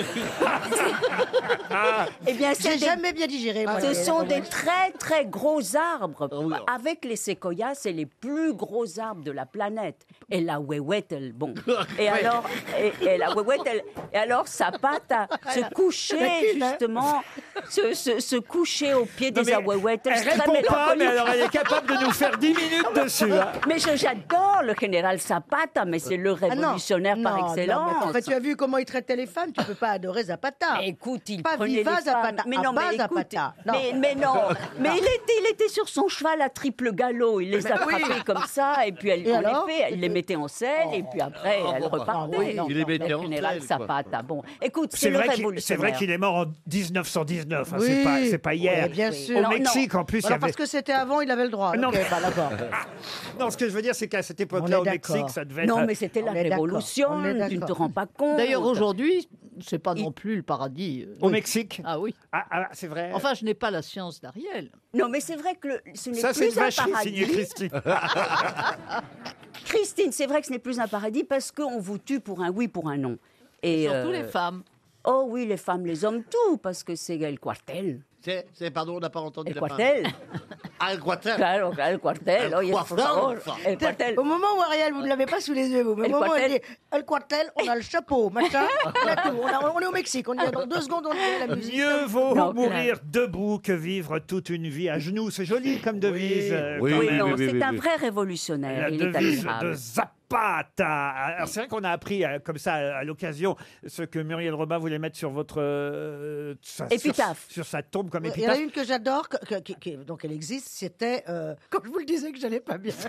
Speaker 10: Eh bien, c'est
Speaker 11: J'ai
Speaker 10: des-
Speaker 11: jamais bien digéré. moi,
Speaker 10: Ce
Speaker 11: les
Speaker 10: sont des
Speaker 11: Ahuehuels.
Speaker 10: très très gros arbres.
Speaker 12: oui.
Speaker 10: Avec les séquoias, c'est les plus gros arbres de la planète. Et la Huehuetel, bon. Et alors, et, et la Huehuetel, et alors Zapata se couchait justement, se, se, se couchait au pied
Speaker 4: Non,
Speaker 10: des
Speaker 4: mais
Speaker 10: Ahuehuetels.
Speaker 4: elle
Speaker 10: très
Speaker 4: répond pas, mais
Speaker 10: mélancolique.
Speaker 4: alors elle est capable de nous faire dix minutes dessus. hein.
Speaker 10: Mais je- j'adore le général Zapata, mais c'est le
Speaker 11: Ah non.
Speaker 10: révolutionnaire par
Speaker 11: Non, non,
Speaker 10: excellence.
Speaker 11: mais en fait, tu as vu comment il traitait les femmes. Tu peux pas adorer Zapata.
Speaker 10: Mais écoute, il
Speaker 11: Pas
Speaker 10: prenait
Speaker 11: Viva
Speaker 10: les femmes.
Speaker 11: Zapata,
Speaker 10: Mais
Speaker 11: ah,
Speaker 10: non,
Speaker 11: pas
Speaker 10: mais écoute,
Speaker 11: Zapata. Non.
Speaker 10: Mais, mais non, mais il était, il était sur son cheval à triple galop. Il les
Speaker 11: Mais oui.
Speaker 10: attrapait comme ça, et puis elle,
Speaker 11: Et
Speaker 10: on
Speaker 11: alors
Speaker 10: les fait, il les mettait en selle, et puis après, elle repartait.
Speaker 12: oui,
Speaker 10: Non,
Speaker 12: il les
Speaker 10: non,
Speaker 12: mettait
Speaker 10: le
Speaker 12: en
Speaker 10: général
Speaker 12: selle, quoi.
Speaker 10: Zapata. Bon, écoute, c'est
Speaker 4: C'est
Speaker 10: le
Speaker 4: vrai qu'il c'est
Speaker 10: révolutionnaire.
Speaker 4: vrai qu'il est mort en dix-neuf cent dix-neuf. hein,
Speaker 11: Oui.
Speaker 4: C'est pas, c'est pas hier.
Speaker 11: Oui, bien sûr.
Speaker 4: Au
Speaker 10: Non,
Speaker 4: Mexique, en plus, il y
Speaker 11: Alors,
Speaker 4: avait.
Speaker 11: parce que c'était avant, il avait le droit.
Speaker 4: Non,
Speaker 11: Ok,
Speaker 4: mais-
Speaker 11: bah, d'accord.
Speaker 4: Non, ce que je veux dire, c'est qu'à cette
Speaker 11: On
Speaker 4: époque-là,
Speaker 11: est
Speaker 4: au
Speaker 11: d'accord.
Speaker 4: Mexique, ça devait être.
Speaker 10: Non, mais c'était la
Speaker 11: On est d'accord,
Speaker 10: révolution,
Speaker 11: on est
Speaker 10: tu ne te
Speaker 11: d'accord.
Speaker 10: rends pas compte.
Speaker 14: D'ailleurs, aujourd'hui, c'est pas non plus le paradis. euh.
Speaker 4: Au Mexique.
Speaker 14: Ah oui.
Speaker 4: Ah, ah, c'est vrai.
Speaker 14: Enfin, je n'ai pas la science d'Ariel.
Speaker 10: Non, mais c'est vrai que le- ce n'est
Speaker 4: Ça, c'est une
Speaker 10: plus un
Speaker 4: vacherie signée
Speaker 10: paradis.
Speaker 4: Christine.
Speaker 10: Christine, c'est vrai que ce n'est plus un paradis parce qu'on vous tue pour un oui, pour un non. Et
Speaker 14: Surtout
Speaker 10: euh,
Speaker 14: les femmes.
Speaker 10: Oh oui, les femmes, les hommes, tout, parce que c'est el cuartel.
Speaker 12: C'est, c'est- pardon, on n'a pas entendu
Speaker 10: El
Speaker 12: la fin.
Speaker 10: cuartel.
Speaker 12: Ah, le cuartel.
Speaker 10: Claro, el cuartel.
Speaker 12: El
Speaker 10: Oye, por favor.
Speaker 12: cuartel.
Speaker 10: El cuartel.
Speaker 11: Au moment où Ariel, vous ne l'avez pas sous les yeux, vous, mais
Speaker 10: El
Speaker 11: au moment où elle
Speaker 10: cuartel.
Speaker 11: dit El Quartel, on a le chapeau, machin, on a tout. On, a- on est au Mexique, on y est dans deux secondes, on y est la musique.
Speaker 4: Mieux vaut
Speaker 10: Non,
Speaker 4: mourir debout que vivre toute une vie à genoux. C'est joli comme devise. euh,
Speaker 12: Oui,
Speaker 4: quand
Speaker 10: Oui,
Speaker 4: même.
Speaker 10: non,
Speaker 12: oui,
Speaker 10: c'est
Speaker 12: oui,
Speaker 10: un
Speaker 12: oui.
Speaker 10: vrai révolutionnaire.
Speaker 4: La
Speaker 10: Il est
Speaker 4: devise
Speaker 10: admirable.
Speaker 4: de Zapata. Alors c'est vrai qu'on a appris euh, comme ça à l'occasion ce que Muriel Robin voulait mettre sur votre euh, sa,
Speaker 10: Épitaphe.
Speaker 4: Sur, sur sa tombe comme
Speaker 11: Il y en a
Speaker 4: épitaphe.
Speaker 11: une que j'adore, que- que- qui- qui- donc elle existe, c'était, euh, quand je vous le disais que j'allais pas bien.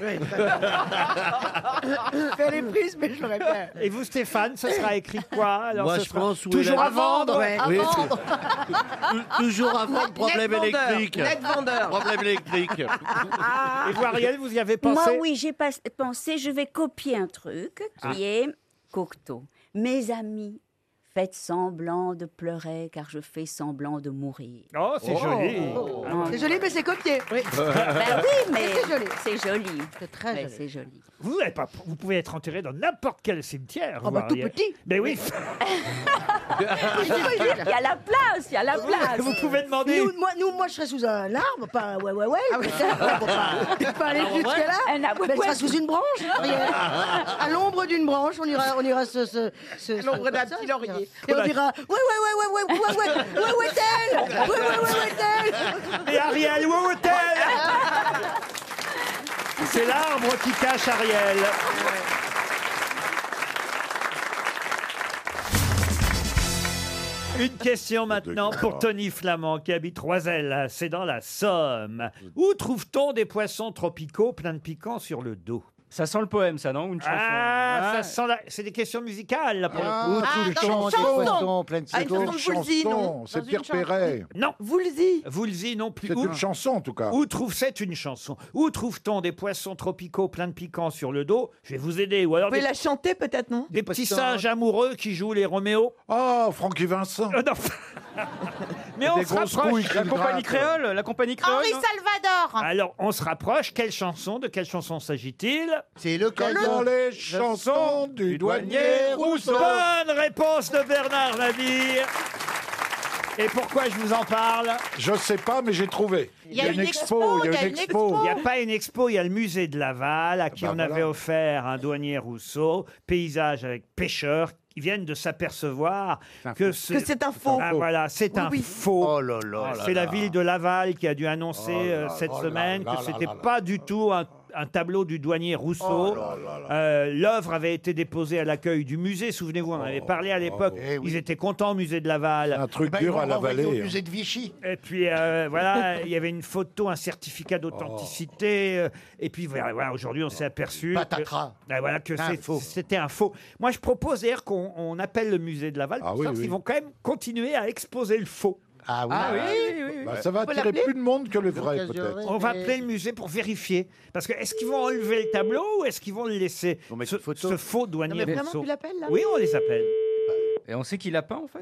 Speaker 11: Elle est prise, mais je l'aurais bien.
Speaker 4: Et vous Stéphane, ce sera écrit quoi alors
Speaker 12: Moi,
Speaker 4: ce
Speaker 12: je
Speaker 4: sera
Speaker 12: pense où est
Speaker 4: toujours
Speaker 12: la-
Speaker 4: à vendre.
Speaker 11: Ouais.
Speaker 14: À
Speaker 12: Oui,
Speaker 14: vendre.
Speaker 12: Tou- Toujours avant le problème
Speaker 14: Net vendeur,
Speaker 12: électrique.
Speaker 14: net vendeur.
Speaker 12: Problème électrique.
Speaker 4: Et vous Ariel, vous y avez pensé?
Speaker 10: Moi, oui, j'ai pas pensé, je vais copier un truc qui
Speaker 4: Ah.
Speaker 10: est Cocteau. Mes amis, faites semblant de pleurer car je fais semblant de mourir.
Speaker 4: Oh, c'est joli.
Speaker 10: Non.
Speaker 11: C'est joli, mais c'est copié. Oui.
Speaker 10: Ben oui, mais
Speaker 11: C'est joli.
Speaker 10: c'est joli.
Speaker 11: C'est très
Speaker 10: Ouais,
Speaker 11: joli.
Speaker 10: c'est joli.
Speaker 4: Vous, avez pas, vous pouvez être enterré dans n'importe quel cimetière.
Speaker 11: Ah bah,
Speaker 4: vous,
Speaker 11: tout
Speaker 4: Ariel.
Speaker 11: petit.
Speaker 4: Mais oui.
Speaker 10: Il y a la place, il y a la place.
Speaker 4: Vous pouvez demander.
Speaker 11: Nous, moi, nous, moi, je serais sous un arbre, pas ouais, ouais, ouais.
Speaker 10: Ah oui.
Speaker 11: Faut pas, pas aller
Speaker 10: Ah,
Speaker 11: jusque
Speaker 10: ouais.
Speaker 11: là.
Speaker 10: Un arbre,
Speaker 11: Mais elle
Speaker 10: ouais.
Speaker 11: sera sous une branche. Ariel. À l'ombre d'une branche, on ira, on ira se, se, se-
Speaker 14: À l'ombre
Speaker 11: se-
Speaker 14: d'un
Speaker 11: ça,
Speaker 14: petit
Speaker 11: ça,
Speaker 14: laurier.
Speaker 11: Et on dira, ouais, ouais, ouais, ouais, ouais, ouais, ouais, ouais, ouais, ouais, tel, ouais, ouais, ouais, ouais, tel.
Speaker 4: Et Ariel, où est-elle? C'est l'arbre qui cache Ariel. Une question maintenant pour Tony Flamand qui habite Roiselle, c'est dans la Somme. Où trouve-t-on des poissons tropicaux pleins de piquants sur le dos?
Speaker 7: Ça sent le poème, ça, non? Ou une chanson?
Speaker 4: Ah,
Speaker 7: Ouais.
Speaker 4: ça sent la... c'est des questions musicales là pour
Speaker 7: Ah,
Speaker 4: le coup.
Speaker 7: ah,
Speaker 9: Tout le
Speaker 7: dans
Speaker 9: temps,
Speaker 7: une
Speaker 9: des
Speaker 7: chanson.
Speaker 9: poissons pleins de
Speaker 14: Ah, une
Speaker 9: piquants.
Speaker 14: chanson de Woolsey, non?
Speaker 5: C'est
Speaker 14: Dans
Speaker 5: Pierre
Speaker 14: une chanson.
Speaker 5: Perret.
Speaker 4: Non.
Speaker 14: Woolsey.
Speaker 4: Woolsey non plus.
Speaker 5: C'est
Speaker 4: Où-
Speaker 5: une chanson, en tout cas.
Speaker 4: Où trouve c'est une chanson? Où trouve-t-on des poissons tropicaux pleins de piquants sur le dos? Je vais vous aider. Ou alors
Speaker 14: Vous pouvez
Speaker 4: des,
Speaker 14: la chanter peut-être, non?
Speaker 4: des petits singes amoureux qui jouent les Roméo.
Speaker 5: Oh, Francky Vincent.
Speaker 4: Euh, non. Mais on
Speaker 5: Des
Speaker 4: se
Speaker 5: grosses
Speaker 4: rapproche.
Speaker 5: couilles
Speaker 7: La
Speaker 5: qui
Speaker 7: compagnie
Speaker 5: grattent.
Speaker 7: créole, la compagnie créole.
Speaker 8: Henri
Speaker 7: non
Speaker 8: Salvador.
Speaker 4: Alors, on se rapproche. Quelle chanson? De quelle chanson s'agit-il?
Speaker 9: C'est le
Speaker 5: Dans
Speaker 9: caillou.
Speaker 5: les chansons du douanier Rousseau.
Speaker 4: Bonne réponse de Bernard Nabir. Et pourquoi je vous en parle?
Speaker 5: Je sais pas, mais j'ai trouvé.
Speaker 8: Il y a une expo,
Speaker 5: il y a une expo.
Speaker 4: Il n'y a pas une expo, il y a le musée de Laval à qui
Speaker 5: bah
Speaker 4: on
Speaker 5: voilà.
Speaker 4: avait offert un douanier Rousseau, paysage avec pêcheurs qui viennent de s'apercevoir que c'est
Speaker 14: Que c'est un faux.
Speaker 4: Ah, voilà, c'est un
Speaker 14: Oui, oui.
Speaker 4: faux.
Speaker 9: Oh là là.
Speaker 4: C'est la ville de Laval qui a dû annoncer
Speaker 5: Oh là
Speaker 4: euh,
Speaker 5: là
Speaker 4: cette
Speaker 5: là
Speaker 4: semaine
Speaker 5: là
Speaker 4: que
Speaker 5: là
Speaker 4: c'était
Speaker 5: là là
Speaker 4: pas du tout un, un tableau du douanier Rousseau.
Speaker 5: Oh là là là.
Speaker 4: Euh, L'œuvre avait été déposée à l'accueil du musée. Souvenez-vous, on en avait parlé à l'époque.
Speaker 9: Eh oui.
Speaker 4: Ils étaient contents au musée de Laval.
Speaker 5: Un truc
Speaker 9: Eh ben, ils
Speaker 5: dur
Speaker 9: vont
Speaker 5: à la
Speaker 9: renvoyer au
Speaker 5: vallée.
Speaker 9: musée de Vichy.
Speaker 4: Et puis euh, voilà, il y avait une photo, un certificat d'authenticité. euh, Et puis voilà, voilà, aujourd'hui, on s'est aperçu que,
Speaker 9: Patatras.
Speaker 4: ah, voilà, que
Speaker 9: Un
Speaker 4: c'est-
Speaker 9: faux.
Speaker 4: c'était un faux. Moi, je propose d'ailleurs qu'on on appelle le musée de Laval
Speaker 5: Ah
Speaker 4: pour
Speaker 5: oui,
Speaker 4: savoir
Speaker 5: oui.
Speaker 4: s'ils vont quand même continuer à exposer le faux.
Speaker 9: Ah oui.
Speaker 7: Ah oui, oui, oui.
Speaker 5: Bah, ça va
Speaker 14: Faut
Speaker 5: attirer
Speaker 14: l'appeler
Speaker 5: plus de monde que le vrai, peut-être.
Speaker 4: On va appeler le musée pour vérifier. Parce que est-ce qu'ils vont enlever le tableau ou est-ce qu'ils vont le laisser?
Speaker 12: Faut mettre
Speaker 4: ce,
Speaker 12: une photo.
Speaker 4: ce faux
Speaker 14: Non,
Speaker 4: douanier
Speaker 14: mais vraiment,
Speaker 4: Rousseau.
Speaker 14: tu l'appelles là?
Speaker 4: Oui, on les appelle.
Speaker 7: Et on sait qui l'a peint, en fait?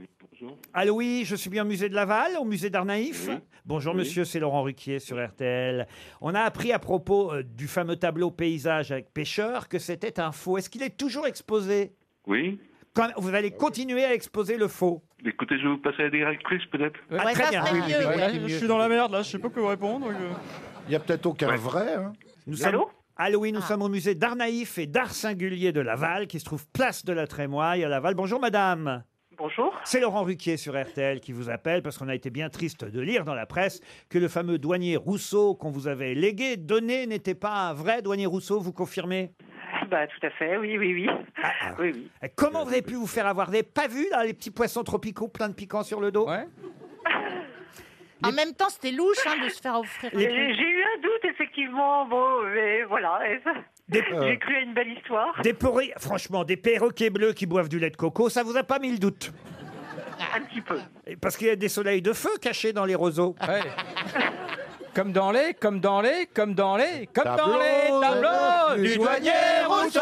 Speaker 4: Allô, oui, je suis bien au musée de Laval, au musée d'Arnaïf. Bonjour monsieur, c'est Laurent Ruquier sur R T L. On a appris à propos euh, du fameux tableau paysage avec pêcheurs que c'était un faux. Est-ce qu'il est toujours exposé?
Speaker 13: Oui.
Speaker 4: Quand vous allez continuer à exposer le faux?
Speaker 13: Écoutez, je vais vous passer la directrice peut-être.
Speaker 4: Ah,
Speaker 8: Ouais,
Speaker 4: très
Speaker 8: ça
Speaker 4: bien.
Speaker 8: serait mieux,
Speaker 7: Ouais,
Speaker 8: ouais.
Speaker 7: là, je suis dans la merde, là, je sais pas quoi répondre. donc, euh.
Speaker 5: Il y a peut-être aucun vrai. Hein.
Speaker 4: Nous sommes...
Speaker 17: Allô
Speaker 4: Allô, oui, nous
Speaker 8: Ah.
Speaker 4: sommes au musée d'Arnaïf et d'art singulier de Laval, qui se trouve place de la Trémoille à Laval. Bonjour madame.
Speaker 17: Bonjour.
Speaker 4: C'est Laurent Ruquier sur R T L qui vous appelle parce qu'on a été bien triste de lire dans la presse que le fameux douanier Rousseau qu'on vous avait légué, donné, n'était pas un vrai douanier Rousseau, vous confirmez?
Speaker 17: Bah tout à fait, oui, oui, oui. Oui, oui.
Speaker 4: Et comment vous avez pu vous faire avoir? Vous n'avez pas vu là, les petits poissons tropicaux pleins de piquants sur le dos?
Speaker 7: Ouais.
Speaker 8: En même temps, c'était louche hein, de se faire offrir un
Speaker 17: J'ai
Speaker 8: truc.
Speaker 17: j'ai eu un doute, effectivement. Bon, mais voilà. et ça-
Speaker 4: Des,
Speaker 17: J'ai cru à une belle histoire.
Speaker 4: des pourris- franchement, des perroquets bleus qui boivent du lait de coco, ça vous a pas mis le doute?
Speaker 17: Un petit peu.
Speaker 4: Et parce qu'il y a des soleils de feu cachés dans les roseaux.
Speaker 7: Ouais. Comme dans les, comme dans les, comme dans les, comme dans
Speaker 5: Tableau
Speaker 7: les tableaux du douanier Rousseau.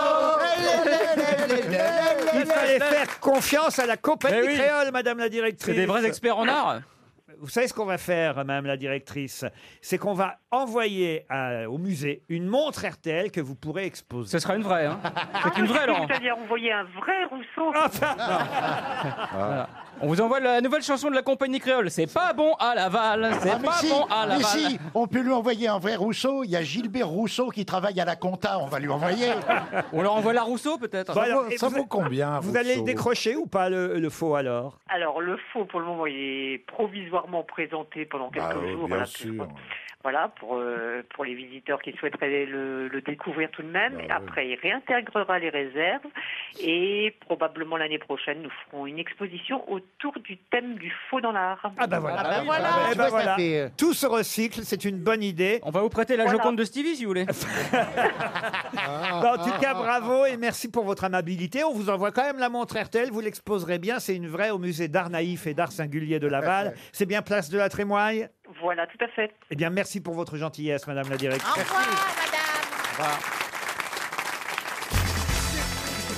Speaker 4: Il fallait faire confiance à la compagnie
Speaker 7: Mais oui.
Speaker 4: créole, madame la directrice.
Speaker 7: C'est des vrais experts en art.
Speaker 4: Vous savez ce qu'on va faire, madame la directrice? C'est qu'on va envoyer à- au musée une montre R T L que vous pourrez exposer.
Speaker 7: Ce sera une vraie, hein.
Speaker 17: Ah,
Speaker 7: C'est une vraie, Laurent.
Speaker 17: C'est-à-dire envoyer un vrai Rousseau.
Speaker 7: Voilà. On vous envoie la nouvelle chanson de la compagnie créole. C'est pas bon à Laval. C'est
Speaker 9: Ah, mais
Speaker 7: pas
Speaker 9: si,
Speaker 7: bon à
Speaker 9: mais
Speaker 7: Laval.
Speaker 9: si, on peut lui envoyer un vrai Rousseau. Il y a Gilbert Rousseau qui travaille à la compta. On va lui envoyer.
Speaker 7: On leur envoie la Rousseau, peut-être.
Speaker 4: Bon, alors,
Speaker 5: vaut-
Speaker 4: et
Speaker 5: ça
Speaker 4: vous-
Speaker 5: vaut combien,
Speaker 4: Vous allez le
Speaker 5: Rousseau
Speaker 4: décrocher ou pas, le, le faux, alors?
Speaker 17: Alors, le faux, pour le moment, il est provisoirement présenté pendant quelques
Speaker 5: Bah, euh,
Speaker 17: jours.
Speaker 5: bien
Speaker 17: voilà,
Speaker 5: sûr.
Speaker 17: pour- Voilà, pour, euh, pour les visiteurs qui souhaiteraient le, le découvrir tout de même.
Speaker 5: Bah,
Speaker 17: Et après, il réintégrera les réserves. Et probablement l'année prochaine, nous ferons une exposition autour du thème du faux dans l'art.
Speaker 4: Ah ben voilà.
Speaker 8: Ah ben voilà.
Speaker 4: Eh
Speaker 9: Tu
Speaker 4: ben
Speaker 9: vois, ça
Speaker 4: voilà.
Speaker 9: fait, euh,
Speaker 4: Tout se recycle, c'est une bonne idée.
Speaker 7: On va vous prêter la
Speaker 17: Voilà.
Speaker 7: Joconde de Stevie, si vous voulez.
Speaker 4: Bah, en tout cas, bravo et merci pour votre amabilité. On vous envoie quand même la montre R T L, vous l'exposerez bien. C'est une vraie au musée d'art naïf et d'art singulier de Laval. C'est bien place de la Trémoille.
Speaker 17: Voilà, tout à fait.
Speaker 4: Eh bien, merci pour votre gentillesse, madame la directrice.
Speaker 8: Au revoir, madame.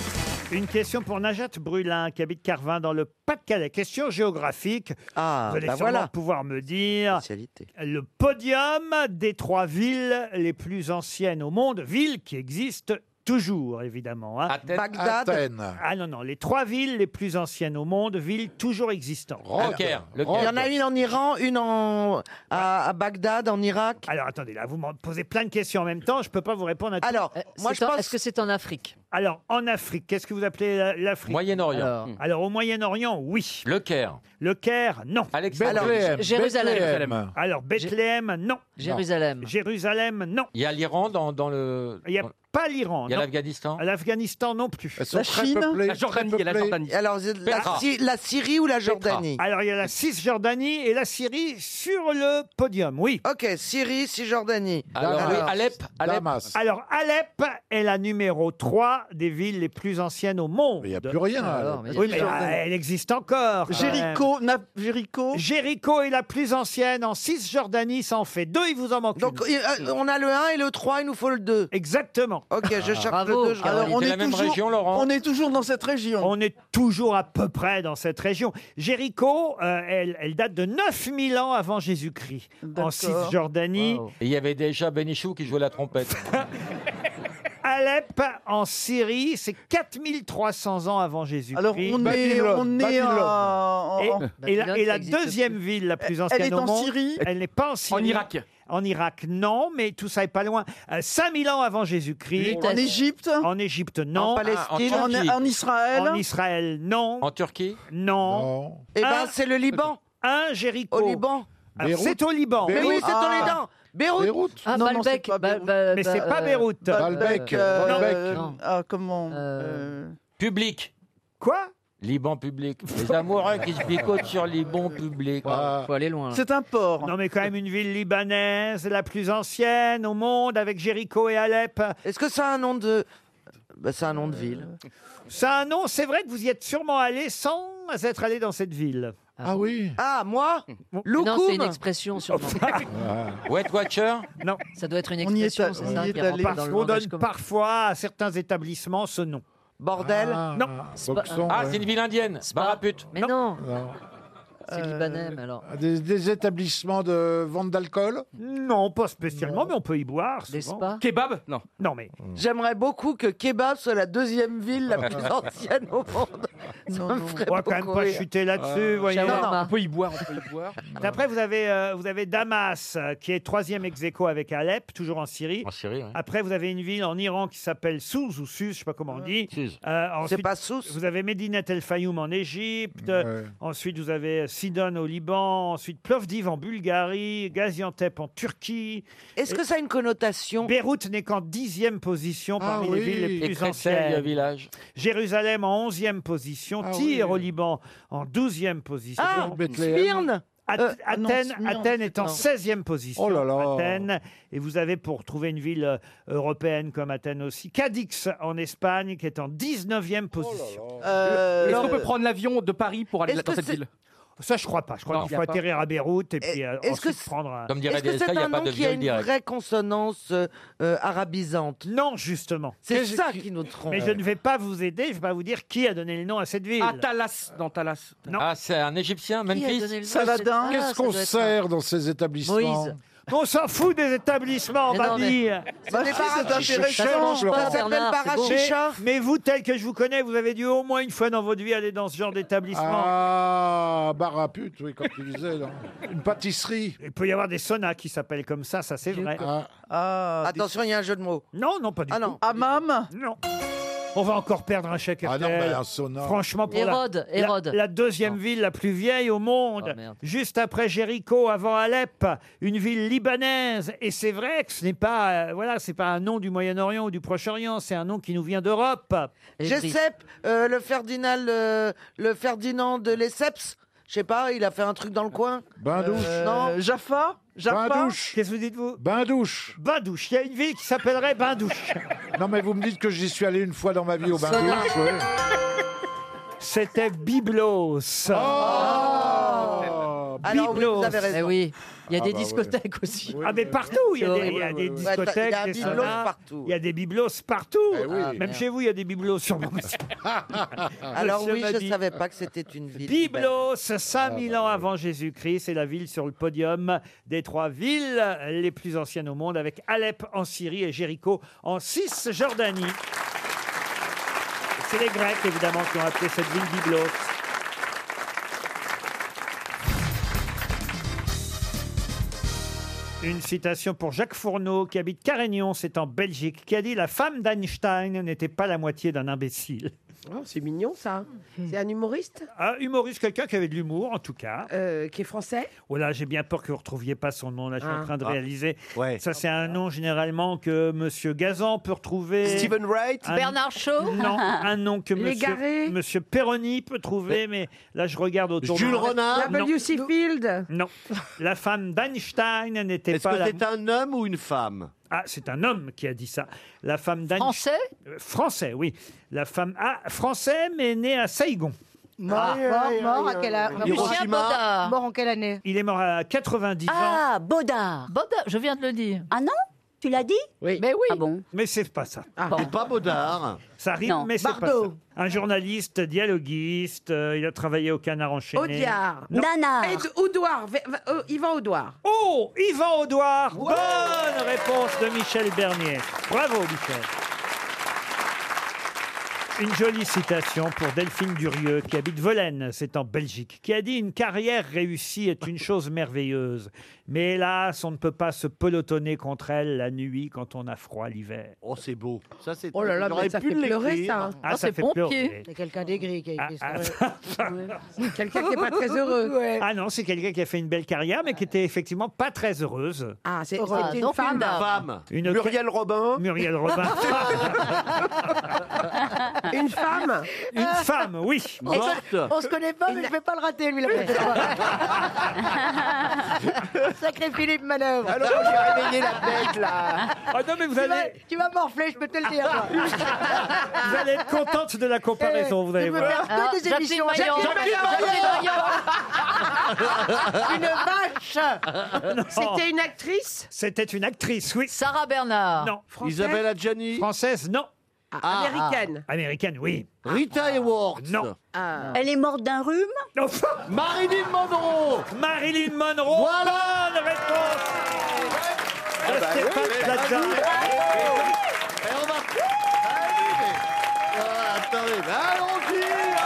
Speaker 4: Une question pour Najat Brulin, qui habite Carvin, dans le Pas-de-Calais. Question géographique.
Speaker 18: Ah,
Speaker 4: Vous allez
Speaker 18: bah
Speaker 4: sûrement
Speaker 18: voilà.
Speaker 4: pouvoir me dire le podium des trois villes les plus anciennes au monde, villes qui existent toujours, évidemment. hein.
Speaker 18: Athènes. Bagdad.
Speaker 5: Athènes.
Speaker 4: Ah non, non, les trois villes les plus anciennes au monde, villes toujours existantes.
Speaker 5: Le Caire, le
Speaker 18: Il y en a une en Iran, une en, à, à Bagdad, en Irak.
Speaker 4: Alors attendez, là, vous me posez plein de questions en même temps, je ne peux pas vous répondre à tout.
Speaker 18: Alors, moi je
Speaker 23: C'est en-
Speaker 18: pense...
Speaker 23: Est-ce que c'est en Afrique?
Speaker 4: Alors, en Afrique, qu'est-ce que vous appelez la- l'Afrique
Speaker 7: Moyen-Orient.
Speaker 23: Alors,
Speaker 4: Alors, au Moyen-Orient, oui.
Speaker 7: Le Caire.
Speaker 4: Le Caire, non.
Speaker 7: Alexandrie.
Speaker 5: Bethléem.
Speaker 23: Jérusalem.
Speaker 5: Bethléem.
Speaker 4: Alors, Bethléem, non.
Speaker 23: Jérusalem.
Speaker 4: Jérusalem, non.
Speaker 7: Il y a l'Iran dans, dans le.
Speaker 4: Il n'y a
Speaker 7: dans-
Speaker 4: pas l'Iran,
Speaker 7: Il y a
Speaker 4: non.
Speaker 7: l'Afghanistan.
Speaker 4: L'Afghanistan non plus.
Speaker 5: Elles sont
Speaker 23: La
Speaker 5: très
Speaker 23: Chine.
Speaker 5: peuplées,
Speaker 23: La Jordanie,
Speaker 5: très
Speaker 23: il y a la
Speaker 5: peuplées.
Speaker 23: Jordanie.
Speaker 18: Alors, la,
Speaker 7: Petra.
Speaker 18: Sy- la Syrie ou la Jordanie?
Speaker 4: Alors, il y a la Cisjordanie et la Syrie sur le podium, oui.
Speaker 18: Ok, Syrie, Cisjordanie.
Speaker 7: Alors,
Speaker 18: Alors,
Speaker 7: oui, Alep. Alep.
Speaker 5: Damas.
Speaker 4: Alors, Alep est la numéro trois des villes les plus anciennes au monde.
Speaker 5: Mais il n'y a plus rien.
Speaker 23: Alors,
Speaker 5: là.
Speaker 23: mais il y a
Speaker 4: Oui,
Speaker 23: plus
Speaker 4: mais
Speaker 23: Jordanie.
Speaker 4: ah, elle existe encore. quand même.
Speaker 18: Jéricho, Na- Jéricho.
Speaker 4: Jéricho est la plus ancienne. En Cisjordanie, ça en fait deux, il vous en manque
Speaker 18: Donc,
Speaker 4: une.
Speaker 18: euh, on a le un et le trois, il nous faut le deux.
Speaker 4: Exactement.
Speaker 18: Ok, je cherche
Speaker 23: Bravo.
Speaker 18: le deux. je
Speaker 23: Alors,
Speaker 18: regarde.
Speaker 23: on
Speaker 7: C'est
Speaker 23: est
Speaker 7: la même
Speaker 23: toujours-
Speaker 7: région, Laurent.
Speaker 18: est toujours dans cette région.
Speaker 4: On est toujours à peu près dans cette région. Jéricho, euh, elle, elle date de neuf mille ans avant Jésus-Christ. En
Speaker 18: D'accord.
Speaker 4: Cisjordanie.
Speaker 7: Et il y avait déjà Benichou qui jouait la trompette.
Speaker 4: Alep, en Syrie, c'est quatre mille trois cents ans avant Jésus-Christ.
Speaker 18: Alors, on est,
Speaker 5: Babylone,
Speaker 18: on est
Speaker 5: Babylone.
Speaker 18: en-
Speaker 4: Et,
Speaker 18: en-
Speaker 4: et la, et la
Speaker 23: ça existe
Speaker 4: deuxième ville la plus ancienne
Speaker 18: Elle est
Speaker 4: au
Speaker 18: en
Speaker 4: monde,
Speaker 18: Syrie
Speaker 4: elle n'est pas en Syrie.
Speaker 23: En Irak.
Speaker 4: En Irak, non, mais tout ça est pas loin. Euh, cinq mille ans avant Jésus-Christ.
Speaker 23: En
Speaker 18: Égypte.
Speaker 4: En Égypte, non.
Speaker 18: En Palestine.
Speaker 7: en Turquie.
Speaker 18: en Israël.
Speaker 4: En Israël, non.
Speaker 7: En Turquie.
Speaker 4: Non.
Speaker 5: Non.
Speaker 18: Eh ben,
Speaker 4: Un-
Speaker 18: c'est le Liban.
Speaker 4: Un Jéricho.
Speaker 18: Au Liban.
Speaker 4: Alors,
Speaker 5: Beyrouth.
Speaker 4: c'est au Liban.
Speaker 18: Mais
Speaker 5: Beyrouth.
Speaker 18: oui, c'est
Speaker 5: Ah.
Speaker 18: au Liban. Beyrouth.
Speaker 5: Beyrouth.
Speaker 23: Ah,
Speaker 18: Non, non,
Speaker 23: Baalbek.
Speaker 18: c'est pas
Speaker 23: Ba-
Speaker 18: Beyrouth.
Speaker 23: ba-
Speaker 4: Mais
Speaker 23: ba-
Speaker 4: c'est pas
Speaker 23: euh,
Speaker 4: Beyrouth.
Speaker 5: Baalbek.
Speaker 23: euh,
Speaker 5: Baalbek.
Speaker 23: non.
Speaker 18: Ah, comment
Speaker 23: Euh,
Speaker 18: euh,
Speaker 7: Public.
Speaker 4: Quoi
Speaker 7: Liban public. Les amoureux qui se picotent sur Liban public.
Speaker 5: Ah.
Speaker 23: Faut aller loin. là.
Speaker 18: C'est un port.
Speaker 4: Non, mais quand même une ville libanaise, la plus ancienne au monde, avec Jéricho et Alep.
Speaker 18: Est-ce que ça a un nom de... Bah, c'est un nom de ville.
Speaker 4: Ça a un nom, c'est vrai que vous y êtes sûrement allé sans être allé dans cette ville.
Speaker 5: Ah oui.
Speaker 18: Ah, moi
Speaker 23: Non,
Speaker 18: Loukoum.
Speaker 23: c'est une expression sûrement.
Speaker 7: Weight Watcher.
Speaker 4: Non.
Speaker 23: Ça doit être une
Speaker 18: On y est
Speaker 23: expression,
Speaker 18: allé-
Speaker 23: c'est
Speaker 18: on
Speaker 23: ça
Speaker 18: y est
Speaker 23: qui rentre
Speaker 18: allé.
Speaker 23: dans
Speaker 4: Parce
Speaker 23: le
Speaker 4: qu'on
Speaker 23: langage
Speaker 4: donne
Speaker 23: commun.
Speaker 4: parfois à certains établissements ce nom.
Speaker 18: Bordel.
Speaker 5: Ah,
Speaker 4: Non.
Speaker 5: Boxon,
Speaker 7: Ah,
Speaker 5: ouais.
Speaker 7: c'est une ville indienne. Baraput.
Speaker 23: Mais non,
Speaker 5: Non.
Speaker 23: c'est libanais, mais alors.
Speaker 5: Des, des établissements de vente d'alcool.
Speaker 4: Non, pas spécialement, mais on peut y boire.
Speaker 23: Des
Speaker 4: souvent.
Speaker 23: spas.
Speaker 16: Kebab? Non.
Speaker 4: Non, mais
Speaker 18: J'aimerais beaucoup que Kebab soit la deuxième ville la plus ancienne au monde. Ça me ferait
Speaker 4: on va quand même
Speaker 18: beaucoup
Speaker 4: pas
Speaker 18: rire.
Speaker 4: chuter là-dessus. voyez.
Speaker 23: Shawarma.
Speaker 16: On peut y boire, on peut y boire.
Speaker 4: Après, vous avez, euh, vous avez Damas, euh, qui est troisième ex aequo avec Alep, toujours en Syrie.
Speaker 7: En Syrie, oui.
Speaker 4: Après, vous avez une ville en Iran qui s'appelle Souz ou Sus, je sais pas comment on dit.
Speaker 7: Suse.
Speaker 4: Euh,
Speaker 18: C'est
Speaker 4: ensuite,
Speaker 18: pas Sous.
Speaker 4: vous avez Medinat El Fayoum en Égypte.
Speaker 5: Ouais.
Speaker 4: Ensuite, vous avez Sidon au Liban. Ensuite, Plovdiv en Bulgarie. Gaziantep en Turquie.
Speaker 18: Est-ce que ça a une connotation?
Speaker 4: Beyrouth n'est qu'en dixième position parmi
Speaker 5: Ah
Speaker 4: les
Speaker 5: oui.
Speaker 4: villes les
Speaker 7: Et
Speaker 4: plus
Speaker 7: Cressel, il y a
Speaker 4: anciennes.
Speaker 7: village.
Speaker 4: Jérusalem en onzième position.
Speaker 5: Ah
Speaker 4: Tyr
Speaker 5: oui.
Speaker 4: au Liban en douzième position.
Speaker 18: Ah,
Speaker 5: Bethléem.
Speaker 18: Smyrne.
Speaker 4: Ath-
Speaker 18: Euh, ah non,
Speaker 4: Athènes,
Speaker 18: Smyrne,
Speaker 4: Athènes est en
Speaker 18: non.
Speaker 4: seizième position.
Speaker 5: Oh là là.
Speaker 4: Athènes. Et vous avez, pour trouver une ville euh, européenne comme Athènes aussi, Cadix en Espagne, qui est en dix-neuvième position.
Speaker 18: Euh,
Speaker 16: Est-ce
Speaker 18: alors,
Speaker 16: qu'on peut prendre l'avion de Paris pour aller
Speaker 18: Est-ce
Speaker 16: dans
Speaker 18: que
Speaker 16: cette
Speaker 18: c'est-
Speaker 16: ville?
Speaker 4: Ça, je crois pas. Je crois
Speaker 16: Non,
Speaker 4: qu'il
Speaker 16: y
Speaker 4: faut
Speaker 16: a pas.
Speaker 4: atterrir à Beyrouth et puis euh,
Speaker 18: Est-ce que
Speaker 4: ensuite
Speaker 18: c'est-
Speaker 4: prendre un...
Speaker 7: Comme dirait
Speaker 18: Est-ce que
Speaker 7: D S K,
Speaker 18: c'est
Speaker 7: il n'y a
Speaker 18: un
Speaker 7: pas
Speaker 18: nom
Speaker 7: de
Speaker 18: qui a
Speaker 7: viol
Speaker 18: une
Speaker 7: direct.
Speaker 18: vraie consonance euh, euh, arabisante?
Speaker 4: Non, justement.
Speaker 18: C'est ça qui nous trompe.
Speaker 4: Mais je ne vais pas vous aider, je vais pas vous dire qui a donné le nom à cette ville.
Speaker 16: Ah, Talas. Non, Talas.
Speaker 4: Non.
Speaker 7: Ah, c'est un Égyptien,
Speaker 23: Qui a
Speaker 7: Memphis.
Speaker 23: donné le nom
Speaker 18: Saladin.
Speaker 23: à cette- Ah,
Speaker 5: Qu'est-ce
Speaker 23: ça
Speaker 5: qu'on
Speaker 23: doit être
Speaker 5: sert dans ces établissements?
Speaker 23: Moïse.
Speaker 4: On s'en fout des établissements,
Speaker 23: Mais non,
Speaker 4: Babi.
Speaker 18: Bah, si, c'est intéressant.
Speaker 23: change pas,
Speaker 18: Ça s'appelle
Speaker 23: Bernard, c'est beau.
Speaker 4: Mais,
Speaker 18: Parachicha.
Speaker 4: mais vous, tel que je vous connais, vous avez dû au moins une fois dans votre vie aller dans ce genre d'établissement.
Speaker 5: Ah, Baraput, oui, comme tu disais. là. Une pâtisserie.
Speaker 4: Il peut y avoir des saunas qui s'appellent comme ça, ça c'est vrai.
Speaker 5: Ah,
Speaker 18: Ah, Attention, il y a un jeu de mots.
Speaker 4: Non, non, pas du
Speaker 18: Ah
Speaker 4: tout.
Speaker 18: non. Hammam.
Speaker 4: Non. On va encore perdre un chèque
Speaker 5: ah non,
Speaker 4: R T L.
Speaker 5: mais un sauna.
Speaker 4: Franchement, pour la-
Speaker 23: Hérode,
Speaker 4: la,
Speaker 23: Hérode.
Speaker 4: la deuxième ville la plus vieille au monde,
Speaker 23: Ah, merde.
Speaker 4: juste après Jéricho, avant Alep, une ville libanaise. Et c'est vrai que ce n'est pas, euh, voilà, c'est pas un nom du Moyen-Orient ou du Proche-Orient, c'est un nom qui nous vient d'Europe.
Speaker 18: Gessep, euh, le Ferdinand, le, le Ferdinand de Lesseps. Je sais pas, il a fait un truc dans le coin.
Speaker 5: Bain douche.
Speaker 18: Non.
Speaker 11: Jaffa
Speaker 5: Bain douche.
Speaker 4: Qu'est-ce que vous dites-vous?
Speaker 5: Bain douche.
Speaker 4: Bain douche. Il y a une ville qui s'appellerait Bain douche.
Speaker 5: Non, mais vous me dites que j'y suis allé une fois dans ma vie au bain douche. Ouais.
Speaker 4: C'était Byblos.
Speaker 5: Oh,
Speaker 14: Alors, oui,
Speaker 4: biblos.
Speaker 14: vous avez raison.
Speaker 18: Eh oui, il y a
Speaker 14: Ah
Speaker 18: des
Speaker 14: bah ouais.
Speaker 18: discothèques aussi.
Speaker 4: Ah mais partout, il y a des, il y a des
Speaker 14: Ouais,
Speaker 4: discothèques,
Speaker 14: il y a un
Speaker 4: des
Speaker 14: biblos
Speaker 4: saunas,
Speaker 14: partout.
Speaker 4: il y a des biblos partout.
Speaker 14: Eh oui. Ah,
Speaker 4: Même
Speaker 14: merde.
Speaker 4: chez vous, il y a des biblos sûrement.
Speaker 14: Alors
Speaker 4: Monsieur
Speaker 14: oui,
Speaker 4: m'a
Speaker 14: je
Speaker 4: dit.
Speaker 14: savais pas que c'était une ville.
Speaker 4: Byblos, cinq mille ans avant Jésus-Christ, c'est la ville sur le podium des trois villes les plus anciennes au monde, avec Alep en Syrie et Jéricho en Cisjordanie. C'est les Grecs, évidemment, qui ont appelé cette ville Byblos. Une citation pour Jacques Fourneau, qui habite Carignon, c'est en Belgique, qui a dit « La femme d'Einstein n'était pas la moitié d'un imbécile ».
Speaker 3: Oh, c'est mignon ça. C'est un humoriste
Speaker 4: Un humoriste, quelqu'un qui avait de l'humour en tout cas.
Speaker 3: Euh, qui est français.
Speaker 4: Oh là, j'ai bien peur que vous ne retrouviez pas son nom. Là, je suis
Speaker 3: Ah.
Speaker 4: en train de
Speaker 1: Ah.
Speaker 4: réaliser. Ça, c'est un nom généralement que Monsieur Gazan peut retrouver.
Speaker 1: Stephen Wright
Speaker 4: Un-
Speaker 8: Bernard Shaw
Speaker 4: Non, un nom que Monsieur,
Speaker 3: Légaré
Speaker 4: Monsieur Perroni peut trouver, mais là, je regarde autour de moi. Non.
Speaker 3: W C Field.
Speaker 4: Non. La femme d'Einstein n'était
Speaker 12: Est-ce
Speaker 4: pas
Speaker 12: que
Speaker 4: la...
Speaker 12: c'est un homme ou une femme?
Speaker 4: Ah, c'est un homme qui a dit ça. La femme d'Einstein... Français Français, oui. La femme... Ah, français, mais né à Saigon.
Speaker 19: Mort,
Speaker 4: Ah.
Speaker 19: mort, mort à quelle année Mort en quelle année
Speaker 4: Il est mort à quatre-vingt-dix ans.
Speaker 10: Ah, Baudard.
Speaker 8: Baudard, je viens de le dire.
Speaker 10: Ah non? Tu l'as dit?
Speaker 3: Oui.
Speaker 8: Mais oui.
Speaker 10: Ah bon?
Speaker 4: Mais c'est pas ça.
Speaker 12: Ah. C'est pas Baudard.
Speaker 4: Ça rime,
Speaker 10: Non.
Speaker 4: mais c'est pas
Speaker 3: Bardot.
Speaker 4: ça. Un journaliste, dialoguiste, euh, il a travaillé au Canard enchaîné.
Speaker 3: Audiard.
Speaker 4: Non.
Speaker 10: Nanar.
Speaker 3: Ed- Audouard. V- v- euh, Yvan Audouard.
Speaker 4: Oh, Yvan Audouard. Bonne réponse de Michel Bernier. Bravo, Michel. Une jolie citation pour Delphine Durieux, qui habite Volaine, c'est en Belgique, qui a dit « Une carrière réussie est une chose merveilleuse, mais hélas, on ne peut pas se pelotonner contre elle la nuit quand on a froid l'hiver. »
Speaker 12: Oh, c'est beau. Ça, c'est.
Speaker 3: Oh là là,
Speaker 12: J'aurais
Speaker 3: mais ça
Speaker 12: pu
Speaker 3: fait pleurer,
Speaker 12: l'écrire.
Speaker 3: ça.
Speaker 4: Ah, ça fait pleurer.
Speaker 19: C'est quelqu'un d'aigri qui a écrit
Speaker 4: Ah,
Speaker 19: ça.
Speaker 3: Quelqu'un qui n'est pas très heureux.
Speaker 19: Ouais.
Speaker 4: Ah non, c'est quelqu'un qui a fait une belle carrière, mais qui était effectivement pas très heureuse.
Speaker 3: Ah, c'est
Speaker 19: Heureuse.
Speaker 3: c'était une
Speaker 8: donc
Speaker 3: femme.
Speaker 8: une dame.
Speaker 12: Femme.
Speaker 4: Une
Speaker 1: Muriel Robin.
Speaker 4: Muriel Robin.
Speaker 3: Une femme.
Speaker 4: Une femme, oui.
Speaker 12: Morte.
Speaker 19: On se connaît pas, mais je vais pas le rater, lui, la prochaine fois. Sacré Philippe Manœuvre.
Speaker 1: Alors, j'ai réveillé la bête, là.
Speaker 4: Ah non, mais vous
Speaker 19: Tu vas,
Speaker 4: allez,
Speaker 19: tu vas morfler, je peux te le dire. toi.
Speaker 4: vous allez être contente de la comparaison, vous allez
Speaker 19: Tu veux
Speaker 4: voir.
Speaker 19: faire que des
Speaker 8: Jacqueline
Speaker 19: émissions.
Speaker 8: Maillan.
Speaker 19: Une vache.
Speaker 3: C'était une actrice.
Speaker 4: C'était une actrice, oui.
Speaker 8: Sarah Bernard.
Speaker 4: Non.
Speaker 3: Française.
Speaker 12: Isabelle Adjani.
Speaker 4: Française, non.
Speaker 3: Ah, américaine.
Speaker 4: Américaine, oui.
Speaker 12: Rita Hayworth.
Speaker 4: Non.
Speaker 3: Ah.
Speaker 10: Elle est morte d'un rhume?
Speaker 4: Enfin,
Speaker 12: Marilyn Monroe.
Speaker 4: Marilyn Monroe.
Speaker 12: Voilà.
Speaker 4: Bonne réponse de Stéphane Plaza.
Speaker 12: Et on va. Ah, attendez, mais allons-y.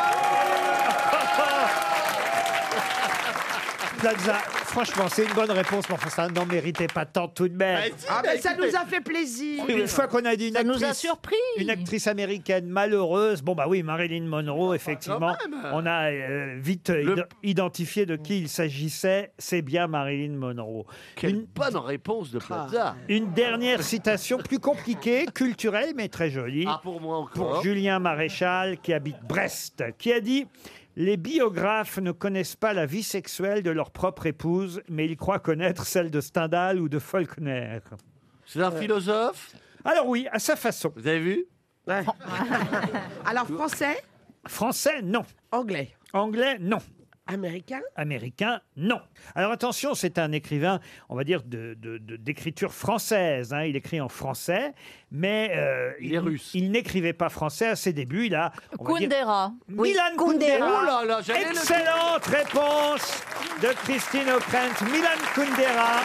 Speaker 4: Plaza, franchement, c'est une bonne réponse, mais enfin, ça n'en méritait pas tant tout de même.
Speaker 3: Ah, ben ça nous a fait plaisir.
Speaker 4: Une fois qu'on a dit une
Speaker 8: Ça nous
Speaker 4: actrice,
Speaker 8: a surpris.
Speaker 4: une actrice américaine malheureuse, bon bah oui, Marilyn Monroe, effectivement, on a euh, vite euh,
Speaker 12: Le-
Speaker 4: id- identifié de qui il s'agissait, c'est bien Marilyn Monroe.
Speaker 12: Quelle
Speaker 4: Une,
Speaker 12: bonne réponse de Plaza.
Speaker 4: une dernière citation plus compliquée, culturelle, mais très jolie,
Speaker 12: Ah, pour moi encore.
Speaker 4: pour Julien Maréchal, qui habite Brest, qui a dit « Les biographes ne connaissent pas la vie sexuelle de leur propre épouse, mais ils croient connaître celle de Stendhal ou de Faulkner. »
Speaker 12: C'est un philosophe.
Speaker 4: Alors oui, à sa façon.
Speaker 12: Vous avez vu?
Speaker 3: Ouais. Alors, français,
Speaker 4: Français, non.
Speaker 3: anglais,
Speaker 4: Anglais, non.
Speaker 3: américain.
Speaker 4: Américain, non. Alors attention, c'est un écrivain, on va dire, de, de- de- d'écriture française. hein. Il écrit en français, mais euh,
Speaker 12: Il est russe.
Speaker 4: Il n'écrivait pas français à ses débuts. Il a on va dire,
Speaker 8: Kundera.
Speaker 4: Milan
Speaker 10: Kundera.
Speaker 4: Kundera.
Speaker 12: Oh là là, j'allais le-
Speaker 4: Excellente réponse de Christine O'Krent. Milan Kundera.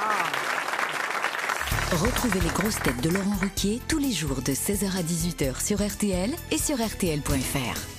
Speaker 15: Retrouvez les grosses têtes de Laurent Ruquier tous les jours de seize heures à dix-huit heures sur R T L et sur R T L point F R.